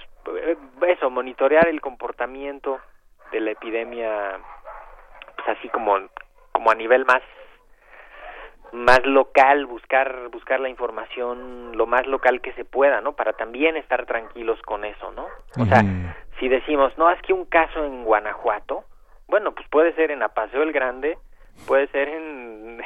eso, monitorear el comportamiento de la epidemia, pues así como como a nivel más más local, buscar buscar la información lo más local que se pueda, ¿no? Para también estar tranquilos con eso, ¿no? O sea, uh-huh. si decimos, no, es que un caso en Guanajuato, bueno, pues puede ser en Apaseo el Grande, puede ser en,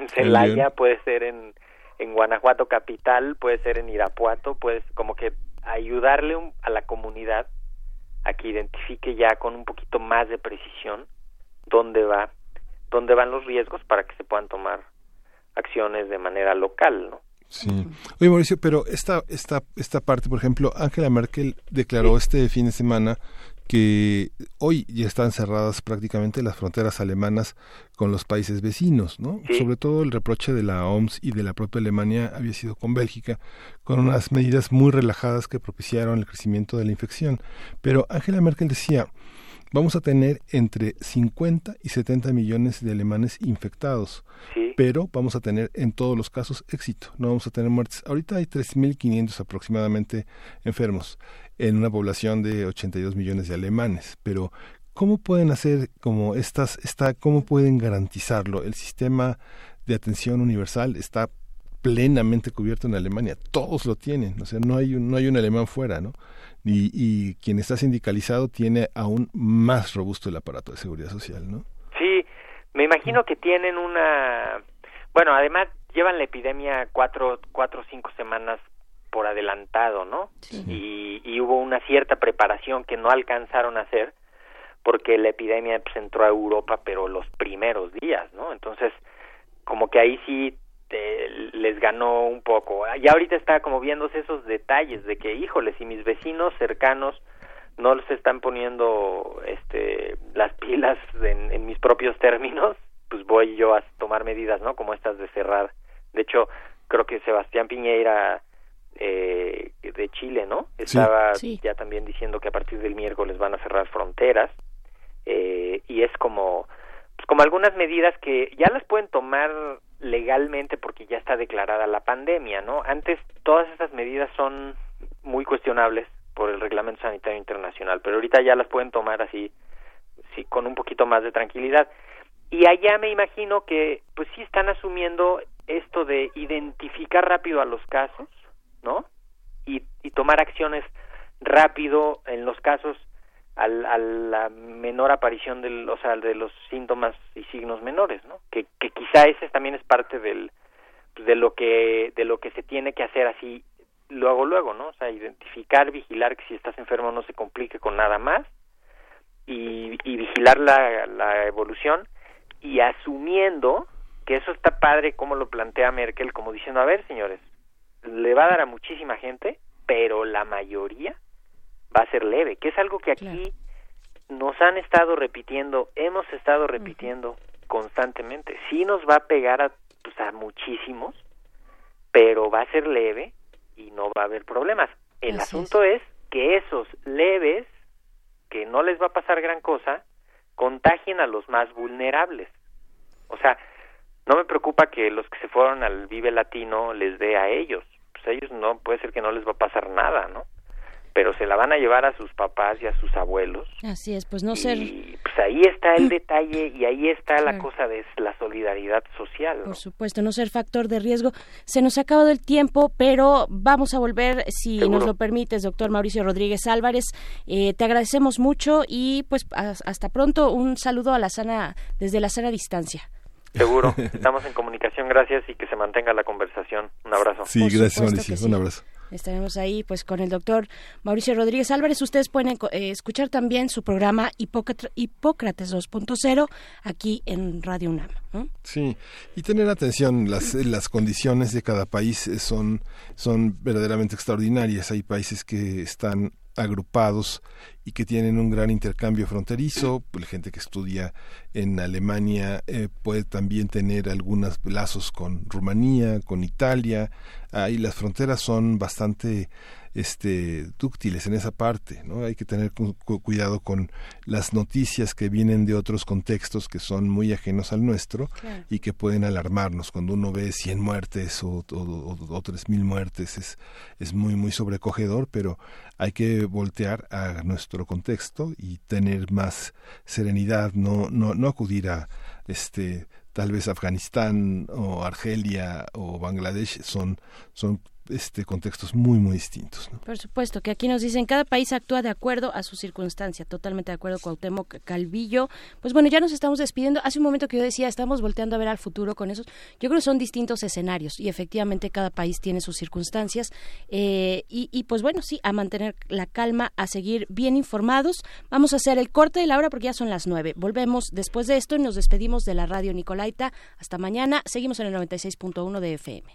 en Celaya, puede ser en, en Guanajuato capital, puede ser en Irapuato, pues como que ayudarle un, a la comunidad a que identifique ya con un poquito más de precisión dónde va, dónde van los riesgos para que se puedan tomar acciones de manera local, ¿no? Sí. Oye, Mauricio, pero esta esta esta parte, por ejemplo, Angela Merkel declaró sí. este fin de semana que hoy ya están cerradas prácticamente las fronteras alemanas con los países vecinos, ¿no? Sí. Sobre todo el reproche de la O M S y de la propia Alemania había sido con Bélgica, con unas medidas muy relajadas que propiciaron el crecimiento de la infección. Pero Angela Merkel decía, vamos a tener entre cincuenta y setenta millones de alemanes infectados, sí. pero vamos a tener en todos los casos éxito, no vamos a tener muertes. Ahorita hay tres mil quinientos aproximadamente enfermos en una población de ochenta y dos millones de alemanes, pero ¿cómo pueden hacer como estas, esta, cómo pueden garantizarlo? El sistema de atención universal está plenamente cubierto en Alemania, todos lo tienen, o sea, no hay un, no hay un alemán fuera, ¿no? Y, y quien está sindicalizado tiene aún más robusto el aparato de seguridad social, ¿no? Sí, me imagino que tienen una... Bueno, además llevan la epidemia cuatro, cuatro o cinco semanas por adelantado, ¿no? Sí. Y, y hubo una cierta preparación que no alcanzaron a hacer porque la epidemia pues, entró a Europa, pero los primeros días, ¿no? Entonces, como que ahí sí les ganó un poco. Ya ahorita está como viéndose esos detalles de que, híjole, si mis vecinos cercanos no les están poniendo este las pilas en, en mis propios términos, pues voy yo a tomar medidas, ¿no? Como estas de cerrar. De hecho, creo que Sebastián Piñera eh, de Chile, ¿no? Estaba sí, sí. ya también diciendo que a partir del miércoles van a cerrar fronteras eh, y es como, pues como algunas medidas que ya las pueden tomar legalmente porque ya está declarada la pandemia, ¿no? Antes todas esas medidas son muy cuestionables por el Reglamento Sanitario Internacional, pero ahorita ya las pueden tomar así, sí, con un poquito más de tranquilidad. Y allá me imagino que, pues sí están asumiendo esto de identificar rápido a los casos, ¿no? Y, y tomar acciones rápido en los casos al, a la menor aparición del, o sea, de los síntomas y signos menores, ¿no? Que, que quizá ese también es parte del, de lo que, de lo que se tiene que hacer así luego, luego, ¿no? O sea, identificar, vigilar que si estás enfermo no se complique con nada más y, y vigilar la, la evolución y asumiendo que eso está padre como lo plantea Merkel, como diciendo, a ver, señores, le va a dar a muchísima gente, pero la mayoría va a ser leve, que es algo que aquí claro. nos han estado repitiendo, hemos estado repitiendo uh-huh. constantemente. Sí nos va a pegar a, pues, a muchísimos, pero va a ser leve y no va a haber problemas. El Así asunto es. es que esos leves, que no les va a pasar gran cosa, contagien a los más vulnerables. O sea, no me preocupa que los que se fueron al Vive Latino les dé a ellos. Pues a ellos no, puede ser que no les va a pasar nada, ¿no? Pero se la van a llevar a sus papás y a sus abuelos. Así es, pues no ser... Y pues ahí está el detalle y ahí está claro. la cosa de la solidaridad social, ¿no? Por supuesto, no ser factor de riesgo. Se nos ha acabado el tiempo, pero vamos a volver, si ¿Seguro? Nos lo permites, doctor Mauricio Rodríguez Álvarez. Eh, te agradecemos mucho y pues hasta pronto. Un saludo a la sana, desde la sana distancia. Seguro, estamos en comunicación, gracias y que se mantenga la conversación. Un abrazo. Sí, gracias Mauricio, sí. Un abrazo. Estaremos ahí pues con el doctor Mauricio Rodríguez Álvarez. Ustedes pueden eh, escuchar también su programa Hipócrates, Hipócrates dos punto cero aquí en Radio UNAM, ¿no? Sí, y tener atención, las, las condiciones de cada país son, son verdaderamente extraordinarias. Hay países que están agrupados y que tienen un gran intercambio fronterizo. La gente que estudia en Alemania eh, puede también tener algunos lazos con Rumanía, con Italia. Ahí las fronteras son bastante este dúctiles en esa parte, ¿no? Hay que tener cu- cuidado con las noticias que vienen de otros contextos que son muy ajenos al nuestro claro. y que pueden alarmarnos. Cuando uno ve cien muertes o, o, o, o tres mil muertes es, es muy muy sobrecogedor, pero hay que voltear a nuestro contexto y tener más serenidad, no no no acudir a este tal vez Afganistán o Argelia o Bangladesh son son este, contextos muy, muy distintos, ¿no? Por supuesto, que aquí nos dicen, cada país actúa de acuerdo a su circunstancia. Totalmente de acuerdo, Cuauhtémoc Calvillo. Pues bueno, ya nos estamos despidiendo. Hace un momento que yo decía, estamos volteando a ver al futuro con esos. Yo creo que son distintos escenarios y efectivamente cada país tiene sus circunstancias. Eh, y, y pues bueno, sí, a mantener la calma, a seguir bien informados. Vamos a hacer el corte de la hora porque ya son las nueve. Volvemos después de esto y nos despedimos de la radio Nicolaita. Hasta mañana. Seguimos en el noventa y seis punto uno de F M.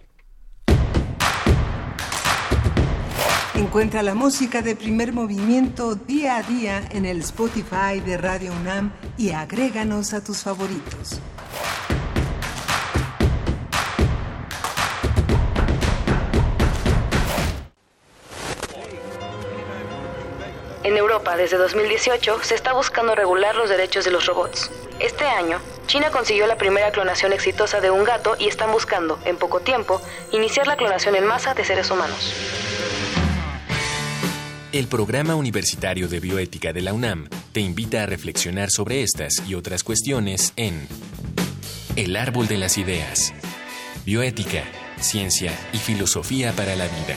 Encuentra la música de Primer Movimiento día a día en el Spotify de Radio UNAM y agréganos a tus favoritos. En Europa, desde dos mil dieciocho, se está buscando regular los derechos de los robots. Este año, China consiguió la primera clonación exitosa de un gato y están buscando, en poco tiempo, iniciar la clonación en masa de seres humanos. El Programa Universitario de Bioética de la UNAM te invita a reflexionar sobre estas y otras cuestiones en El Árbol de las Ideas. Bioética, ciencia y filosofía para la vida.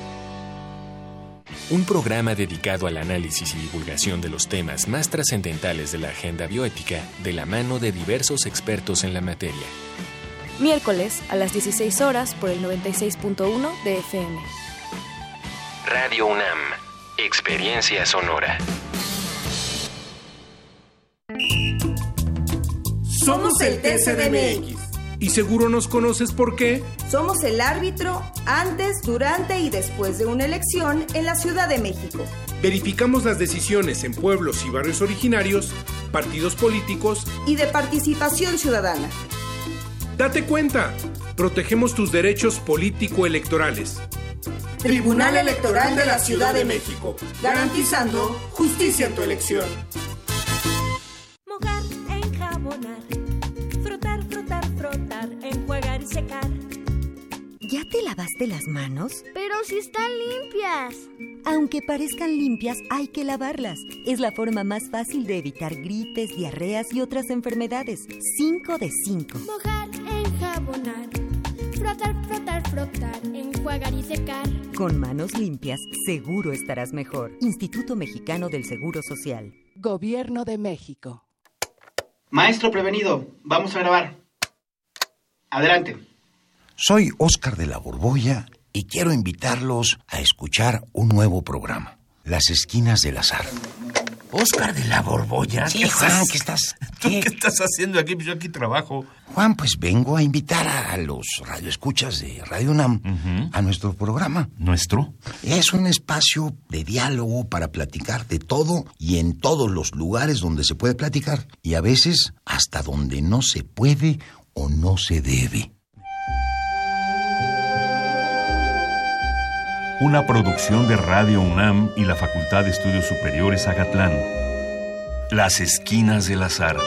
Un programa dedicado al análisis y divulgación de los temas más trascendentales de la agenda bioética de la mano de diversos expertos en la materia. Miércoles a las dieciséis horas por el noventa y seis punto uno de F M. Radio UNAM. Experiencia sonora. Somos el T C D M X. Y seguro nos conoces por qué. Somos el árbitro antes, durante y después de una elección en la Ciudad de México. Verificamos las decisiones en pueblos y barrios originarios, partidos políticos y de participación ciudadana. Date cuenta, protegemos tus derechos político-electorales. Tribunal Electoral de la Ciudad de México, garantizando justicia en tu elección. Mojar, enjabonar, frotar, frotar, frotar, enjuagar y secar. ¿Ya te lavaste las manos? Pero si están limpias. Aunque parezcan limpias, hay que lavarlas. Es la forma más fácil de evitar gripes, diarreas y otras enfermedades. Cinco de cinco. Mojar, enjabonar, frotar, frotar, frotar, enjuagar y secar. Con manos limpias, seguro estarás mejor. Instituto Mexicano del Seguro Social. Gobierno de México. Maestro prevenido, vamos a grabar. Adelante. Soy Óscar de la Borbolla y quiero invitarlos a escuchar un nuevo programa, Las Esquinas del Azar. Óscar de la Borbolla. Sí, Juan, ¿qué estás? ¿Tú qué? qué estás haciendo aquí? Yo aquí trabajo. Juan, pues vengo a invitar a los radioescuchas de Radio UNAM uh-huh. a nuestro programa. ¿Nuestro? Es un espacio de diálogo para platicar de todo y en todos los lugares donde se puede platicar. Y a veces hasta donde no se puede o no se debe. Una producción de Radio UNAM y la Facultad de Estudios Superiores Agatlán. Las Esquinas del Azar.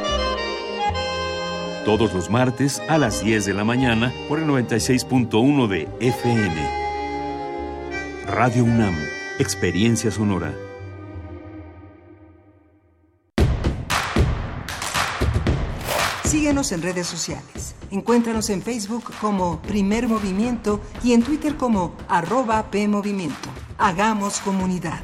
Todos los martes a las diez de la mañana por el noventa y seis punto uno de F M. Radio UNAM. Experiencia sonora. Síguenos en redes sociales. Encuéntranos en Facebook como Primer Movimiento y en Twitter como arroba PMovimiento. Hagamos comunidad.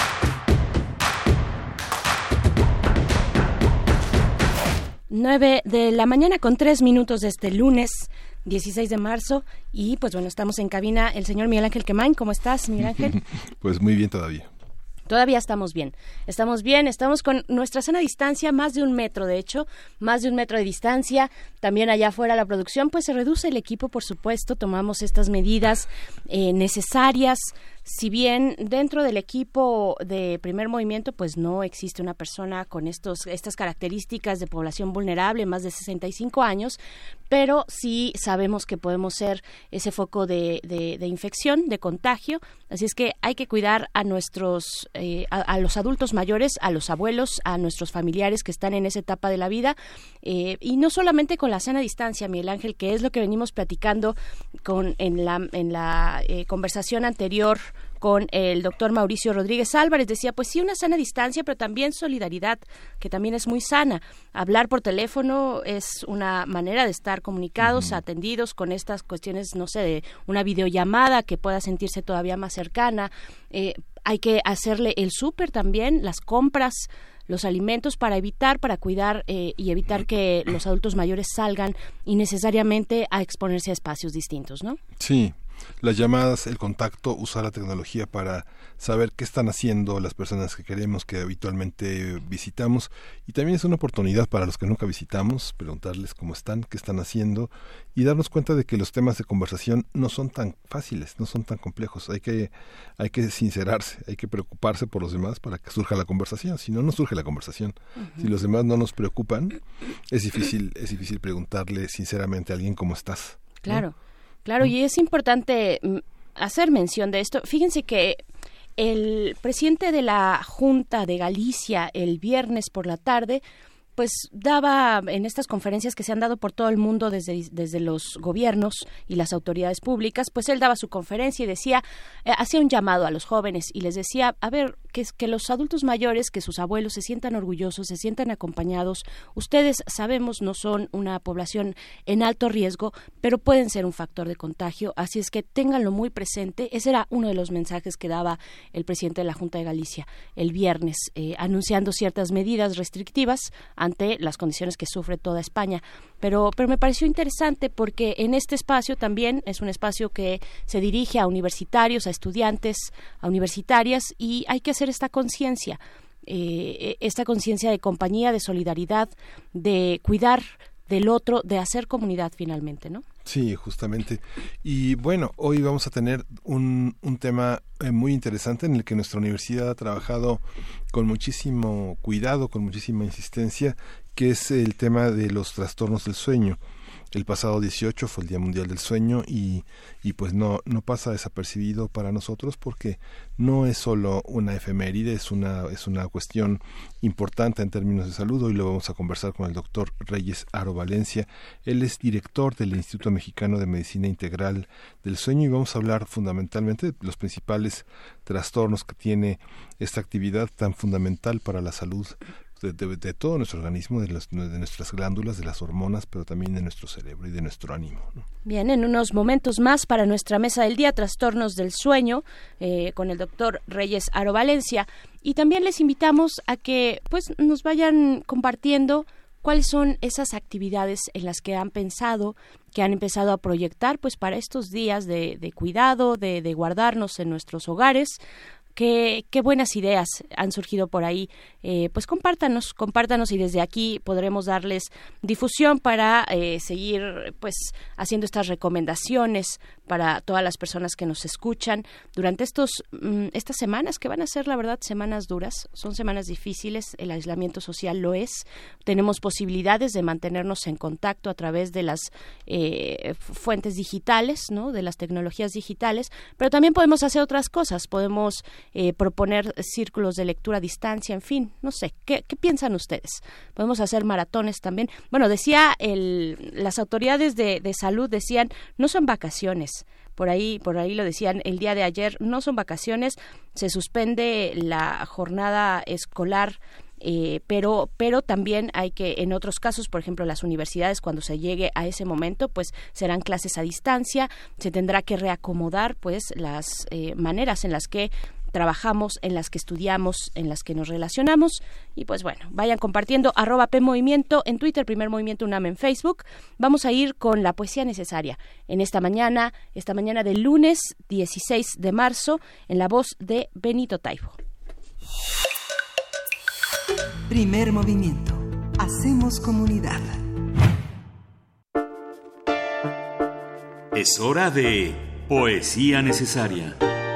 Nueve de la mañana con tres minutos de este lunes dieciséis de marzo y pues bueno, estamos en cabina el señor Miguel Ángel Quemain. ¿Cómo estás, Miguel Ángel? Pues muy bien todavía. Todavía estamos bien, estamos bien, estamos con nuestra sana distancia, más de un metro de hecho, más de un metro de distancia, también allá afuera la producción, pues se reduce el equipo, por supuesto, tomamos estas medidas eh, necesarias. Si bien dentro del equipo de Primer Movimiento pues no existe una persona con estos estas características de población vulnerable, más de sesenta y cinco años, pero sí sabemos que podemos ser ese foco de, de, de infección, de contagio, así es que hay que cuidar a nuestros, eh, a, a los adultos mayores, a los abuelos, a nuestros familiares que están en esa etapa de la vida, eh, y no solamente con la sana distancia, Miguel Ángel, que es lo que venimos platicando con en la, en la eh, conversación anterior con el doctor Mauricio Rodríguez Álvarez. Decía, pues sí, una sana distancia, pero también solidaridad, que también es muy sana. Hablar por teléfono es una manera de estar comunicados, uh-huh. atendidos con estas cuestiones, no sé, de una videollamada que pueda sentirse todavía más cercana. Eh, hay que hacerle el súper también, las compras, los alimentos para evitar, para cuidar eh, y evitar que los adultos mayores salgan innecesariamente a exponerse a espacios distintos, ¿no? Sí. Las llamadas, el contacto, usar la tecnología para saber qué están haciendo las personas que queremos, que habitualmente visitamos, y también es una oportunidad para los que nunca visitamos, preguntarles cómo están, qué están haciendo, y darnos cuenta de que los temas de conversación no son tan fáciles, no son tan complejos. Hay que, hay que sincerarse, hay que preocuparse por los demás para que surja la conversación. Si no, no surge la conversación. Uh-huh. Si los demás no nos preocupan, es difícil, es difícil preguntarle sinceramente a alguien cómo estás, ¿no? Claro. Claro, y es importante hacer mención de esto. Fíjense que el presidente de la Junta de Galicia el viernes por la tarde pues daba en estas conferencias que se han dado por todo el mundo desde, desde los gobiernos y las autoridades públicas, pues él daba su conferencia y decía, eh, hacía un llamado a los jóvenes y les decía, a ver, que, que los adultos mayores, que sus abuelos se sientan orgullosos, se sientan acompañados. Ustedes, sabemos, no son una población en alto riesgo, pero pueden ser un factor de contagio, así es que ténganlo muy presente. Ese era uno de los mensajes que daba el presidente de la Junta de Galicia el viernes, eh, anunciando ciertas medidas restrictivas ante las condiciones que sufre toda España. Pero, pero me pareció interesante porque en este espacio también es un espacio que se dirige a universitarios, a estudiantes, a universitarias, y hay que hacer esta conciencia, eh, esta conciencia de compañía, de solidaridad, de cuidar del otro, de hacer comunidad finalmente, ¿no? Sí, justamente. Y bueno, hoy vamos a tener un, un tema eh, muy interesante en el que nuestra universidad ha trabajado con muchísimo cuidado, con muchísima insistencia, que es el tema de los trastornos del sueño. El pasado dieciocho fue el Día Mundial del Sueño y, y pues no, no pasa desapercibido para nosotros porque no es solo una efeméride, es una, es una cuestión importante en términos de salud. Hoy lo vamos a conversar con el doctor Reyes Aro Valencia. Él es director del Instituto Mexicano de Medicina Integral del Sueño y vamos a hablar fundamentalmente de los principales trastornos que tiene esta actividad tan fundamental para la salud De, de, de todo nuestro organismo, de, los, de nuestras glándulas, de las hormonas, pero también de nuestro cerebro y de nuestro ánimo, ¿no? Bien, en unos momentos más para nuestra mesa del día, trastornos del sueño, eh, con el doctor Reyes Aro Valencia. Y también les invitamos a que pues nos vayan compartiendo cuáles son esas actividades en las que han pensado, que han empezado a proyectar pues para estos días de, de cuidado, de, de guardarnos en nuestros hogares. Qué, qué buenas ideas han surgido por ahí. Eh, pues compártanos, compártanos y desde aquí podremos darles difusión para eh, seguir pues haciendo estas recomendaciones para todas las personas que nos escuchan durante estos mm, estas semanas que van a ser, la verdad, semanas duras. Son semanas difíciles, el aislamiento social lo es. Tenemos posibilidades de mantenernos en contacto a través de las eh, fuentes digitales, ¿no? De las tecnologías digitales, pero también podemos hacer otras cosas. Podemos Eh, proponer círculos de lectura a distancia, en fin, no sé, ¿qué, qué piensan ustedes? Podemos hacer maratones también. Bueno, decía el, las autoridades de, de salud decían, no son vacaciones, por ahí, por ahí lo decían el día de ayer, no son vacaciones, se suspende la jornada escolar. Eh, pero pero también hay que, en otros casos, por ejemplo, las universidades, cuando se llegue a ese momento, pues serán clases a distancia, se tendrá que reacomodar pues las eh, maneras en las que trabajamos, en las que estudiamos, en las que nos relacionamos. Y pues bueno, vayan compartiendo, arroba P Movimiento en Twitter, Primer Movimiento UNAM en Facebook. Vamos a ir con la poesía necesaria en esta mañana, esta mañana del lunes dieciséis de marzo, en la voz de Benito Taibo. Primer Movimiento. Hacemos comunidad. Es hora de poesía necesaria.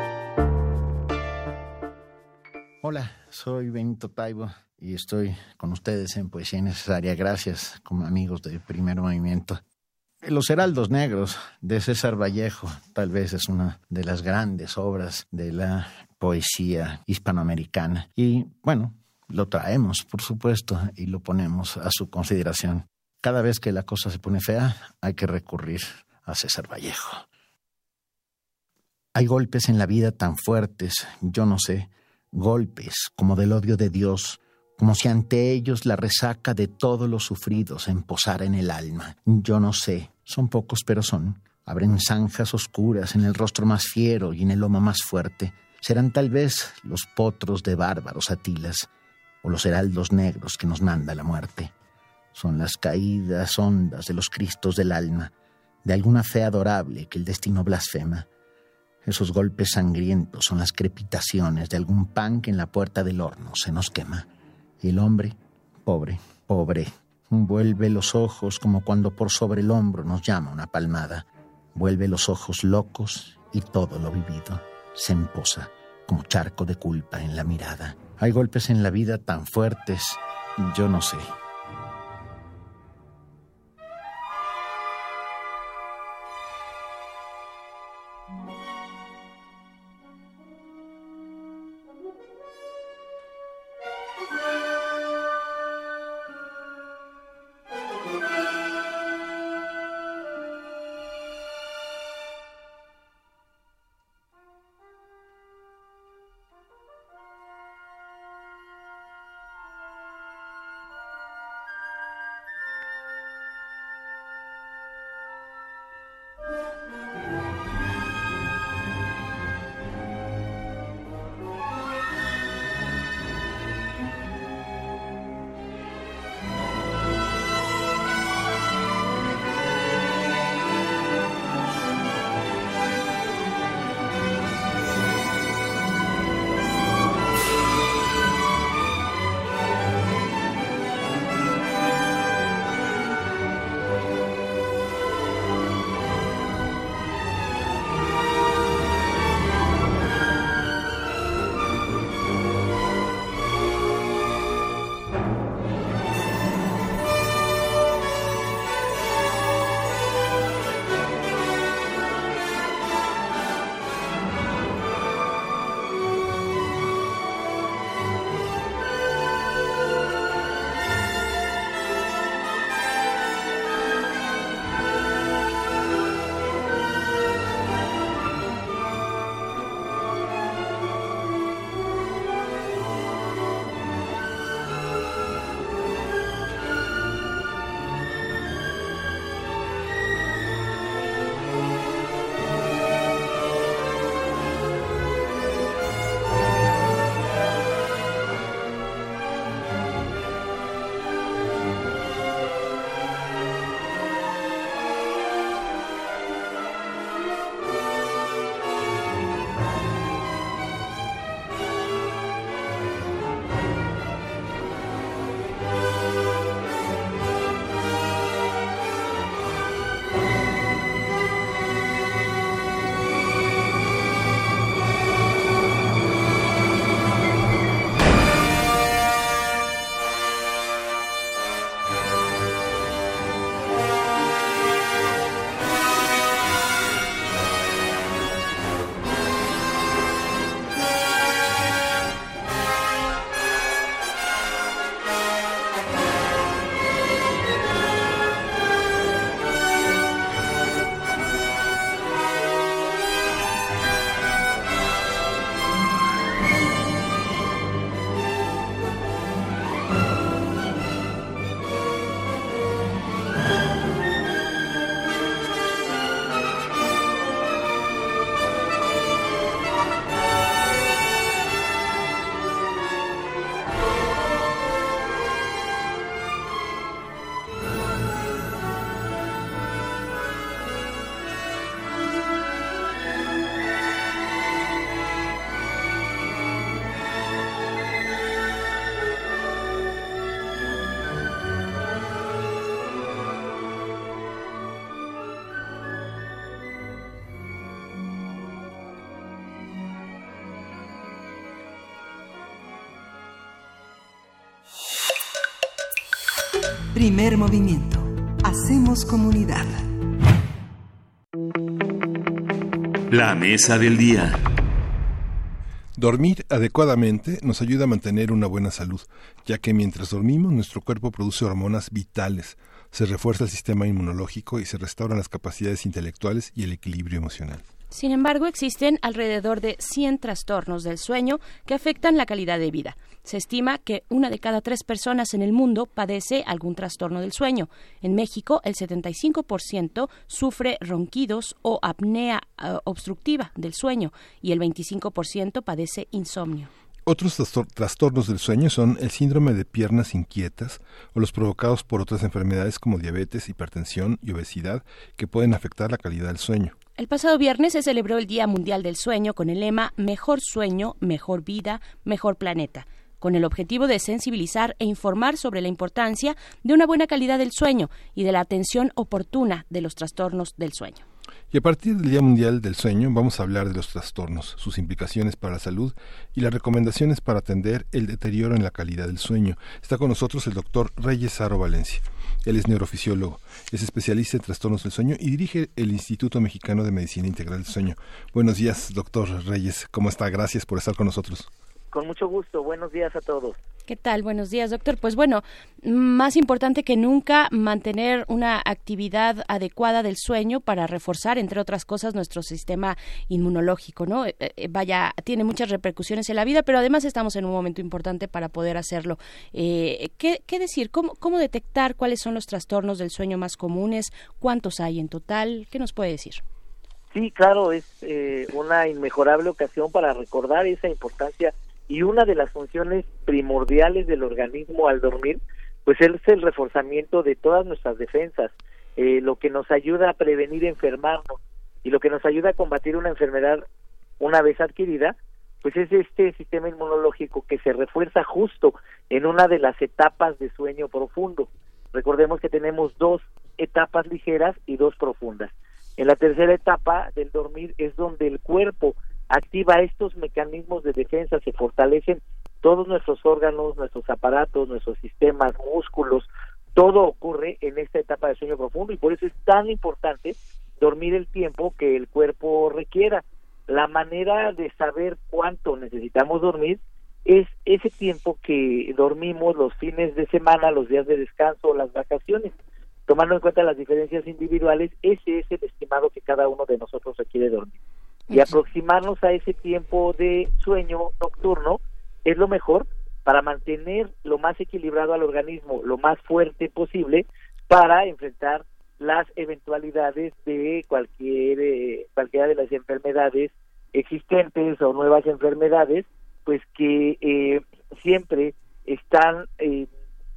Hola, soy Benito Taibo y estoy con ustedes en Poesía Necesaria. Gracias, como amigos de Primer Movimiento. Los Heraldos Negros de César Vallejo tal vez es una de las grandes obras de la poesía hispanoamericana. Y bueno, lo traemos, por supuesto, y lo ponemos a su consideración. Cada vez que la cosa se pone fea, hay que recurrir a César Vallejo. Hay golpes en la vida tan fuertes, yo no sé, golpes como del odio de Dios, como si ante ellos la resaca de todos los sufridos emposara en el alma. Yo no sé, son pocos pero son. Abren zanjas oscuras en el rostro más fiero y en el lomo más fuerte. Serán tal vez los potros de bárbaros Atilas o los heraldos negros que nos manda la muerte. Son las caídas hondas de los cristos del alma, de alguna fe adorable que el destino blasfema. Esos golpes sangrientos son las crepitaciones de algún pan que en la puerta del horno se nos quema. Y el hombre, pobre, pobre, vuelve los ojos como cuando por sobre el hombro nos llama una palmada. Vuelve los ojos locos y todo lo vivido se emposa como charco de culpa en la mirada. Hay golpes en la vida tan fuertes, yo no sé. Primer movimiento. Hacemos comunidad. La mesa del día. Dormir adecuadamente nos ayuda a mantener una buena salud, ya que mientras dormimos nuestro cuerpo produce hormonas vitales, se refuerza el sistema inmunológico y se restauran las capacidades intelectuales y el equilibrio emocional. Sin embargo, existen alrededor de cien trastornos del sueño que afectan la calidad de vida. Se estima que una de cada tres personas en el mundo padece algún trastorno del sueño. En México, el setenta y cinco por ciento sufre ronquidos o apnea uh, obstructiva del sueño y el veinticinco por ciento padece insomnio. Otros trastor- trastornos del sueño son el síndrome de piernas inquietas o los provocados por otras enfermedades como diabetes, hipertensión y obesidad que pueden afectar la calidad del sueño. El pasado viernes se celebró el Día Mundial del Sueño con el lema Mejor sueño, mejor vida, mejor planeta, con el objetivo de sensibilizar e informar sobre la importancia de una buena calidad del sueño y de la atención oportuna de los trastornos del sueño. Y a partir del Día Mundial del Sueño vamos a hablar de los trastornos, sus implicaciones para la salud y las recomendaciones para atender el deterioro en la calidad del sueño. Está con nosotros el doctor Reyes Haro Valencia. Él es neurofisiólogo, es especialista en trastornos del sueño y dirige el Instituto Mexicano de Medicina Integral del Sueño. Buenos días, doctor Reyes. ¿Cómo está? Gracias por estar con nosotros. Con mucho gusto. Buenos días a todos. ¿Qué tal? Buenos días, doctor. Pues bueno, más importante que nunca mantener una actividad adecuada del sueño para reforzar, entre otras cosas, nuestro sistema inmunológico, ¿no? Eh, eh, vaya, tiene muchas repercusiones en la vida, pero además estamos en un momento importante para poder hacerlo. Eh, ¿qué, ¿Qué decir? ¿Cómo, ¿Cómo detectar cuáles son los trastornos del sueño más comunes? ¿Cuántos hay en total? ¿Qué nos puede decir? Sí, claro, es eh, una inmejorable ocasión para recordar esa importancia. Y una de las funciones primordiales del organismo al dormir, pues es el reforzamiento de todas nuestras defensas, eh, lo que nos ayuda a prevenir enfermarnos y lo que nos ayuda a combatir una enfermedad una vez adquirida, pues es este sistema inmunológico que se refuerza justo en una de las etapas de sueño profundo. Recordemos que tenemos dos etapas ligeras y dos profundas. En la tercera etapa del dormir es donde el cuerpo activa estos mecanismos de defensa, se fortalecen todos nuestros órganos, nuestros aparatos, nuestros sistemas, músculos, todo ocurre en esta etapa de sueño profundo y por eso es tan importante dormir el tiempo que el cuerpo requiera. La manera de saber cuánto necesitamos dormir es ese tiempo que dormimos los fines de semana, los días de descanso, las vacaciones. Tomando en cuenta las diferencias individuales, ese es el estimado que cada uno de nosotros requiere dormir. Y aproximarnos a ese tiempo de sueño nocturno es lo mejor para mantener lo más equilibrado al organismo, lo más fuerte posible para enfrentar las eventualidades de cualquier eh, cualquiera de las enfermedades existentes o nuevas enfermedades, pues que eh, siempre están eh,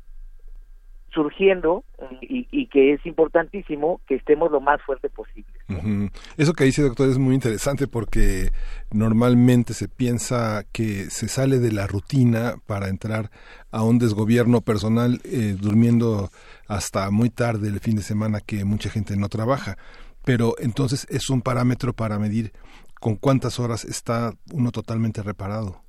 surgiendo y, y que es importantísimo que estemos lo más fuerte posible. Uh-huh. Eso que dice, doctor, es muy interesante porque normalmente se piensa que se sale de la rutina para entrar a un desgobierno personal eh, durmiendo hasta muy tarde el fin de semana que mucha gente no trabaja, pero entonces es un parámetro para medir con cuántas horas está uno totalmente reparado.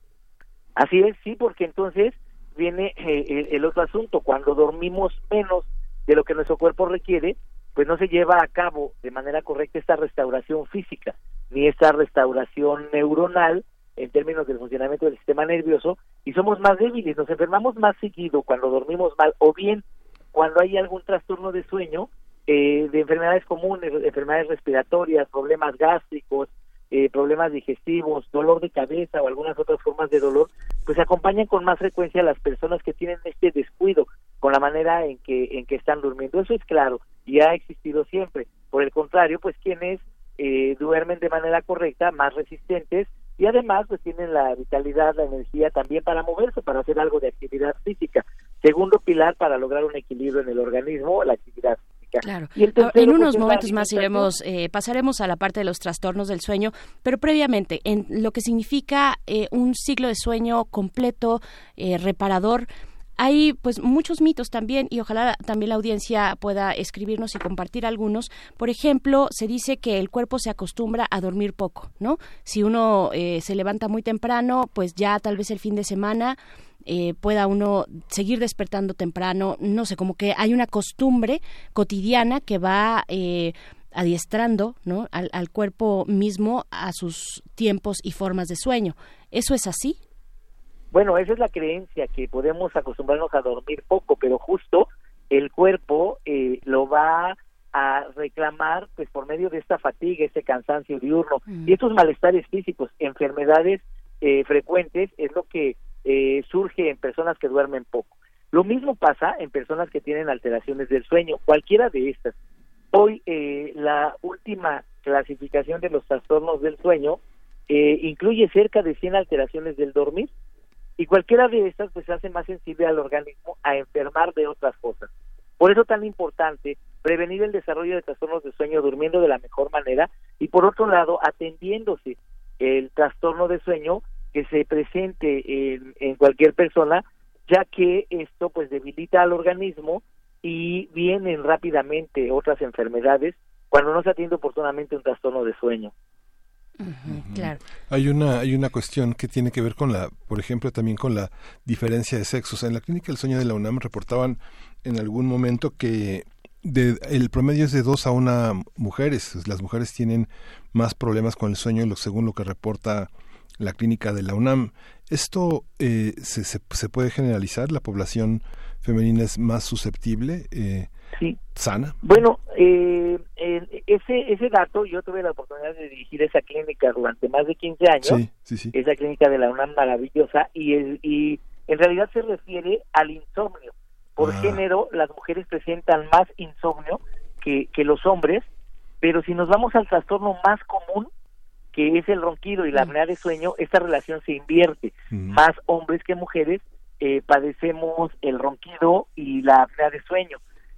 Así es, sí, porque entonces viene eh, el, el otro asunto, cuando dormimos menos de lo que nuestro cuerpo requiere, pues no se lleva a cabo de manera correcta esta restauración física, ni esta restauración neuronal en términos del funcionamiento del sistema nervioso, y somos más débiles, nos enfermamos más seguido cuando dormimos mal, o bien cuando hay algún trastorno de sueño, eh, de enfermedades comunes, enfermedades respiratorias, problemas gástricos, Eh, problemas digestivos, dolor de cabeza o algunas otras formas de dolor, pues acompañan con más frecuencia a las personas que tienen este descuido con la manera en que en que están durmiendo. Eso es claro y ha existido siempre. Por el contrario, pues quienes eh, duermen de manera correcta, más resistentes y además pues tienen la vitalidad, la energía también para moverse, para hacer algo de actividad física. Segundo pilar para lograr un equilibrio en el organismo, la actividad física. Claro. Y el tercero, en unos pues, momentos más iremos, eh, pasaremos a la parte de los trastornos del sueño, pero previamente, en lo que significa eh, un ciclo de sueño completo, eh, reparador, hay pues muchos mitos también y ojalá también la audiencia pueda escribirnos y compartir algunos. Por ejemplo, se dice que el cuerpo se acostumbra a dormir poco, ¿no? Si uno eh, se levanta muy temprano, pues ya tal vez el fin de semana Eh, pueda uno seguir despertando temprano, no sé, como que hay una costumbre cotidiana que va eh, adiestrando, ¿no?, al, al cuerpo mismo a sus tiempos y formas de sueño. ¿Eso es así? Bueno, esa es la creencia, que podemos acostumbrarnos a dormir poco, pero justo el cuerpo eh, lo va a reclamar, pues por medio de esta fatiga, este cansancio diurno mm. y estos malestares físicos, enfermedades eh, frecuentes, es lo que eh, surge en personas que duermen poco. Lo mismo pasa en personas que tienen alteraciones del sueño, cualquiera de estas. Hoy eh, la última clasificación de los trastornos del sueño eh, incluye cerca de cien alteraciones del dormir, y cualquiera de estas pues hace más sensible al organismo a enfermar de otras cosas. Por eso tan importante prevenir el desarrollo de trastornos de sueño durmiendo de la mejor manera, y por otro lado atendiéndose el trastorno de sueño que se presente en, en cualquier persona, ya que esto pues debilita al organismo y vienen rápidamente otras enfermedades cuando no se atiende oportunamente un trastorno de sueño. Uh-huh, claro. Hay una hay una cuestión que tiene que ver con la, por ejemplo, también con la diferencia de sexos. En la Clínica del Sueño de la UNAM reportaban en algún momento que de, el promedio es de dos a una mujeres. Las mujeres tienen más problemas con el sueño, según lo que reporta la Clínica de la UNAM. ¿Esto eh, se, se, se puede generalizar? ¿La población femenina es más susceptible, eh, sí. sana? Bueno, eh, eh, ese ese dato, yo tuve la oportunidad de dirigir esa clínica durante más de quince años, sí, sí, sí. Esa clínica de la UNAM maravillosa, y, el, y en realidad se refiere al insomnio. Por ah. género, las mujeres presentan más insomnio que, que los hombres, pero si nos vamos al trastorno más común, que es el ronquido y la apnea de sueño, esta relación se invierte. Mm. Más hombres que mujeres eh, padecemos el ronquido y la apnea de sueño,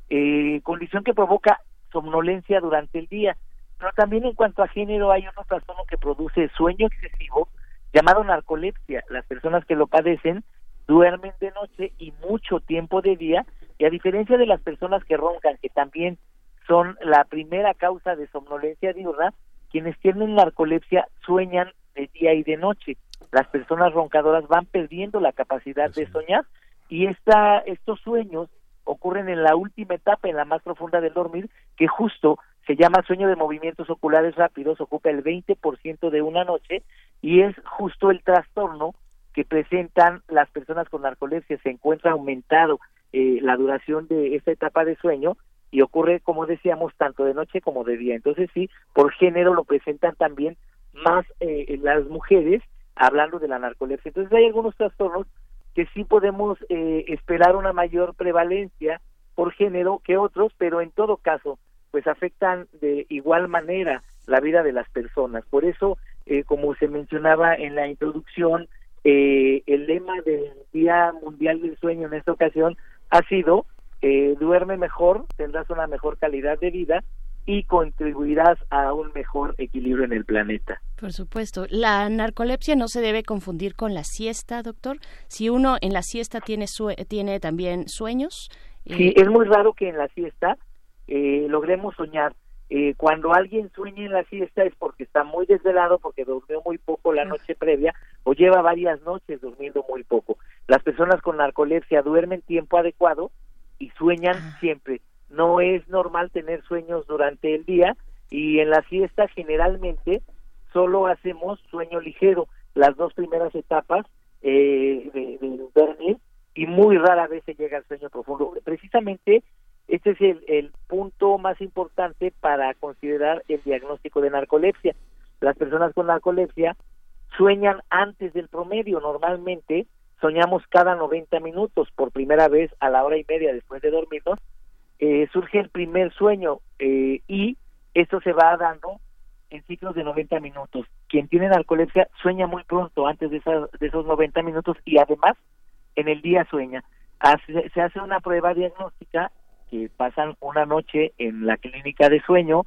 eh, condición que provoca somnolencia durante el día. Pero también en cuanto a género hay otro trastorno que produce sueño excesivo llamado narcolepsia. Las personas que lo padecen duermen de noche y mucho tiempo de día, y a diferencia de las personas que roncan, que también son la primera causa de somnolencia diurna, quienes tienen narcolepsia sueñan de día y de noche. Las personas roncadoras van perdiendo la capacidad de soñar, y esta, estos sueños ocurren en la última etapa, en la más profunda del dormir, que justo se llama sueño de movimientos oculares rápidos, ocupa el veinte por ciento de una noche, y es justo el trastorno que presentan las personas con narcolepsia. Se encuentra aumentado eh, la duración de esta etapa de sueño, y ocurre, como decíamos, tanto de noche como de día. Entonces sí, por género lo presentan también más eh, las mujeres, hablando de la narcolepsia. Entonces hay algunos trastornos que sí podemos eh, esperar una mayor prevalencia por género que otros, pero en todo caso, pues afectan de igual manera la vida de las personas. Por eso, eh, como se mencionaba en la introducción, eh, el lema del Día Mundial del Sueño en esta ocasión ha sido Eh, duerme mejor, tendrás una mejor calidad de vida y contribuirás a un mejor equilibrio en el planeta. Por supuesto. La narcolepsia no se debe confundir con la siesta, doctor. Si uno en la siesta tiene sue- tiene también sueños. Eh... Sí, es muy raro que en la siesta eh, logremos soñar. Eh, cuando alguien sueña en la siesta es porque está muy desvelado, porque durmió muy poco la noche previa, o lleva varias noches durmiendo muy poco. Las personas con narcolepsia duermen tiempo adecuado y sueñan siempre. No es normal tener sueños durante el día, y en la siesta generalmente solo hacemos sueño ligero, las dos primeras etapas eh, de, de dormir, y muy rara vez se llega al sueño profundo. Precisamente este es el, el punto más importante para considerar el diagnóstico de narcolepsia. Las personas con narcolepsia sueñan antes del promedio. Normalmente soñamos cada noventa minutos, por primera vez a la hora y media después de dormirnos, eh, surge el primer sueño, eh, y esto se va dando en ciclos de noventa minutos. Quien tiene narcolepsia sueña muy pronto, antes de, esa, de esos noventa minutos, y además en el día sueña. Hace, se hace una prueba diagnóstica, que pasan una noche en la clínica de sueño,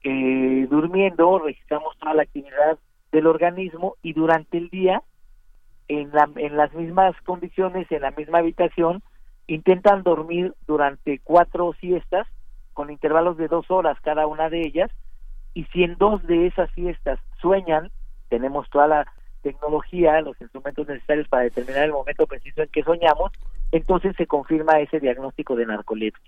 eh, durmiendo, registramos toda la actividad del organismo, y durante el día, en, la, en las mismas condiciones, en la misma habitación, intentan dormir durante cuatro siestas, con intervalos de dos horas cada una de ellas, y si en dos de esas siestas sueñan, tenemos toda la tecnología, los instrumentos necesarios para determinar el momento preciso en que soñamos, entonces se confirma ese diagnóstico de narcolepsia.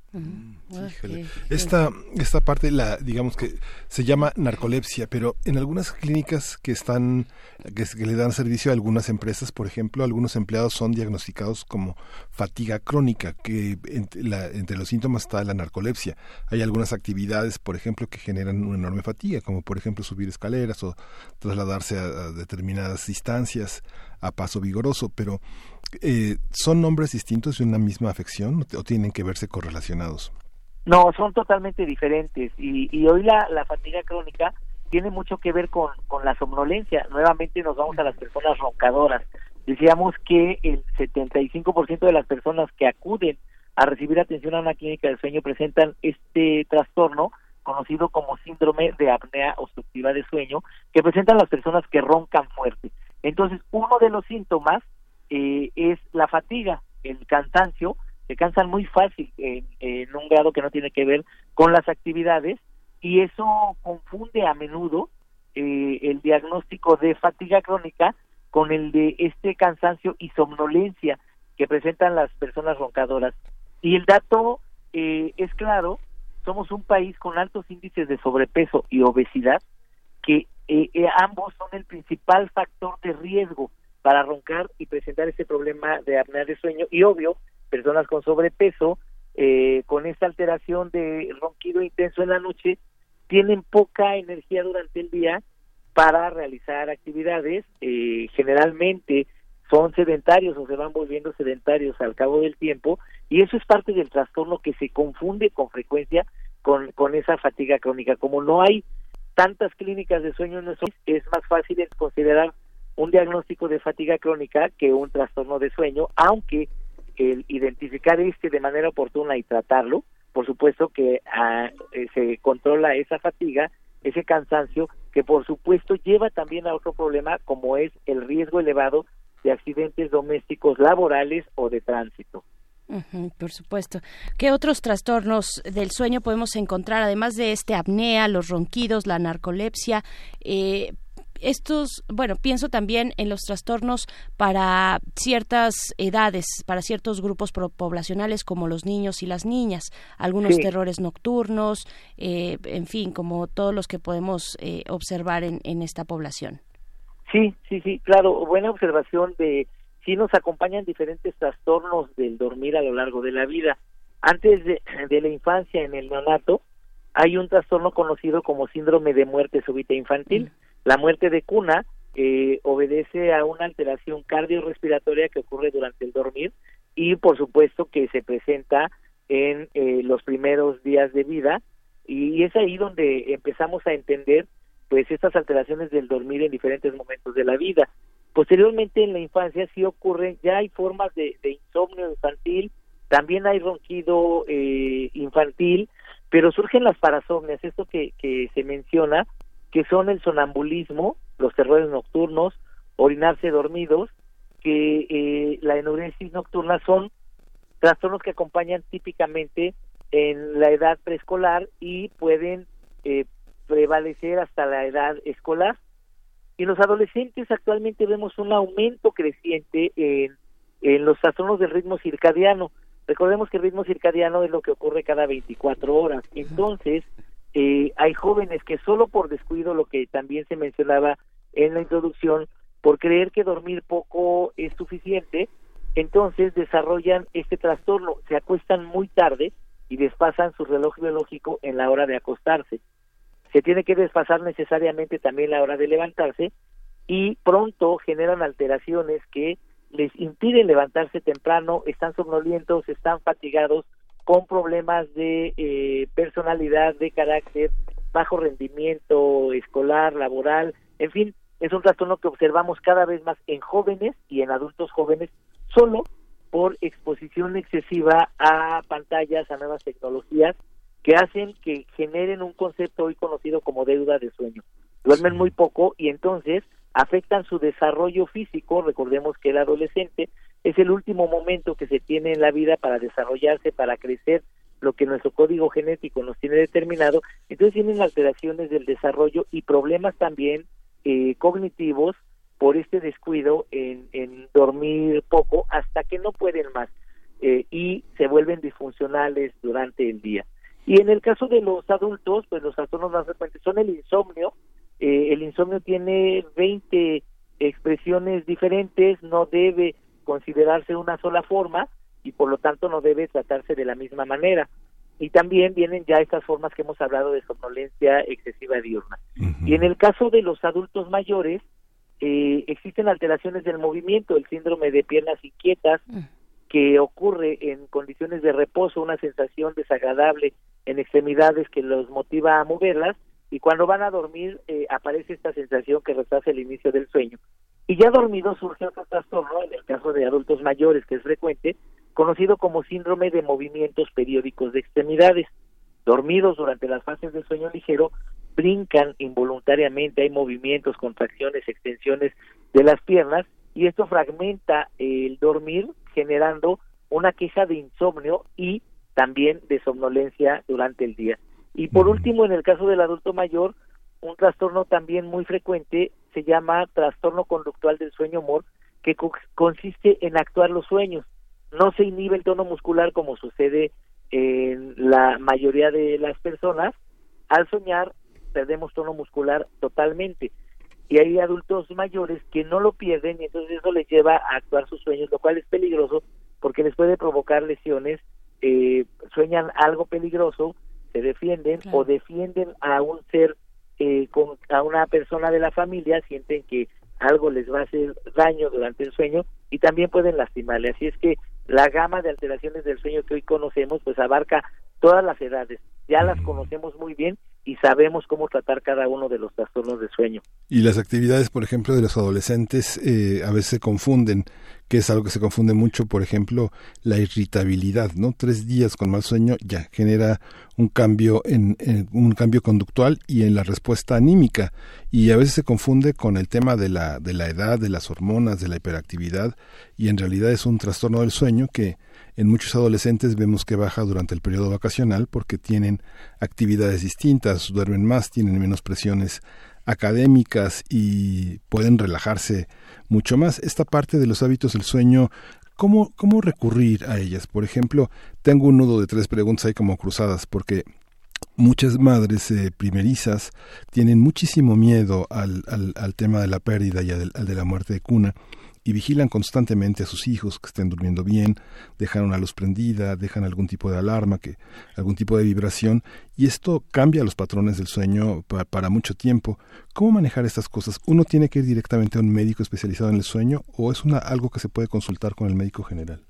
Híjole. Esta, esta parte, la, digamos que se llama narcolepsia, pero en algunas clínicas que están, que, que le dan servicio a algunas empresas, por ejemplo, algunos empleados son diagnosticados como fatiga crónica, que entre, la, entre los síntomas está la narcolepsia. Hay algunas actividades, por ejemplo, que generan una enorme fatiga, como por ejemplo subir escaleras o trasladarse a, a determinadas distancias a paso vigoroso, pero eh, ¿son nombres distintos de una misma afección o tienen que verse correlacionados? No, son totalmente diferentes y, y hoy la, la fatiga crónica tiene mucho que ver con, con la somnolencia. Nuevamente nos vamos a las personas roncadoras. Decíamos que el setenta y cinco por ciento de las personas que acuden a recibir atención a una clínica de sueño presentan este trastorno conocido como síndrome de apnea obstructiva de sueño, que presentan las personas que roncan fuerte. Entonces, uno de los síntomas eh, es la fatiga, el cansancio, se cansan muy fácil en, en un grado que no tiene que ver con las actividades, y eso confunde a menudo eh, el diagnóstico de fatiga crónica con el de este cansancio y somnolencia que presentan las personas roncadoras. Y el dato eh, es claro, somos un país con altos índices de sobrepeso y obesidad, que eh, eh, ambos son el principal factor de riesgo para roncar y presentar este problema de apnea de sueño, y obvio, personas con sobrepeso, eh, con esta alteración de ronquido intenso en la noche, tienen poca energía durante el día para realizar actividades, eh, generalmente son sedentarios o se van volviendo sedentarios al cabo del tiempo, y eso es parte del trastorno que se confunde con frecuencia con, con esa fatiga crónica. Como no hay tantas clínicas de sueño en nuestro país, es más fácil considerar un diagnóstico de fatiga crónica que un trastorno de sueño, aunque el identificar este de manera oportuna y tratarlo, por supuesto que ah, eh, se controla esa fatiga, ese cansancio, que por supuesto lleva también a otro problema, como es el riesgo elevado de accidentes domésticos, laborales o de tránsito. Uh-huh, por supuesto. ¿Qué otros trastornos del sueño podemos encontrar, además de este apnea, los ronquidos, la narcolepsia? Eh, estos, bueno, pienso también en los trastornos para ciertas edades, para ciertos grupos poblacionales como los niños y las niñas, algunos sí. terrores nocturnos, eh, en fin, como todos los que podemos eh, observar en, en esta población. Sí, sí, sí, claro, buena observación de sí nos acompañan diferentes trastornos del dormir a lo largo de la vida. Antes de, de la infancia, en el neonato, hay un trastorno conocido como síndrome de muerte súbita infantil. Mm. La muerte de cuna eh, obedece a una alteración cardiorrespiratoria que ocurre durante el dormir y, por supuesto, que se presenta en eh, los primeros días de vida, y es ahí donde empezamos a entender pues estas alteraciones del dormir en diferentes momentos de la vida. Posteriormente, en la infancia sí ocurren, ya hay formas de, de insomnio infantil, también hay ronquido eh, infantil, pero surgen las parasomnias, esto que, que se menciona, que son el sonambulismo, los terrores nocturnos, orinarse dormidos, que eh, la enuresis nocturna son trastornos que acompañan típicamente en la edad preescolar y pueden eh, prevalecer hasta la edad escolar. Y en los adolescentes actualmente vemos un aumento creciente en, en los trastornos del ritmo circadiano. Recordemos que el ritmo circadiano es lo que ocurre cada veinticuatro horas. Entonces, eh, hay jóvenes que solo por descuido, lo que también se mencionaba en la introducción, por creer que dormir poco es suficiente, entonces desarrollan este trastorno, se acuestan muy tarde y desfasan su reloj biológico en la hora de acostarse. Se tiene que desfasar necesariamente también la hora de levantarse, y pronto generan alteraciones que les impiden levantarse temprano, están somnolientos, están fatigados, con problemas de eh, personalidad, de carácter, bajo rendimiento escolar, laboral, en fin, es un trastorno que observamos cada vez más en jóvenes y en adultos jóvenes, solo por exposición excesiva a pantallas, a nuevas tecnologías, que hacen que generen un concepto hoy conocido como deuda de sueño. Duermen muy poco y entonces afectan su desarrollo físico. Recordemos que el adolescente es el último momento que se tiene en la vida para desarrollarse, para crecer, lo que nuestro código genético nos tiene determinado. Entonces tienen alteraciones del desarrollo y problemas también eh, cognitivos por este descuido en, en dormir poco, hasta que no pueden más. eh, y se vuelven disfuncionales durante el día. Y en el caso de los adultos, pues los trastornos más frecuentes son el insomnio. Eh, el insomnio tiene veinte expresiones diferentes, no debe considerarse una sola forma y por lo tanto no debe tratarse de la misma manera. Y también vienen ya estas formas que hemos hablado de somnolencia excesiva diurna. Uh-huh. Y en el caso de los adultos mayores, eh, existen alteraciones del movimiento, el síndrome de piernas inquietas, uh-huh. que ocurre en condiciones de reposo, una sensación desagradable en extremidades que los motiva a moverlas, y cuando van a dormir eh, aparece esta sensación que retrasa el inicio del sueño. Y ya dormido surge otro trastorno, en el caso de adultos mayores, que es frecuente, conocido como síndrome de movimientos periódicos de extremidades. Dormidos durante las fases del sueño ligero, brincan involuntariamente, hay movimientos, contracciones, extensiones de las piernas, y esto fragmenta el dormir, generando una queja de insomnio y también de somnolencia durante el día. Y por último, en el caso del adulto mayor, un trastorno también muy frecuente se llama trastorno conductual del sueño-humor, que co- consiste en actuar los sueños. No se inhibe el tono muscular como sucede en la mayoría de las personas. Al soñar perdemos tono muscular totalmente. Y hay adultos mayores que no lo pierden y entonces eso les lleva a actuar sus sueños, lo cual es peligroso porque les puede provocar lesiones. Eh, sueñan algo peligroso, se defienden, claro, o defienden a un ser, eh, con, a una persona de la familia, sienten que algo les va a hacer daño durante el sueño y también pueden lastimarle. Así es que la gama de alteraciones del sueño que hoy conocemos pues abarca todas las edades, ya las conocemos muy bien y sabemos cómo tratar cada uno de los trastornos de sueño. Y las actividades, por ejemplo, de los adolescentes eh, a veces se confunden, que es algo que se confunde mucho, por ejemplo, la irritabilidad, ¿no? Tres días con mal sueño ya genera un cambio en, en un cambio conductual y en la respuesta anímica, y a veces se confunde con el tema de la de la edad, de las hormonas, de la hiperactividad, y en realidad es un trastorno del sueño que en muchos adolescentes vemos que baja durante el periodo vacacional porque tienen actividades distintas, duermen más, tienen menos presiones académicas y pueden relajarse mucho más. Esta parte de los hábitos del sueño, ¿cómo, cómo recurrir a ellas? Por ejemplo, tengo un nudo de tres preguntas ahí como cruzadas, porque muchas madres eh, primerizas tienen muchísimo miedo al, al, al tema de la pérdida y al, al de la muerte de cuna, y vigilan constantemente a sus hijos que estén durmiendo bien, dejan una luz prendida, dejan algún tipo de alarma, que algún tipo de vibración, y esto cambia los patrones del sueño pa, para mucho tiempo. ¿Cómo manejar estas cosas? ¿Uno tiene que ir directamente a un médico especializado en el sueño o es una algo que se puede consultar con el médico general?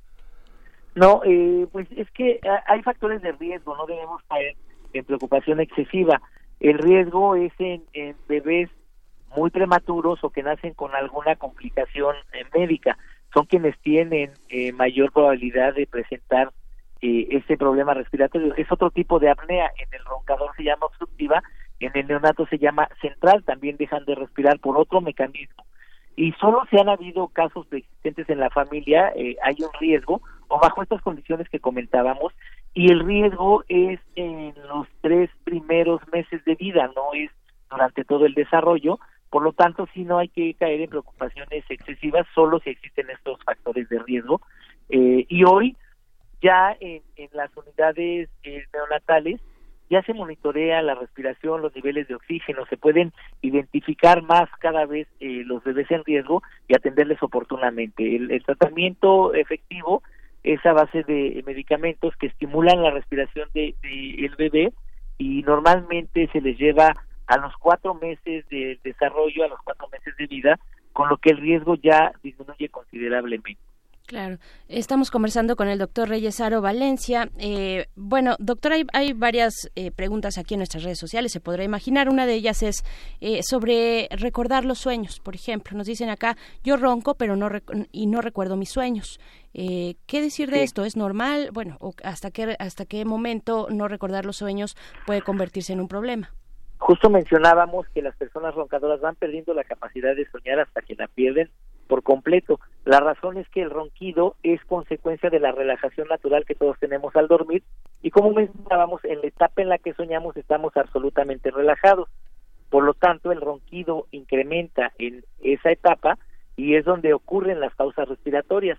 No, eh, pues es que hay factores de riesgo, no debemos caer en preocupación excesiva. El riesgo es en, en bebés muy prematuros o que nacen con alguna complicación eh, médica. Son quienes tienen eh, mayor probabilidad de presentar eh, este problema respiratorio. Es otro tipo de apnea. En el roncador se llama obstructiva, en el neonato se llama central, también dejan de respirar por otro mecanismo. Y solo se han habido casos preexistentes en la familia, eh, hay un riesgo, o bajo estas condiciones que comentábamos, y el riesgo es en los tres primeros meses de vida, no es durante todo el desarrollo. Por lo tanto, sí no hay que caer en preocupaciones excesivas, solo si existen estos factores de riesgo. Eh, y hoy, ya en, en las unidades eh, neonatales, ya se monitorea la respiración, los niveles de oxígeno, se pueden identificar más cada vez eh, los bebés en riesgo y atenderles oportunamente. El, el tratamiento efectivo es a base de medicamentos que estimulan la respiración de, de el bebé y normalmente se les lleva a los cuatro meses de desarrollo, a los cuatro meses de vida, con lo que el riesgo ya disminuye considerablemente. Claro, estamos conversando con el doctor Reyes Haro Valencia. Eh, bueno, doctor, hay, hay varias eh, preguntas aquí en nuestras redes sociales, se podrá imaginar. Una de ellas es eh, sobre recordar los sueños, por ejemplo. Nos dicen acá, yo ronco pero no rec- y no recuerdo mis sueños. Eh, ¿Qué decir de sí. esto? ¿Es normal? Bueno, o hasta qué, hasta qué momento no recordar los sueños puede convertirse en un problema. Justo mencionábamos que las personas roncadoras van perdiendo la capacidad de soñar hasta que la pierden por completo. La razón es que el ronquido es consecuencia de la relajación natural que todos tenemos al dormir y como mencionábamos, en la etapa en la que soñamos estamos absolutamente relajados. Por lo tanto, el ronquido incrementa en esa etapa y es donde ocurren las causas respiratorias.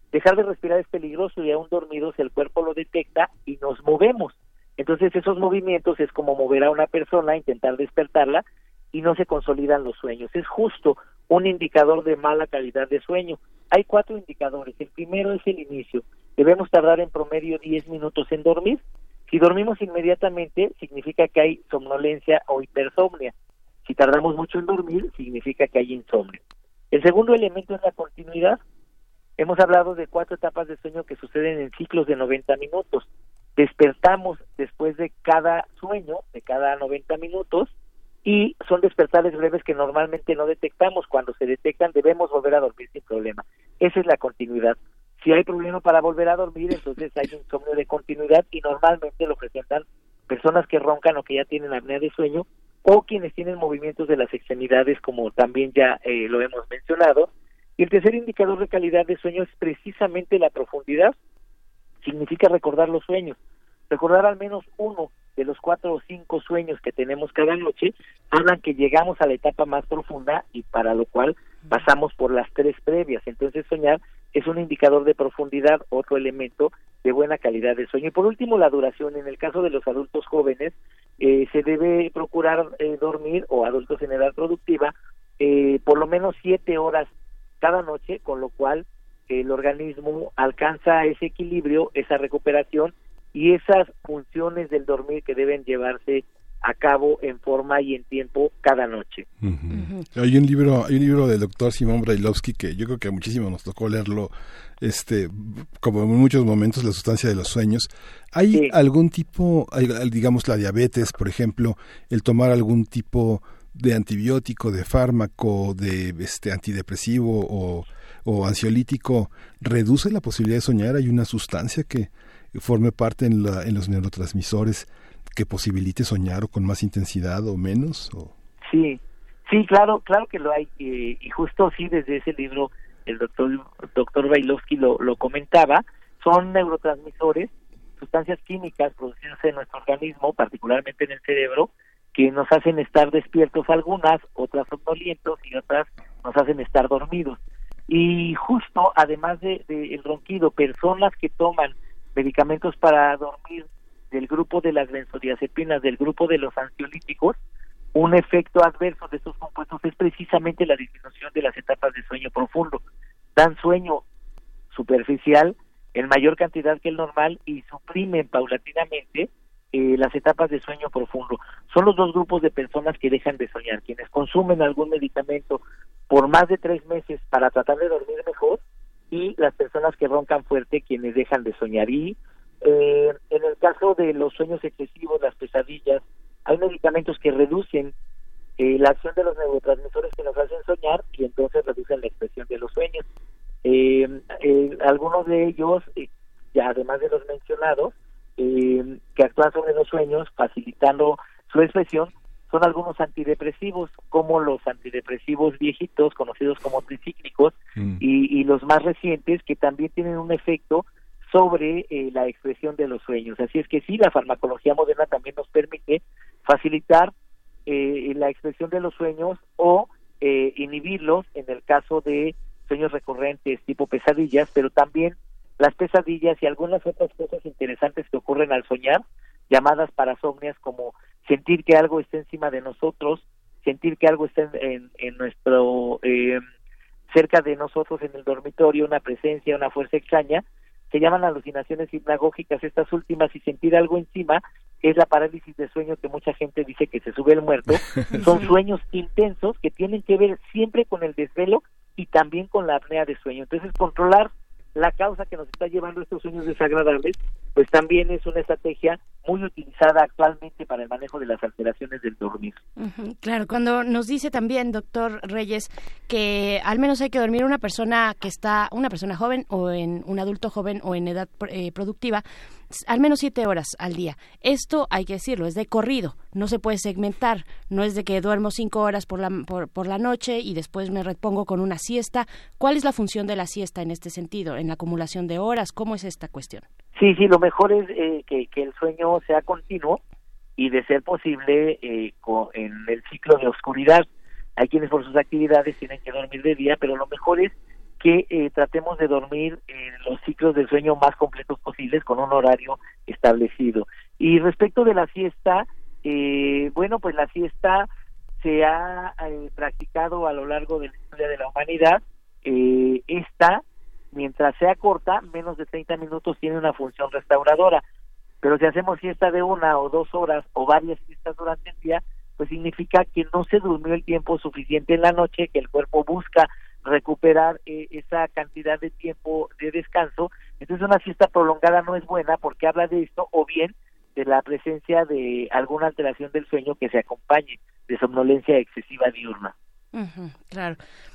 Dejar de respirar es peligroso y aún dormidos el cuerpo lo detecta y nos movemos. Entonces esos movimientos es como mover a una persona, intentar despertarla y no se consolidan los sueños. Es justo un indicador de mala calidad de sueño. Hay cuatro indicadores. El primero es el inicio. Debemos tardar en promedio diez minutos en dormir. Si dormimos inmediatamente, significa que hay somnolencia o hipersomnia. Si tardamos mucho en dormir, significa que hay insomnio. El segundo elemento es la continuidad. Hemos hablado de cuatro etapas de sueño que suceden en ciclos de noventa minutos. Despertamos después de cada sueño, de cada noventa minutos, y son despertares breves que normalmente no detectamos. Cuando se detectan debemos volver a dormir sin problema. Esa es la continuidad. Si hay problema para volver a dormir, entonces hay insomnio de continuidad y normalmente lo presentan personas que roncan o que ya tienen apnea de sueño o quienes tienen movimientos de las extremidades, como también ya eh, lo hemos mencionado. Y el tercer indicador de calidad de sueño es precisamente la profundidad. Significa recordar los sueños. Recordar al menos uno de los cuatro o cinco sueños que tenemos cada noche hablan que llegamos a la etapa más profunda y para lo cual pasamos por las tres previas. Entonces soñar es un indicador de profundidad, otro elemento de buena calidad de sueño. Y por último, la duración. En el caso de los adultos jóvenes, eh, se debe procurar eh, dormir, o adultos en edad productiva, eh, por lo menos siete horas cada noche, con lo cual eh, el organismo alcanza ese equilibrio, esa recuperación y esas funciones del dormir que deben llevarse a cabo en forma y en tiempo cada noche. Uh-huh. Uh-huh. Hay un libro, hay un libro del doctor Simón Brailovsky que yo creo que a muchísimo nos tocó leerlo, este, como en muchos momentos, La sustancia de los sueños. ¿Hay sí. algún tipo, hay, digamos la diabetes, por ejemplo, el tomar algún tipo de antibiótico, de fármaco, de este antidepresivo o, o ansiolítico, reduce la posibilidad de soñar? ¿Hay una sustancia que forme parte en, la, en los neurotransmisores que posibilite soñar o con más intensidad o menos? O... Sí, sí, claro, claro que lo hay, eh, y justo sí, desde ese libro el doctor doctor Brailovsky lo, lo comentaba. Son neurotransmisores, sustancias químicas producidas en nuestro organismo, particularmente en el cerebro, que nos hacen estar despiertos algunas, otras somnolientos y otras nos hacen estar dormidos. Y justo, además de, de el ronquido, personas que toman medicamentos para dormir del grupo de las benzodiazepinas, del grupo de los ansiolíticos, un efecto adverso de estos compuestos es precisamente la disminución de las etapas de sueño profundo. Dan sueño superficial en mayor cantidad que el normal y suprimen paulatinamente eh, las etapas de sueño profundo. Son los dos grupos de personas que dejan de soñar: quienes consumen algún medicamento por más de tres meses para tratar de dormir mejor, y las personas que roncan fuerte, quienes dejan de soñar. Y eh, en el caso de los sueños excesivos, las pesadillas, hay medicamentos que reducen eh, la acción de los neurotransmisores que nos hacen soñar y entonces reducen la expresión de los sueños. Eh, eh, algunos de ellos, eh, ya además de los mencionados, eh, que actúan sobre los sueños, facilitando su expresión, son algunos antidepresivos, como los antidepresivos viejitos, conocidos como tricíclicos, mm. y, y los más recientes, que también tienen un efecto sobre eh, la expresión de los sueños. Así es que sí, la farmacología moderna también nos permite facilitar eh, la expresión de los sueños o eh, inhibirlos en el caso de sueños recurrentes tipo pesadillas, pero también las pesadillas y algunas otras cosas interesantes que ocurren al soñar, llamadas parasomnias, como sentir que algo está encima de nosotros, sentir que algo está en, en, en nuestro, eh, cerca de nosotros en el dormitorio, una presencia, una fuerza extraña, se llaman alucinaciones hipnagógicas estas últimas, y sentir algo encima es la parálisis de sueño que mucha gente dice que se sube el muerto. Son sueños intensos que tienen que ver siempre con el desvelo y también con la apnea de sueño. Entonces, controlar la causa que nos está llevando a estos sueños desagradables, pues también es una estrategia muy utilizada actualmente para el manejo de las alteraciones del dormir. Uh-huh, claro, cuando nos dice también, doctor Reyes, que al menos hay que dormir una persona que está, una persona joven o en un adulto joven o en edad eh, productiva, al menos siete horas al día. Esto hay que decirlo, es de corrido, no se puede segmentar, no es de que duermo cinco horas por la, por, por la noche y después me repongo con una siesta. ¿Cuál es la función de la siesta en este sentido, en la acumulación de horas? ¿Cómo es esta cuestión? Sí, sí, lo mejor es eh, que, que el sueño sea continuo y, de ser posible, eh, con, en el ciclo de oscuridad. Hay quienes por sus actividades tienen que dormir de día, pero lo mejor es que eh, tratemos de dormir en los ciclos del sueño más completos posibles con un horario establecido. Y respecto de la siesta, eh, bueno, pues la siesta se ha eh, practicado a lo largo de la historia de la humanidad. Eh, esta, mientras sea corta, menos de treinta minutos, tiene una función restauradora. Pero si hacemos siesta de una o dos horas o varias siestas durante el día, pues significa que no se durmió el tiempo suficiente en la noche, que el cuerpo busca recuperar eh, esa cantidad de tiempo de descanso. Entonces una siesta prolongada no es buena porque habla de esto, o bien de la presencia de alguna alteración del sueño que se acompañe de somnolencia excesiva diurna. Uh-huh, claro.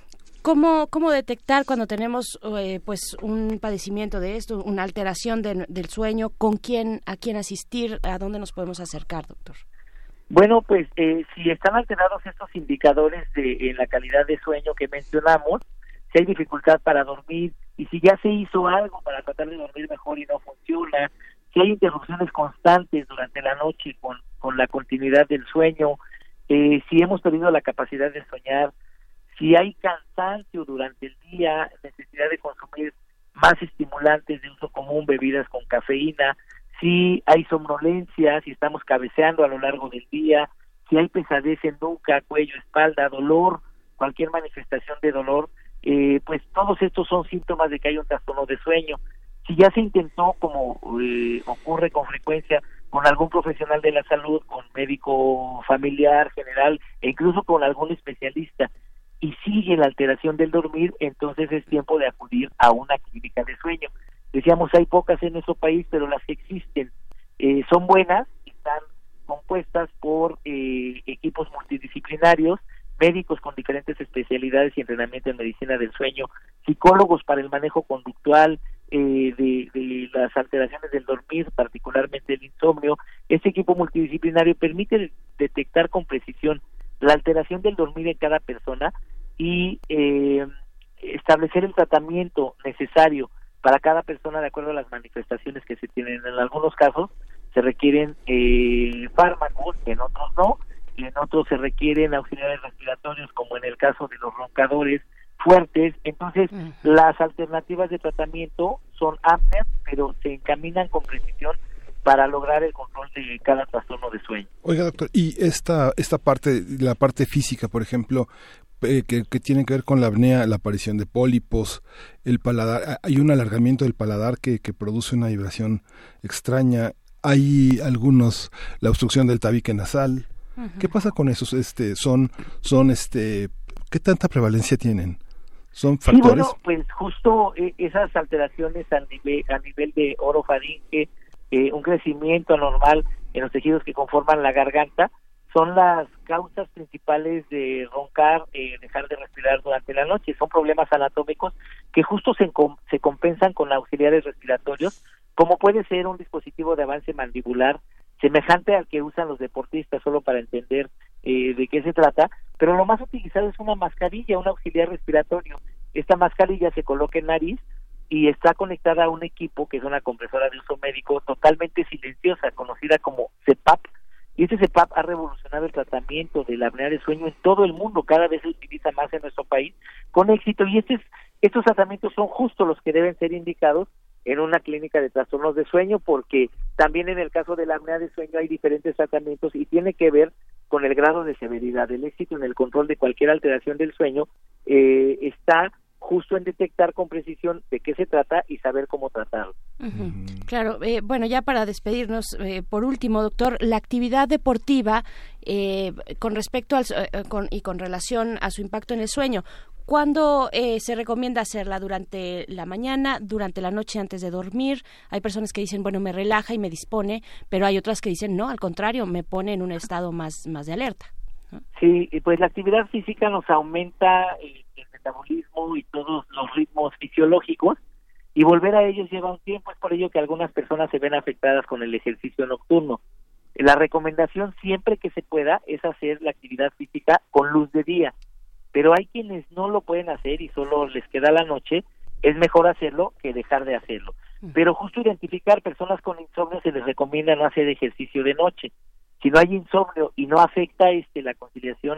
¿Cómo, cómo detectar cuando tenemos eh, pues un padecimiento de esto, una alteración de, del sueño? ¿Con quién, a quién asistir? ¿A dónde nos podemos acercar, doctor? Bueno, pues eh, si están alterados estos indicadores de en la calidad de sueño que mencionamos, si hay dificultad para dormir y si ya se hizo algo para tratar de dormir mejor y no funciona, si hay interrupciones constantes durante la noche con, con la continuidad del sueño, eh, si hemos perdido la capacidad de soñar, si hay cansancio durante el día, necesidad de consumir más estimulantes de uso común, bebidas con cafeína, si hay somnolencia, si estamos cabeceando a lo largo del día, si hay pesadez en nuca, cuello, espalda, dolor, cualquier manifestación de dolor, eh, pues todos estos son síntomas de que hay un trastorno de sueño. Si ya se intentó, como eh, ocurre con frecuencia, con algún profesional de la salud, con médico familiar, general, e incluso con algún especialista, y sigue la alteración del dormir, entonces es tiempo de acudir a una clínica de sueño. Decíamos, hay pocas en nuestro país, pero las que existen eh, son buenas, están compuestas por eh, equipos multidisciplinarios, médicos con diferentes especialidades y entrenamiento en medicina del sueño, psicólogos para el manejo conductual eh, de, de las alteraciones del dormir, particularmente el insomnio. Este equipo multidisciplinario permite detectar con precisión la alteración del dormir en cada persona y eh, establecer el tratamiento necesario para cada persona de acuerdo a las manifestaciones que se tienen. En algunos casos se requieren eh, fármacos, en otros no, y en otros se requieren auxiliares respiratorios, como en el caso de los roncadores fuertes. Entonces, uh-huh. las alternativas de tratamiento son amplias, pero se encaminan con precisión para lograr el control de cada trastorno de sueño. Oiga, doctor, y esta esta parte, la parte física, por ejemplo, eh, que, que tiene que ver con la apnea, la aparición de pólipos, el paladar, hay un alargamiento del paladar que, que produce una vibración extraña, hay algunos, la obstrucción del tabique nasal. Uh-huh. ¿Qué pasa con esos? Este, son, son, este, ¿qué tanta prevalencia tienen? ¿Son factores? Sí, bueno, pues justo eh, esas alteraciones a nivel, a nivel de orofaringe, eh, un crecimiento anormal en los tejidos que conforman la garganta, son las causas principales de roncar, eh, dejar de respirar durante la noche. Son problemas anatómicos que justo se, se compensan con auxiliares respiratorios, como puede ser un dispositivo de avance mandibular semejante al que usan los deportistas, solo para entender eh, de qué se trata, pero lo más utilizado es una mascarilla, un auxiliar respiratorio. Esta mascarilla se coloca en nariz y está conectada a un equipo que es una compresora de uso médico totalmente silenciosa, conocida como C PAP, y este C PAP ha revolucionado el tratamiento de la apnea de sueño en todo el mundo, cada vez se utiliza más en nuestro país con éxito, y estos, estos tratamientos son justo los que deben ser indicados en una clínica de trastornos de sueño, porque también en el caso de la apnea de sueño hay diferentes tratamientos y tiene que ver con el grado de severidad. El éxito en el control de cualquier alteración del sueño eh, está justo en detectar con precisión de qué se trata y saber cómo tratarlo. Uh-huh. Claro, eh, bueno, ya para despedirnos, eh, por último, doctor, la actividad deportiva eh, con respecto al eh, con, y con relación a su impacto en el sueño, ¿cuándo eh, se recomienda hacerla? ¿Durante la mañana, durante la noche antes de dormir? Hay personas que dicen, bueno, me relaja y me dispone, pero hay otras que dicen, no, al contrario, me pone en un estado más, más de alerta, ¿no? Sí, pues la actividad física nos aumenta el, el metabolismo y todos los ritmos fisiológicos, y volver a ellos lleva un tiempo. Es por ello que algunas personas se ven afectadas con el ejercicio nocturno. La recomendación siempre que se pueda es hacer la actividad física con luz de día, pero hay quienes no lo pueden hacer y solo les queda la noche. Es mejor hacerlo que dejar de hacerlo. Pero justo identificar personas con insomnio, se les recomienda no hacer ejercicio de noche. Si no hay insomnio y no afecta este la conciliación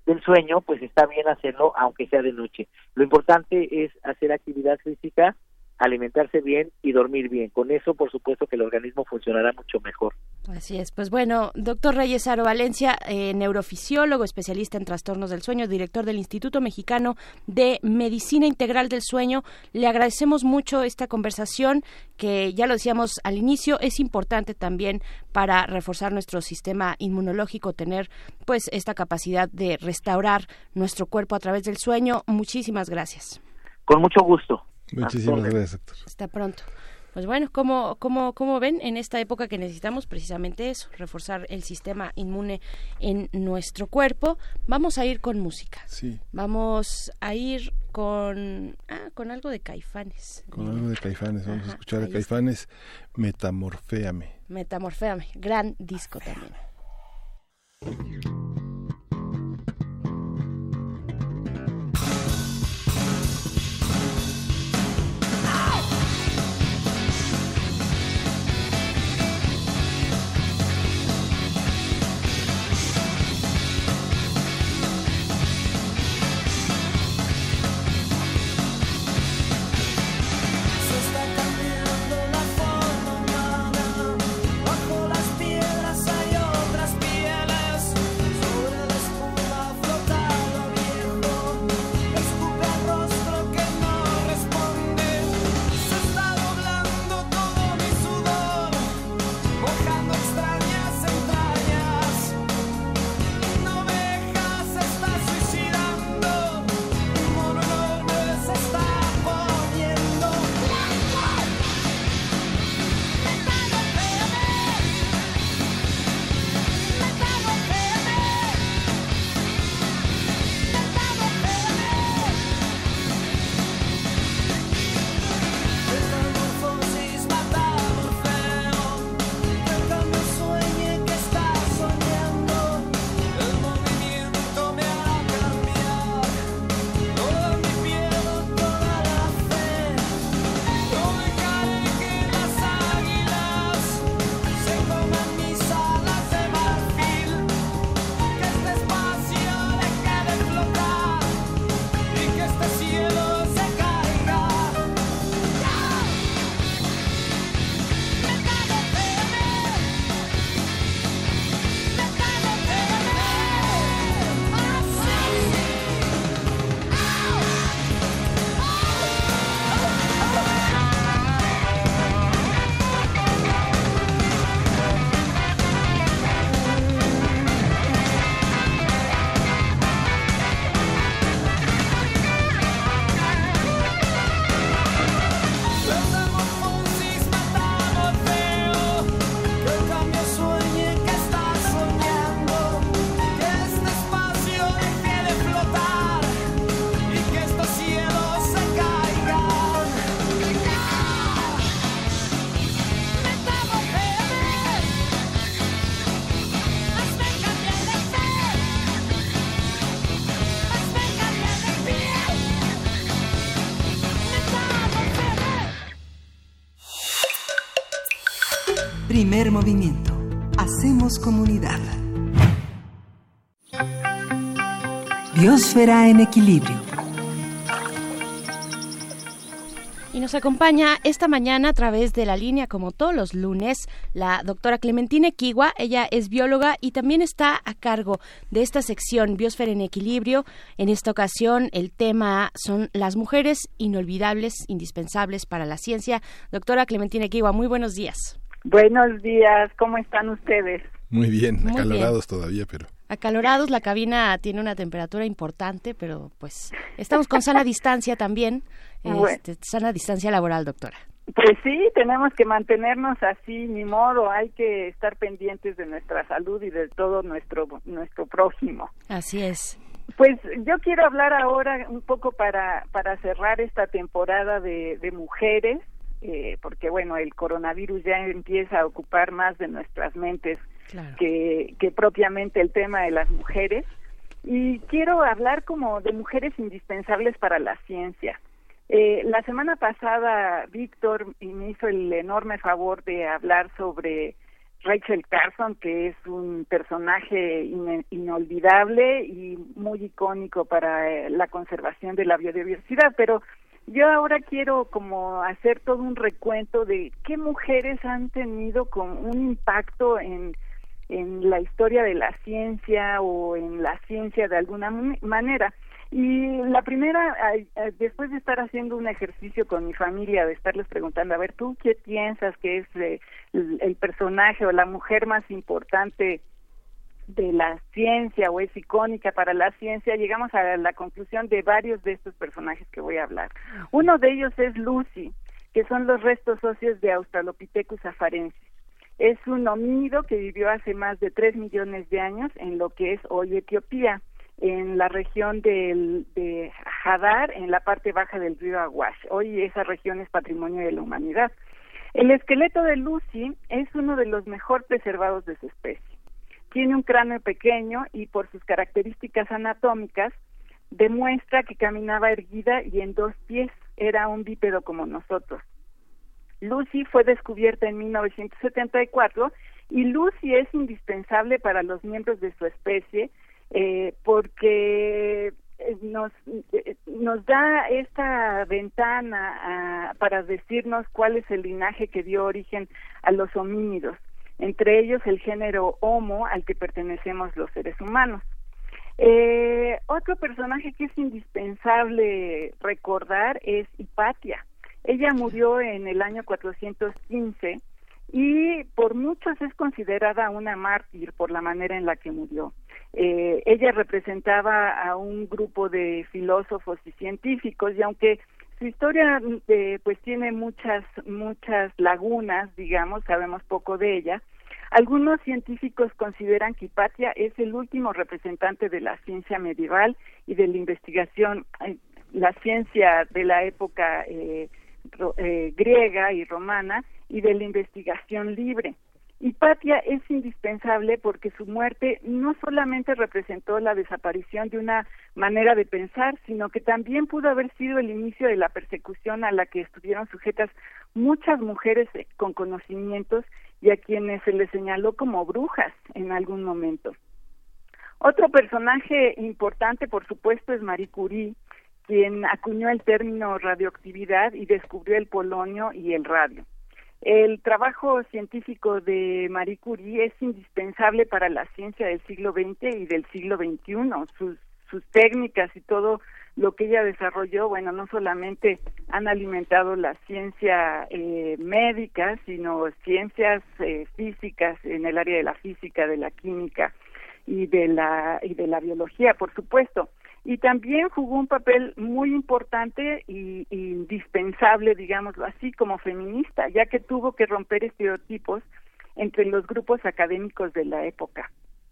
del sueño, pues está bien hacerlo aunque sea de noche. Lo importante es hacer actividad física, alimentarse bien y dormir bien. Con eso, por supuesto, que el organismo funcionará mucho mejor. Así es. Pues bueno, doctor Reyes Aro Valencia, eh, neurofisiólogo, especialista en trastornos del sueño, director del Instituto Mexicano de Medicina Integral del Sueño, le agradecemos mucho esta conversación que, ya lo decíamos al inicio, es importante también para reforzar nuestro sistema inmunológico, tener pues esta capacidad de restaurar nuestro cuerpo a través del sueño. Muchísimas gracias. Con mucho gusto. Muchísimas gracias, doctor. Hasta pronto. Pues bueno, ¿cómo, cómo, cómo ven en esta época que necesitamos precisamente eso, reforzar el sistema inmune en nuestro cuerpo? Vamos a ir con música. Sí. Vamos a ir con ah, con algo de Caifanes. Con algo de Caifanes, vamos Ajá, a escuchar a está. Caifanes, Metamorféame. Metamorféame, gran disco también. Bajo las piedras hay otras pieles. Primer movimiento. Hacemos comunidad. Biosfera en equilibrio. Y nos acompaña esta mañana a través de la línea, como todos los lunes, la doctora Clementina Equigua. Ella es bióloga y también está a cargo de esta sección Biosfera en Equilibrio. En esta ocasión el tema son las mujeres inolvidables, indispensables para la ciencia. Doctora Clementina Equigua, muy buenos días. Buenos días, ¿cómo están ustedes? Muy bien, Muy acalorados bien. Todavía, pero... Acalorados, la cabina tiene una temperatura importante, pero pues estamos con sana distancia también, Bueno. este, sana distancia laboral, doctora. Pues sí, tenemos que mantenernos así, ni modo, hay que estar pendientes de nuestra salud y de todo nuestro nuestro prójimo. Así es. Pues yo quiero hablar ahora un poco para para cerrar esta temporada de, de mujeres, eh, porque bueno, el coronavirus ya empieza a ocupar más de nuestras mentes. Claro. que, que propiamente el tema de las mujeres, y quiero hablar como de mujeres indispensables para la ciencia. Eh, la semana pasada Víctor me hizo el enorme favor de hablar sobre Rachel Carson, que es un personaje in- inolvidable y muy icónico para eh, la conservación de la biodiversidad, pero yo ahora quiero como hacer todo un recuento de qué mujeres han tenido con un impacto en, en la historia de la ciencia o en la ciencia de alguna manera. Y la primera, después de estar haciendo un ejercicio con mi familia, de estarles preguntando, a ver, ¿tú qué piensas que es eh, el, el personaje o la mujer más importante de la ciencia o es icónica para la ciencia? Llegamos a la conclusión de varios de estos personajes que voy a hablar. Uno de ellos es Lucy, que son los restos óseos de Australopithecus afarensis. Es un homínido que vivió hace más de tres millones de años en lo que es hoy Etiopía, en la región del, de Hadar, en la parte baja del río Awash. Hoy esa región es patrimonio de la humanidad. El esqueleto de Lucy es uno de los mejor preservados de su especie. Tiene un cráneo pequeño y por sus características anatómicas demuestra que caminaba erguida y en dos pies, era un bípedo como nosotros. Lucy fue descubierta en mil novecientos setenta y cuatro y Lucy es indispensable para los miembros de su especie eh, porque nos eh, nos da esta ventana a, para decirnos cuál es el linaje que dio origen a los homínidos, entre ellos el género Homo al que pertenecemos los seres humanos. Eh, otro personaje que es indispensable recordar es Hipatia. Ella murió en el año cuatrocientos quince y por muchos es considerada una mártir por la manera en la que murió. Eh, ella representaba a un grupo de filósofos y científicos y aunque su historia eh, pues tiene muchas muchas lagunas, digamos, sabemos poco de ella. Algunos científicos consideran que Hipatia es el último representante de la ciencia medieval y de la investigación, eh, la ciencia de la época eh, ro, eh, griega y romana y de la investigación libre. Hipatia es indispensable porque su muerte no solamente representó la desaparición de una manera de pensar, sino que también pudo haber sido el inicio de la persecución a la que estuvieron sujetas muchas mujeres con conocimientos y a quienes se les señaló como brujas en algún momento. Otro personaje importante, por supuesto, es Marie Curie, quien acuñó el término radioactividad y descubrió el polonio y el radio. El trabajo científico de Marie Curie es indispensable para la ciencia del siglo veinte y del siglo veintiuno. Sus, sus técnicas y todo lo que ella desarrolló, bueno, no solamente han alimentado la ciencia eh, médica, sino ciencias eh, físicas en el área de la física, de la química y de la y de la biología, por supuesto. Y también jugó un papel muy importante y, y indispensable, digámoslo así, como feminista, ya que tuvo que romper estereotipos entre los grupos académicos de la época.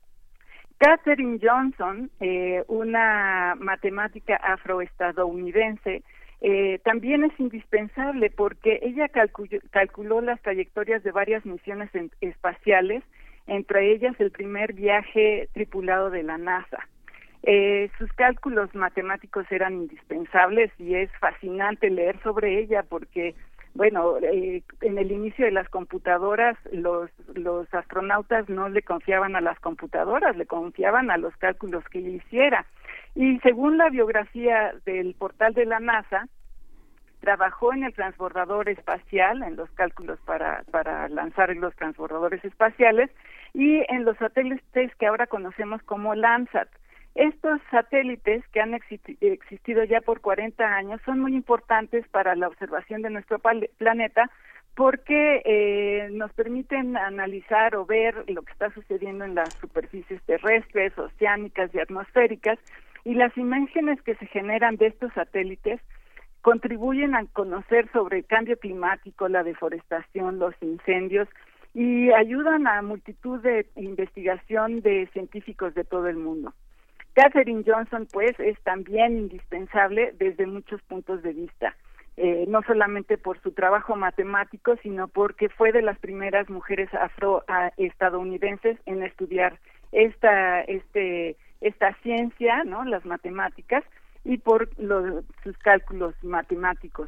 Katherine Johnson, eh, una matemática afroestadounidense, eh, también es indispensable porque ella calculó, calculó las trayectorias de varias misiones en, espaciales, entre ellas el primer viaje tripulado de la NASA. Eh, sus cálculos matemáticos eran indispensables y es fascinante leer sobre ella porque, bueno, eh, en el inicio de las computadoras los los astronautas no le confiaban a las computadoras, le confiaban a los cálculos que ella hiciera. Y según la biografía del portal de la NASA, trabajó en el transbordador espacial, en los cálculos para, para lanzar los transbordadores espaciales y en los satélites que ahora conocemos como Landsat. Estos satélites que han existido ya por cuarenta años son muy importantes para la observación de nuestro planeta porque eh, nos permiten analizar o ver lo que está sucediendo en las superficies terrestres, oceánicas y atmosféricas, y las imágenes que se generan de estos satélites contribuyen a conocer sobre el cambio climático, la deforestación, los incendios, y ayudan a multitud de investigación de científicos de todo el mundo. Katherine Johnson, pues, es también indispensable desde muchos puntos de vista, eh, no solamente por su trabajo matemático, sino porque fue de las primeras mujeres afroestadounidenses en estudiar esta este esta ciencia, ¿no?, las matemáticas, y por los, sus cálculos matemáticos.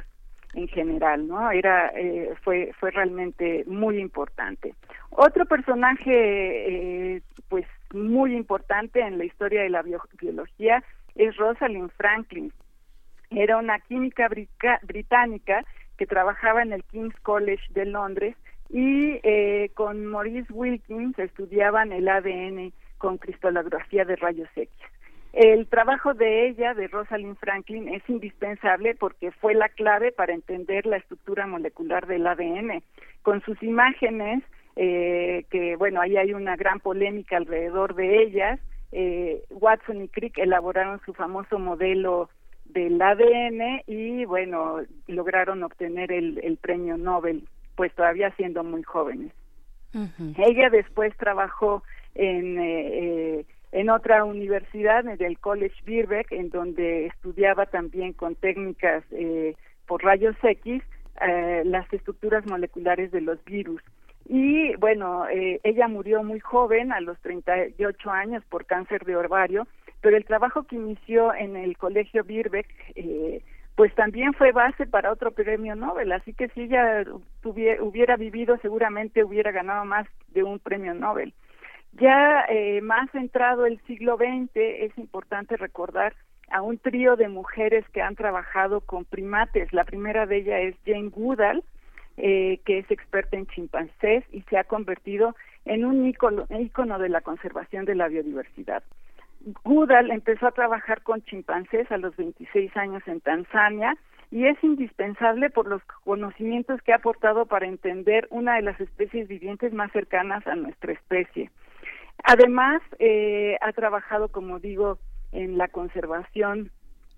en general, ¿no? Era eh, fue fue realmente muy importante. Otro personaje eh, pues muy importante en la historia de la bio- biología es Rosalind Franklin. Era una química brica- británica que trabajaba en el King's College de Londres y eh, con Maurice Wilkins estudiaban el A D N con cristalografía de rayos X. El trabajo de ella, de Rosalind Franklin, es indispensable porque fue la clave para entender la estructura molecular del A D N. Con sus imágenes, eh, que bueno, ahí hay una gran polémica alrededor de ellas, eh, Watson y Crick elaboraron su famoso modelo del A D N y bueno, lograron obtener el, el premio Nobel, pues todavía siendo muy jóvenes. Uh-huh. Ella después trabajó en... Eh, eh, en otra universidad, en el College Birkbeck, en donde estudiaba también con técnicas eh, por rayos X eh, las estructuras moleculares de los virus. Y bueno, eh, ella murió muy joven, a los treinta y ocho años, por cáncer de ovario, pero el trabajo que inició en el Colegio Birkbeck eh, pues también fue base para otro premio Nobel, así que si ella tuviera, hubiera vivido, seguramente hubiera ganado más de un premio Nobel. Ya eh, más entrado el siglo veinte, es importante recordar a un trío de mujeres que han trabajado con primates. La primera de ellas es Jane Goodall, eh, que es experta en chimpancés y se ha convertido en un ícono, ícono de la conservación de la biodiversidad. Goodall empezó a trabajar con chimpancés a los veintiséis años en Tanzania y es indispensable por los conocimientos que ha aportado para entender una de las especies vivientes más cercanas a nuestra especie. Además, eh, ha trabajado, como digo, en la conservación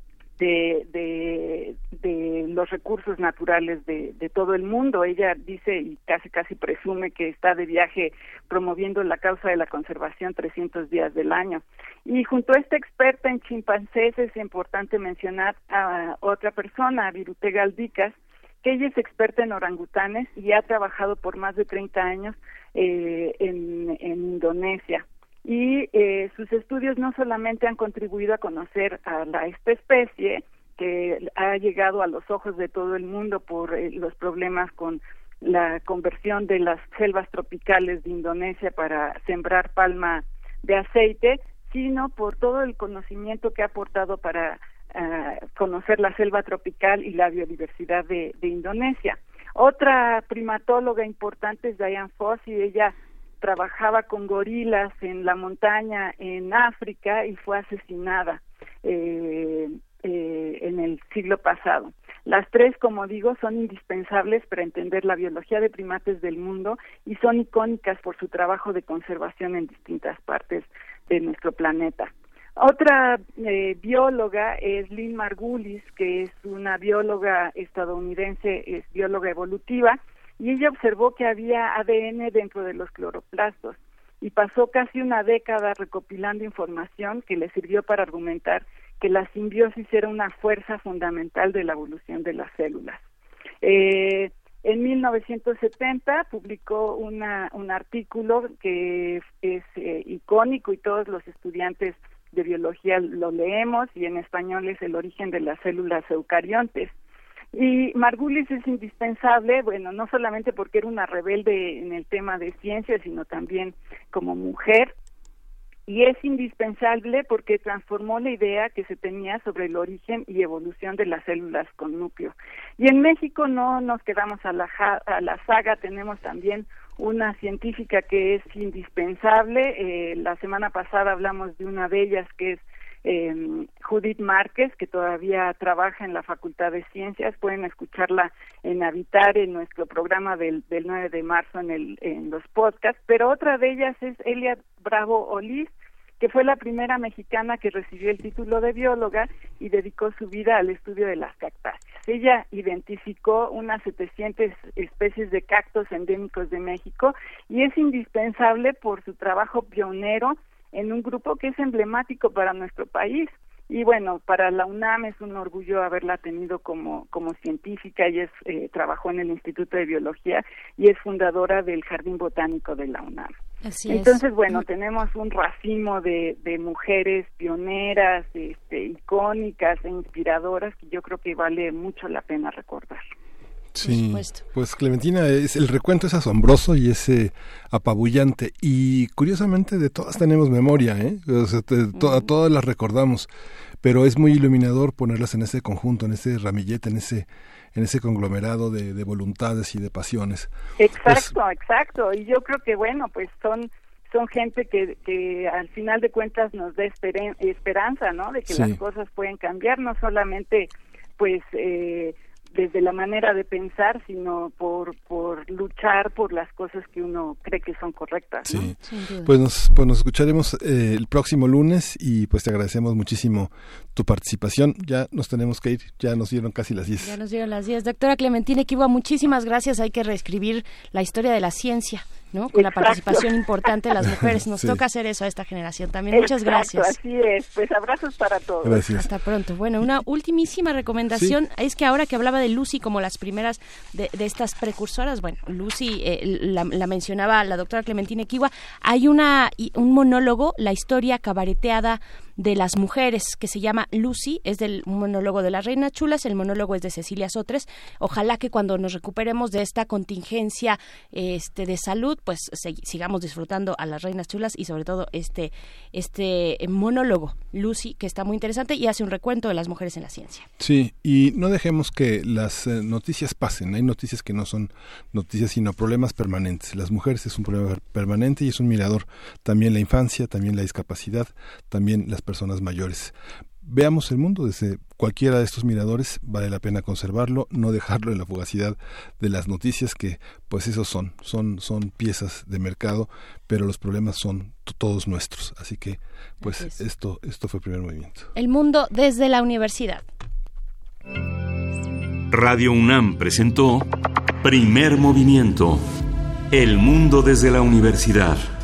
de, de, de los recursos naturales de, de todo el mundo. Ella dice y casi casi presume que está de viaje promoviendo la causa de la conservación trescientos días del año. Y junto a esta experta en chimpancés es importante mencionar a otra persona, a Virute Galdicas, que ella es experta en orangutanes y ha trabajado por más de treinta años eh, en, en Indonesia. Y eh, sus estudios no solamente han contribuido a conocer a la, esta especie, que ha llegado a los ojos de todo el mundo por eh, los problemas con la conversión de las selvas tropicales de Indonesia para sembrar palma de aceite, sino por todo el conocimiento que ha aportado para uh, conocer la selva tropical y la biodiversidad de, de Indonesia. Otra primatóloga importante es Diane Fossey. Ella trabajaba con gorilas en la montaña en África y fue asesinada eh, eh, en el siglo pasado. Las tres, como digo, son indispensables para entender la biología de primates del mundo y son icónicas por su trabajo de conservación en distintas partes de nuestro planeta. Otra eh, bióloga es Lynn Margulis, que es una bióloga estadounidense, es bióloga evolutiva, y ella observó que había A D N dentro de los cloroplastos y pasó casi una década recopilando información que le sirvió para argumentar que la simbiosis era una fuerza fundamental de la evolución de las células. Eh, en mil novecientos setenta publicó una, un artículo que es, es eh, icónico y todos los estudiantes de biología lo leemos, y en español es El origen de las células eucariontes. Y Margulis es indispensable, bueno, no solamente porque era una rebelde en el tema de ciencia, sino también como mujer, y es indispensable porque transformó la idea que se tenía sobre el origen y evolución de las células con núcleo. Y en México no nos quedamos a la, a la saga, tenemos también una científica que es indispensable. Eh, la semana pasada hablamos de una de ellas, que es Eh, Judith Márquez, que todavía trabaja en la Facultad de Ciencias. Pueden escucharla en Habitar, en nuestro programa del, del nueve de marzo en, el, en los podcasts, pero otra de ellas es Elia Bravo Olís, que fue la primera mexicana que recibió el título de bióloga y dedicó su vida al estudio de las cactáceas. Ella identificó unas setecientas especies de cactos endémicos de México y es indispensable por su trabajo pionero en un grupo que es emblemático para nuestro país. Y bueno, para la UNAM es un orgullo haberla tenido como, como científica. Ella es, eh, trabajó en el Instituto de Biología y es fundadora del Jardín Botánico de la UNAM. Así Entonces, es. bueno, tenemos un racimo de, de mujeres pioneras, este, icónicas e inspiradoras que yo creo que vale mucho la pena recordar. Sí, pues Clementina, es, el recuento es asombroso y es eh, apabullante, y curiosamente de todas tenemos memoria, ¿eh? O sea, te, to, a todas las recordamos, pero es muy iluminador ponerlas en ese conjunto, en ese ramillete, en ese en ese conglomerado de, de voluntades y de pasiones. Exacto, pues, exacto, y yo creo que bueno, pues son son gente que, que al final de cuentas nos da esperen, esperanza, ¿no? De que sí. las cosas pueden cambiar, no solamente pues eh, desde la manera de pensar, sino por por luchar por las cosas que uno cree que son correctas, ¿no? Sí, pues nos, pues nos escucharemos eh, el próximo lunes, y pues te agradecemos muchísimo tu participación. Ya nos tenemos que ir, ya nos dieron casi las diez. Ya nos dieron las diez. Doctora Clementina Equihua, muchísimas gracias. Hay que reescribir la historia de la ciencia, ¿no? Con Exacto. la participación importante de las mujeres. Nos sí. toca hacer eso a esta generación también. Muchas Exacto, gracias. Así es. Pues abrazos para todos. Gracias. Hasta pronto. Bueno, una ultimísima recomendación sí. es que ahora que hablaba de Lucy como las primeras de, de estas precursoras, bueno, Lucy eh, la, la mencionaba la doctora Clementina Equihua, hay una un monólogo, la historia cabareteada de las mujeres, que se llama Lucy, es del monólogo de las Reinas Chulas, el monólogo es de Cecilia Sotres. Ojalá que cuando nos recuperemos de esta contingencia este de salud, pues se, sigamos disfrutando a las Reinas Chulas y sobre todo este este monólogo Lucy, que está muy interesante y hace un recuento de las mujeres en la ciencia. Sí, y no dejemos que las eh, noticias pasen. Hay noticias que no son noticias sino problemas permanentes. Las mujeres es un problema permanente y es un mirador. También la infancia, también la discapacidad, también las personas mayores. Veamos el mundo desde cualquiera de estos miradores, vale la pena conservarlo, no dejarlo en la fugacidad de las noticias, que pues esos son, son, son piezas de mercado, pero los problemas son t- todos nuestros. Así que pues es. esto, esto fue Primer Movimiento. El mundo desde la universidad. Radio UNAM presentó Primer Movimiento, el mundo desde la universidad.